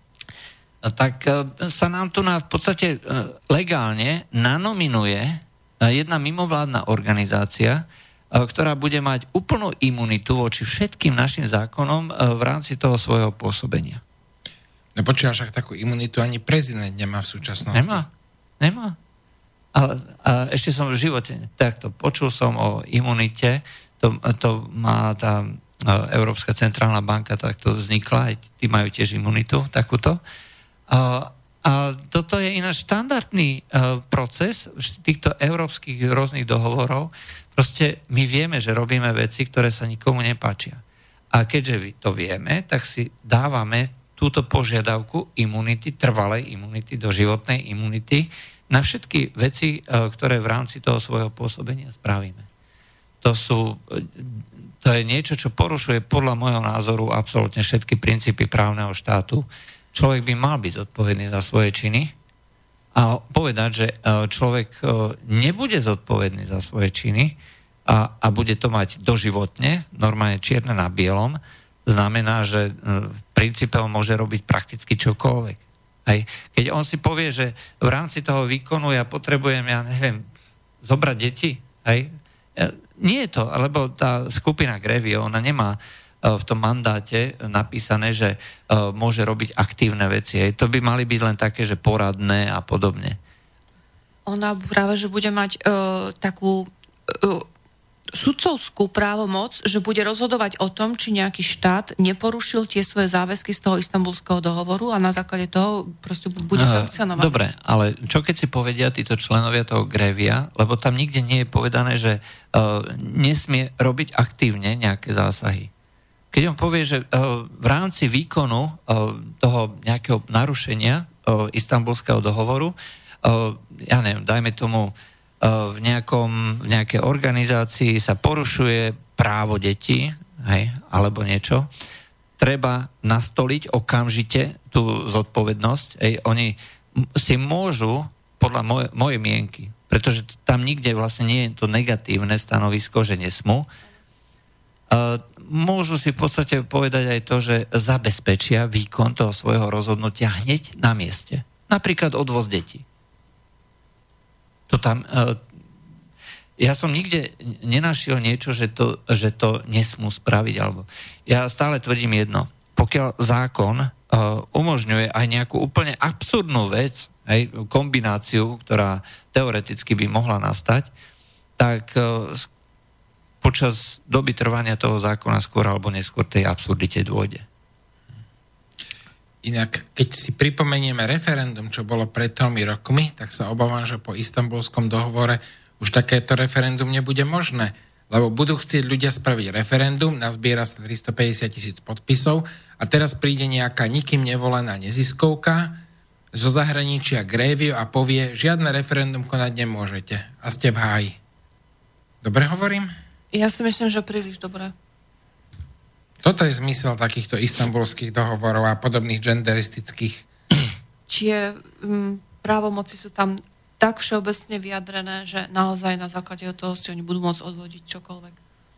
Tak sa nám tu na v podstate legálne nanominuje jedna mimovládna organizácia, ktorá bude mať úplnú imunitu voči všetkým našim zákonom v rámci toho svojho pôsobenia. No počúvaš, ak takú imunitu ani prezident nemá v súčasnosti. Nemá, nemá. Ale a ešte som v živote takto počul som o imunite, to, to má tá Európska centrálna banka, takto vznikla, aj tí majú tiež imunitu, takúto. A, a toto je ináč štandardný uh, proces týchto európskych rôznych dohovorov. Proste my vieme, že robíme veci, ktoré sa nikomu nepáčia. A keďže to vieme, tak si dávame túto požiadavku imunity, trvalej imunity, doživotnej imunity na všetky veci, uh, ktoré v rámci toho svojho pôsobenia spravíme. To sú, to je niečo, čo porušuje podľa môjho názoru absolútne všetky princípy právneho štátu. Človek by mal byť zodpovedný za svoje činy a povedať, že človek nebude zodpovedný za svoje činy a, a bude to mať doživotne, normálne čierne na bielom, znamená, že v princípe on môže robiť prakticky čokoľvek. Hej. Keď on si povie, že v rámci toho výkonu ja potrebujem, ja neviem, zobrať deti, hej, nie je to, lebo tá skupina Grevio, ona nemá v tom mandáte napísané, že uh, môže robiť aktívne veci. Hej. To by mali byť len také, že poradné a podobne. Ona práve, že bude mať uh, takú uh, sudcovskú právomoc, že bude rozhodovať o tom, či nejaký štát neporušil tie svoje záväzky z toho Istanbulského dohovoru a na základe toho proste bude uh, sankcionovať. Dobre, ale čo keď si povedia títo členovia toho Grevia, lebo tam nikde nie je povedané, že uh, nesmie robiť aktívne nejaké zásahy. Keď on povie, že v rámci výkonu toho nejakého narušenia Istanbulského dohovoru. Ja neviem, dajme tomu, v, nejakom, v nejakej organizácii sa porušuje právo detí, hej, alebo niečo, treba nastoliť okamžite tú zodpovednosť. Hej, oni si môžu, podľa moje, mojej mienky, pretože tam nikde vlastne nie je to negatívne stanovisko, že nesmú, môžu si v podstate povedať aj to, že zabezpečia výkon toho svojho rozhodnutia hneď na mieste. Napríklad odvoz detí. To tam, ja som nikde nenašiel niečo, že to, že to nesmú spraviť. Alebo ja stále tvrdím jedno. Pokiaľ zákon umožňuje aj nejakú úplne absurdnú vec, aj kombináciu, ktorá teoreticky by mohla nastať, tak počas doby trvania toho zákona skôr alebo neskôr tej absurdite dôjde. Inak, keď si pripomenieme referendum, čo bolo pred tromi rokmi, tak sa obávam, že po Istanbulskom dohovore už takéto referendum nebude možné, lebo budú chcieť ľudia spraviť referendum, nazbiera sa tristopäťdesiat tisíc podpisov a teraz príde nejaká nikým nevolená neziskovka zo zahraničia Grévio a povie, žiadne referendum konať nemôžete a ste v háji. Dobre hovorím? Ja si myslím, že príliš dobre. Toto je zmysel takýchto istanbulských dohovorov a podobných genderistických. Čiže m, právomoci sú tam tak všeobecne vyjadrené, že naozaj na základe toho si oni budú môcť odvodiť čokoľvek.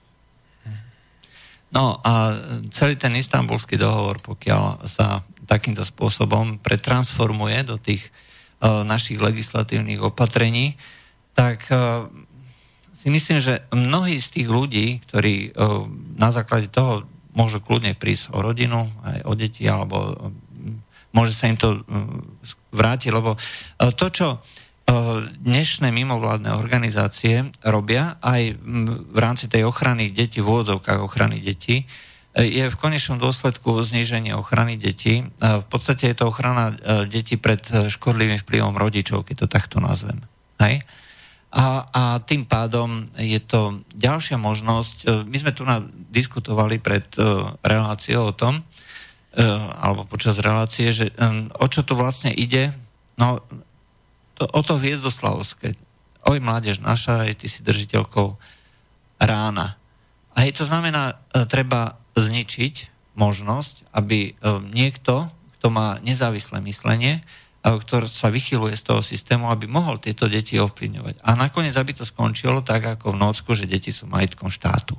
No a celý ten istanbulský dohovor, pokiaľ sa takýmto spôsobom pretransformuje do tých uh, našich legislatívnych opatrení, tak uh, si myslím, že mnohí z tých ľudí, ktorí uh, na základe toho môžu kľudne prísť o rodinu, aj o deti, alebo môže sa im to vrátiť, lebo to, čo dnešné mimovládne organizácie robia aj v rámci tej ochrany detí, v úvodzovkách ochrany detí, je v konečnom dôsledku zníženie ochrany detí. V podstate je to ochrana detí pred škodlivým vplyvom rodičov, keď to takto nazvem. Hej? A, a tým pádom je to ďalšia možnosť. My sme tu diskutovali pred uh, reláciou o tom, uh, alebo počas relácie, že um, o čo tu vlastne ide, no to, o to hviezdoslavské. Oj, mládež naša, aj ty si držiteľkou rána. A hej, to znamená, uh, treba zničiť možnosť, aby uh, niekto, kto má nezávislé myslenie, ktorý sa vychyluje z toho systému, aby mohol tieto deti ovplyvňovať. A nakoniec, aby to skončilo tak, ako v Nócku, že deti sú majetkom štátu.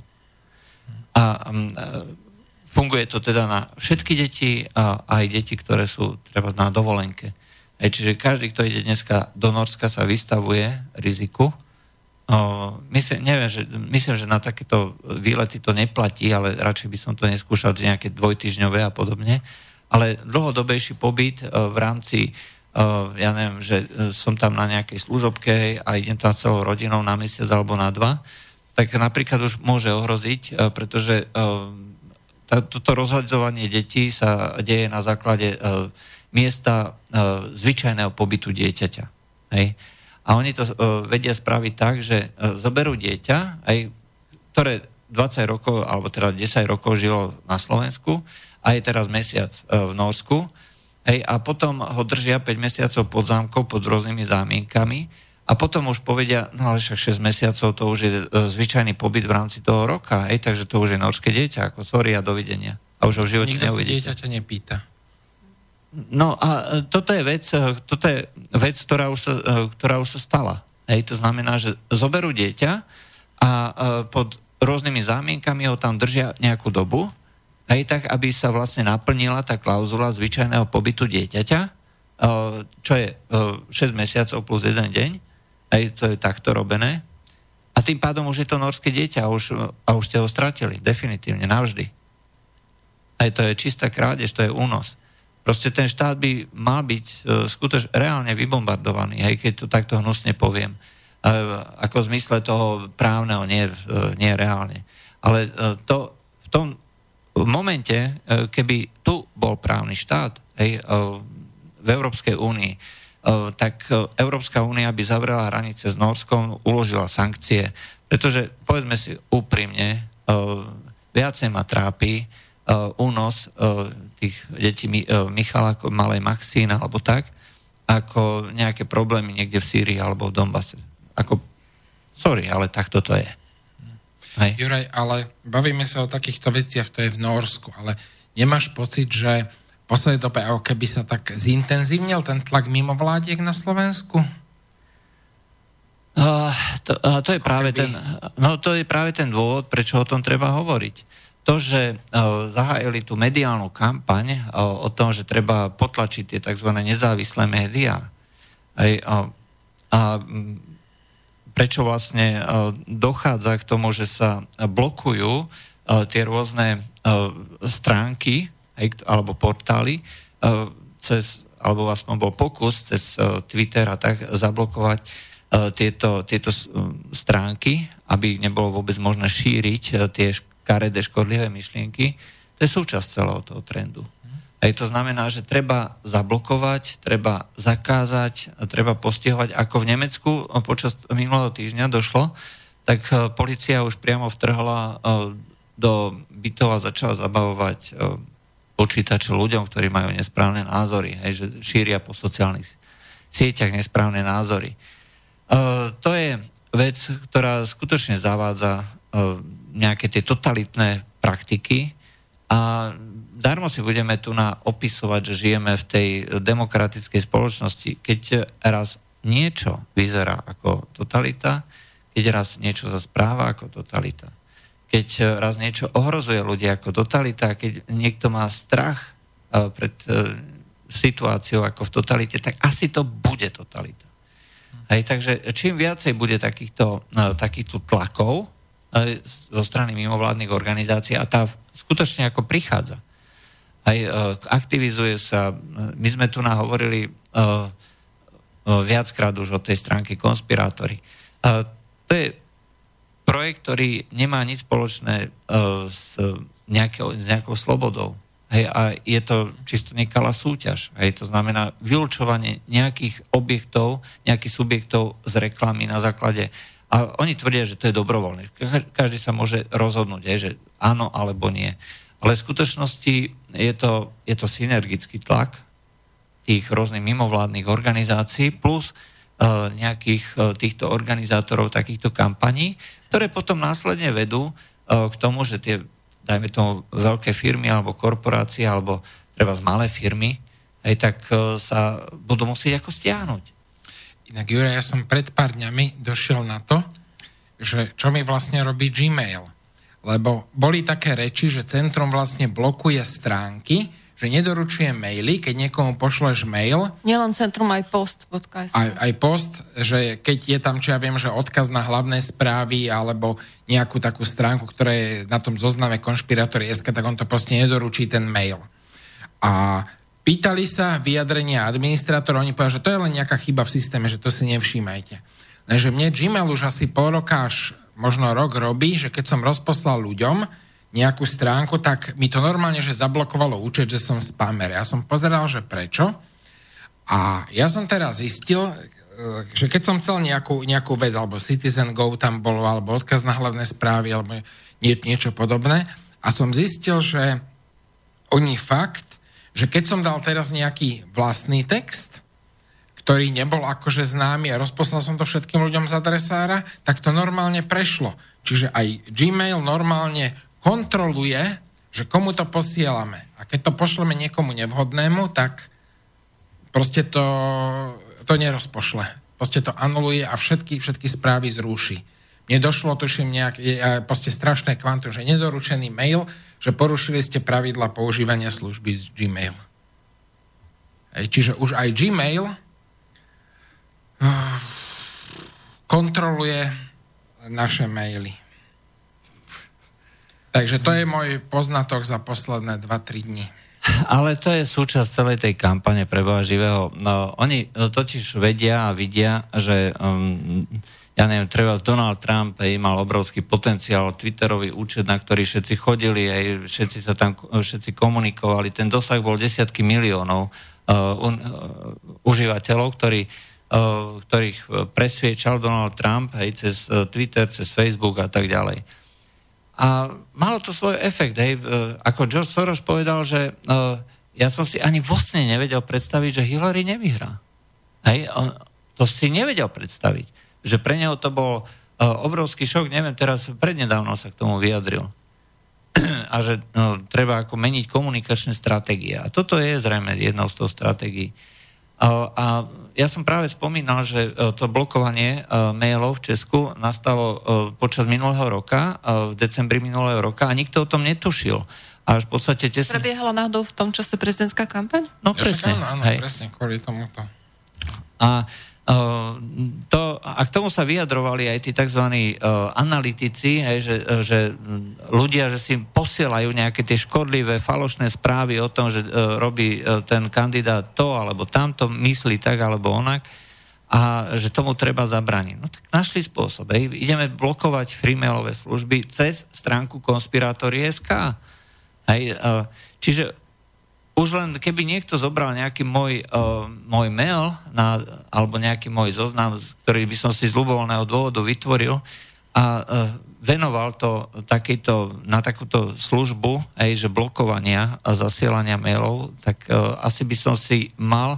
A funguje to teda na všetky deti a aj deti, ktoré sú treba na dovolenke. E, čiže každý, kto ide dneska do Norska, sa vystavuje riziku. O, myslím, neviem, že, myslím, že na takéto výlety to neplatí, ale radšej by som to neskúšal nejaké dvojtyžňové a podobne. Ale dlhodobejší pobyt v rámci, ja neviem, že som tam na nejakej služobke a idem tam celou rodinou na mesiac alebo na dva, tak napríklad už môže ohroziť, pretože toto rozhadzovanie detí sa deje na základe miesta zvyčajného pobytu dieťaťa. Hej. A oni to vedia spraviť tak, že zoberú dieťa, aj, ktoré dvadsať rokov, alebo teda desať rokov žilo na Slovensku, a je teraz mesiac v Norsku, hej, a potom ho držia päť mesiacov pod zámkou, pod rôznymi zámienkami a potom už povedia, no ale však šesť mesiacov to už je zvyčajný pobyt v rámci toho roka, hej, takže to už je norské dieťa, ako sorry a dovidenia. A už ho v živote neuvidíte. Nikto si dieťaťa nepýta. No a toto je vec, toto je vec, ktorá už sa, ktorá už sa stala. Hej, to znamená, že zoberú dieťa a pod rôznymi zámienkami ho tam držia nejakú dobu, hej, tak aby sa vlastne naplnila tá klauzula zvyčajného pobytu dieťaťa, čo je šesť mesiacov plus jeden deň, hej, to je takto robené. A tým pádom už je to norské dieťa a už, a už ste ho stratili, definitívne, navždy. Hej, to je čistá krádež, to je únos. Proste ten štát by mal byť skutočne reálne vybombardovaný, hej, keď to takto hnusne poviem. Ako v zmysle toho právneho, nie, nie reálne. Ale to v tom v momente, keby tu bol právny štát, hej, v Európskej únii, tak Európska únia by zavrela hranice s Norskom, uložila sankcie, pretože, povedzme si úprimne, viacej ma trápi únos tých detí Michala, malej Maxín, alebo tak, ako nejaké problémy niekde v Sýrii alebo v Donbase. Ako, sorry, ale takto to je. Hej. Juraj, ale bavíme sa o takýchto veciach, to je v Norsku, ale nemáš pocit, že v poslednej dobe ako keby sa tak zintenzívnil ten tlak mimovládiek na Slovensku? Uh, to, uh, to, je práve ten, no, to je práve ten dôvod, prečo o tom treba hovoriť. To, že uh, zahájili tú mediálnu kampaň uh, o tom, že treba potlačiť tie tzv. Nezávislé médiá. Aj, uh, a prečo vlastne uh, dochádza k tomu, že sa blokujú uh, tie rôzne uh, stránky aj, alebo portály uh, cez, alebo vlastne bol pokus cez uh, Twitter a tak zablokovať uh, tieto, tieto stránky, aby nebolo vôbec možné šíriť uh, tie škaredé, škodlivé myšlienky. To je súčasť celého toho trendu. Hej, to znamená, že treba zablokovať, treba zakázať, treba postihovať, ako v Nemecku počas minulého týždňa došlo, tak polícia už priamo vtrhla do bytov a začala zabavovať počítače ľuďom, ktorí majú nesprávne názory, hej, že šíria po sociálnych sieťach nesprávne názory. To je vec, ktorá skutočne zavádza nejaké tie totalitné praktiky a darmo si budeme tu na opisovať, že žijeme v tej demokratickej spoločnosti. Keď raz niečo vyzerá ako totalita, keď raz niečo sa správa ako totalita, keď raz niečo ohrozuje ľudia ako totalita, keď niekto má strach pred situáciou ako v totalite, tak asi to bude totalita. Hej, takže čím viacej bude takýchto, takýchto tlakov zo strany mimovládnych organizácií, a tá skutočne ako prichádza, aj aktivizuje sa. My sme tu nahovorili uh, viackrát už o tej stránke Konspirátori. Uh, to je projekt, ktorý nemá nič spoločné uh, s, nejakou, s nejakou slobodou. Hej, a je to čisto nekalá súťaž. Hej, to znamená vylučovanie nejakých objektov, nejakých subjektov z reklamy na základe. A oni tvrdia, že to je dobrovoľné. Každý sa môže rozhodnúť, hej, že áno alebo nie. Ale v skutočnosti je to, je to synergický tlak tých rôznych mimovládnych organizácií plus uh, nejakých uh, týchto organizátorov takýchto kampaní, ktoré potom následne vedú uh, k tomu, že tie, dajme tomu, veľké firmy alebo korporácie alebo treba z malé firmy, aj tak uh, sa budú musieť ako stiahnuť. Inak, Juraj, ja som pred pár dňami došiel na to, že čo mi vlastne robí Gmail. Lebo boli také reči, že centrum vlastne blokuje stránky, že nedoručuje maily, keď niekomu pošleš mail. Nielen centrum, aj post. Aj, aj post, že keď je tam, čo ja viem, že odkaz na hlavné správy alebo nejakú takú stránku, ktorá je na tom zozname Konšpirátori bodka es ká, tak on to proste nedoručí ten mail. A pýtali sa vyjadrenia administrátorov, oni povedali, že to je len nejaká chyba v systéme, že to si nevšímajte. Lenže mne Gmail už asi pol roka až možno rok robí, že keď som rozposlal ľuďom nejakú stránku, tak mi to normálne, že zablokovalo účet, že som spamer. Ja som pozeral, že prečo. A ja som teraz zistil, že keď som chcel nejakú, nejakú vec, alebo Citizen Go tam bolo, alebo odkaz na hlavné správy, alebo nie, niečo podobné, a som zistil, že oni fakt, že keď som dal teraz nejaký vlastný text, ktorý nebol akože známy a rozposlal som to všetkým ľuďom z adresára, tak to normálne prešlo. Čiže aj Gmail normálne kontroluje, že komu to posielame. A keď to pošleme niekomu nevhodnému, tak proste to, to nerozpošle. Proste to anuluje a všetky, všetky správy zruší. Mne došlo, tuším, nejaké proste strašné kvantum, že nedoručený mail, že porušili ste pravidla používania služby z Gmail. Čiže už aj Gmail kontroluje naše maily. Takže to je môj poznatok za posledné dva tri dni. Ale to je súčasť celej tej kampane pre Boha živého. No, oni totiž vedia a vidia, že um, ja neviem, treba Donald Trump aj mal obrovský potenciál, Twitterový účet, na ktorý všetci chodili, aj všetci sa tam všetci komunikovali. Ten dosah bol desiatky miliónov uh, un, uh, užívateľov, ktorí ktorých presviečal Donald Trump, hej, cez Twitter, cez Facebook a tak ďalej. A malo to svoj efekt, hej. Ako George Soros povedal, že uh, ja som si ani vlastne nevedel predstaviť, že Hillary nevyhrá. Hej, on to si nevedel predstaviť, že pre neho to bol uh, obrovský šok, neviem, teraz prednedávno sa k tomu vyjadril. A že no, treba ako meniť komunikačné stratégie. A toto je zrejme jednou z toho stratégií. Uh, a ja som práve spomínal, že to blokovanie mailov v Česku nastalo počas minulého roka, v decembri minulého roka a nikto o tom netušil. A až v podstate... Tesne... Prebiehala náhodou v tom čase prezidentská kampaň? No presne. Áno, áno, presne, kvôli tomuto. A to, a k tomu sa vyjadrovali aj tí tzv. Analytici, hej, že, že ľudia, že si posielajú nejaké tie škodlivé, falošné správy o tom, že robí ten kandidát to, alebo tamto, myslí tak, alebo onak, a že tomu treba zabrániť. No tak našli spôsob. Hej. Ideme blokovať freemailové služby cez stránku konspirátory bodka es ká. Hej, čiže už len keby niekto zobral nejaký môj, uh, môj mail na, alebo nejaký môj zoznam, ktorý by som si z ľubovoľného dôvodu vytvoril a uh, venoval to takýto, na takúto službu, aj, že blokovania a zasielania mailov, tak uh, asi by som si mal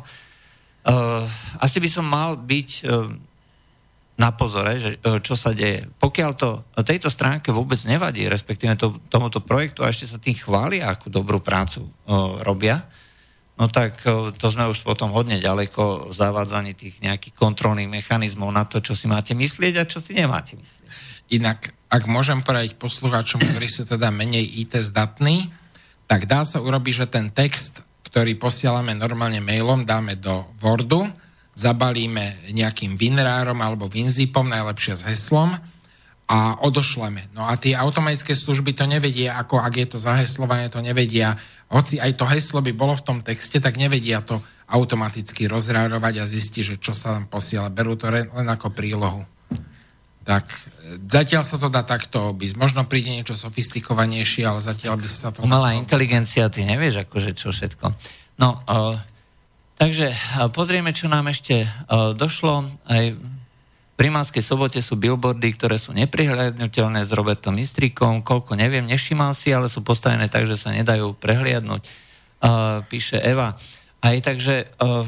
uh, asi by som mal byť uh, na pozore, že čo sa deje. Pokiaľ to tejto stránke vôbec nevadí, respektíve to, tomuto projektu a ešte sa tým chvália, akú dobrú prácu o, robia, no tak o, to sme už potom hodne ďaleko v zavádzaní tých nejakých kontrolných mechanizmov na to, čo si máte myslieť a čo si nemáte myslieť. Inak, ak môžem poradiť poslucháčom, ktorí sú teda menej í té zdatní, tak dá sa urobiť, že ten text, ktorý posielame normálne mailom, dáme do Wordu, zabalíme nejakým winrárom alebo winzipom, najlepšie s heslom a odošleme. No a tie automatické služby to nevedia, ako ak je to zaheslované, to nevedia. Hoci aj to heslo by bolo v tom texte, tak nevedia to automaticky rozrárovať a zistiť, že čo sa tam posiela. Berú to len ako prílohu. Tak zatiaľ sa to dá takto obísť. Možno príde niečo sofistikovanejšie, ale zatiaľ by sa to... Umelá inteligencia, ty nevieš akože čo všetko. No, uh... Takže pozrieme, čo nám ešte uh, došlo. Aj v Rimavskej Sobote sú billboardy, ktoré sú neprihľadnutelné s Robertom Mistríkom. Koľko neviem, nevšímal si, ale sú postavené tak, že sa nedajú prehliadnúť. Uh, píše Eva. Aj takže uh,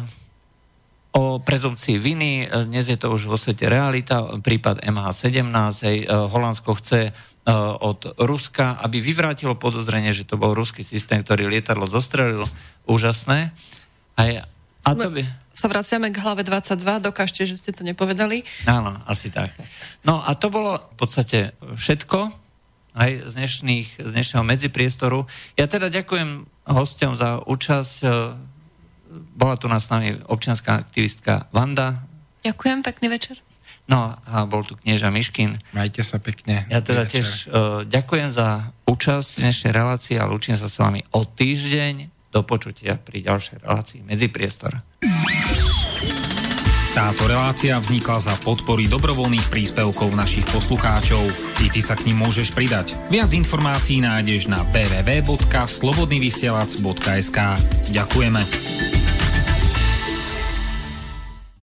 o prezumpcii viny, dnes je to už vo svete realita, prípad em há sedemnásť, hej, uh, Holandsko chce uh, od Ruska, aby vyvrátilo podozrenie, že to bol ruský systém, ktorý lietadlo zostrelil. Úžasné. Aj A to by... Sa vraciame k hlave dvadsaťdva, dokážte, že ste to nepovedali. Áno, asi tak. No a to bolo v podstate všetko aj z, dnešných, z dnešného medzipriestoru. Ja teda ďakujem hosťom za účasť. Bola tu na s nami občianska aktivistka Vanda. Ďakujem, pekný večer. No a bol tu knieža Miškin. Majte sa pekne. Ja teda tiež uh, ďakujem za účasť v dnešnej relácii a lúčim sa s vami o týždeň. Do počutia pri ďalšej relácii Medzipriestor. Táto relácia vznikla za podpory dobrovoľných príspevkov našich poslucháčov. I ty sa k nim môžeš pridať. Viac informácií nájdeš na w w w bodka slobodnyvysielac bodka es ka. Ďakujeme.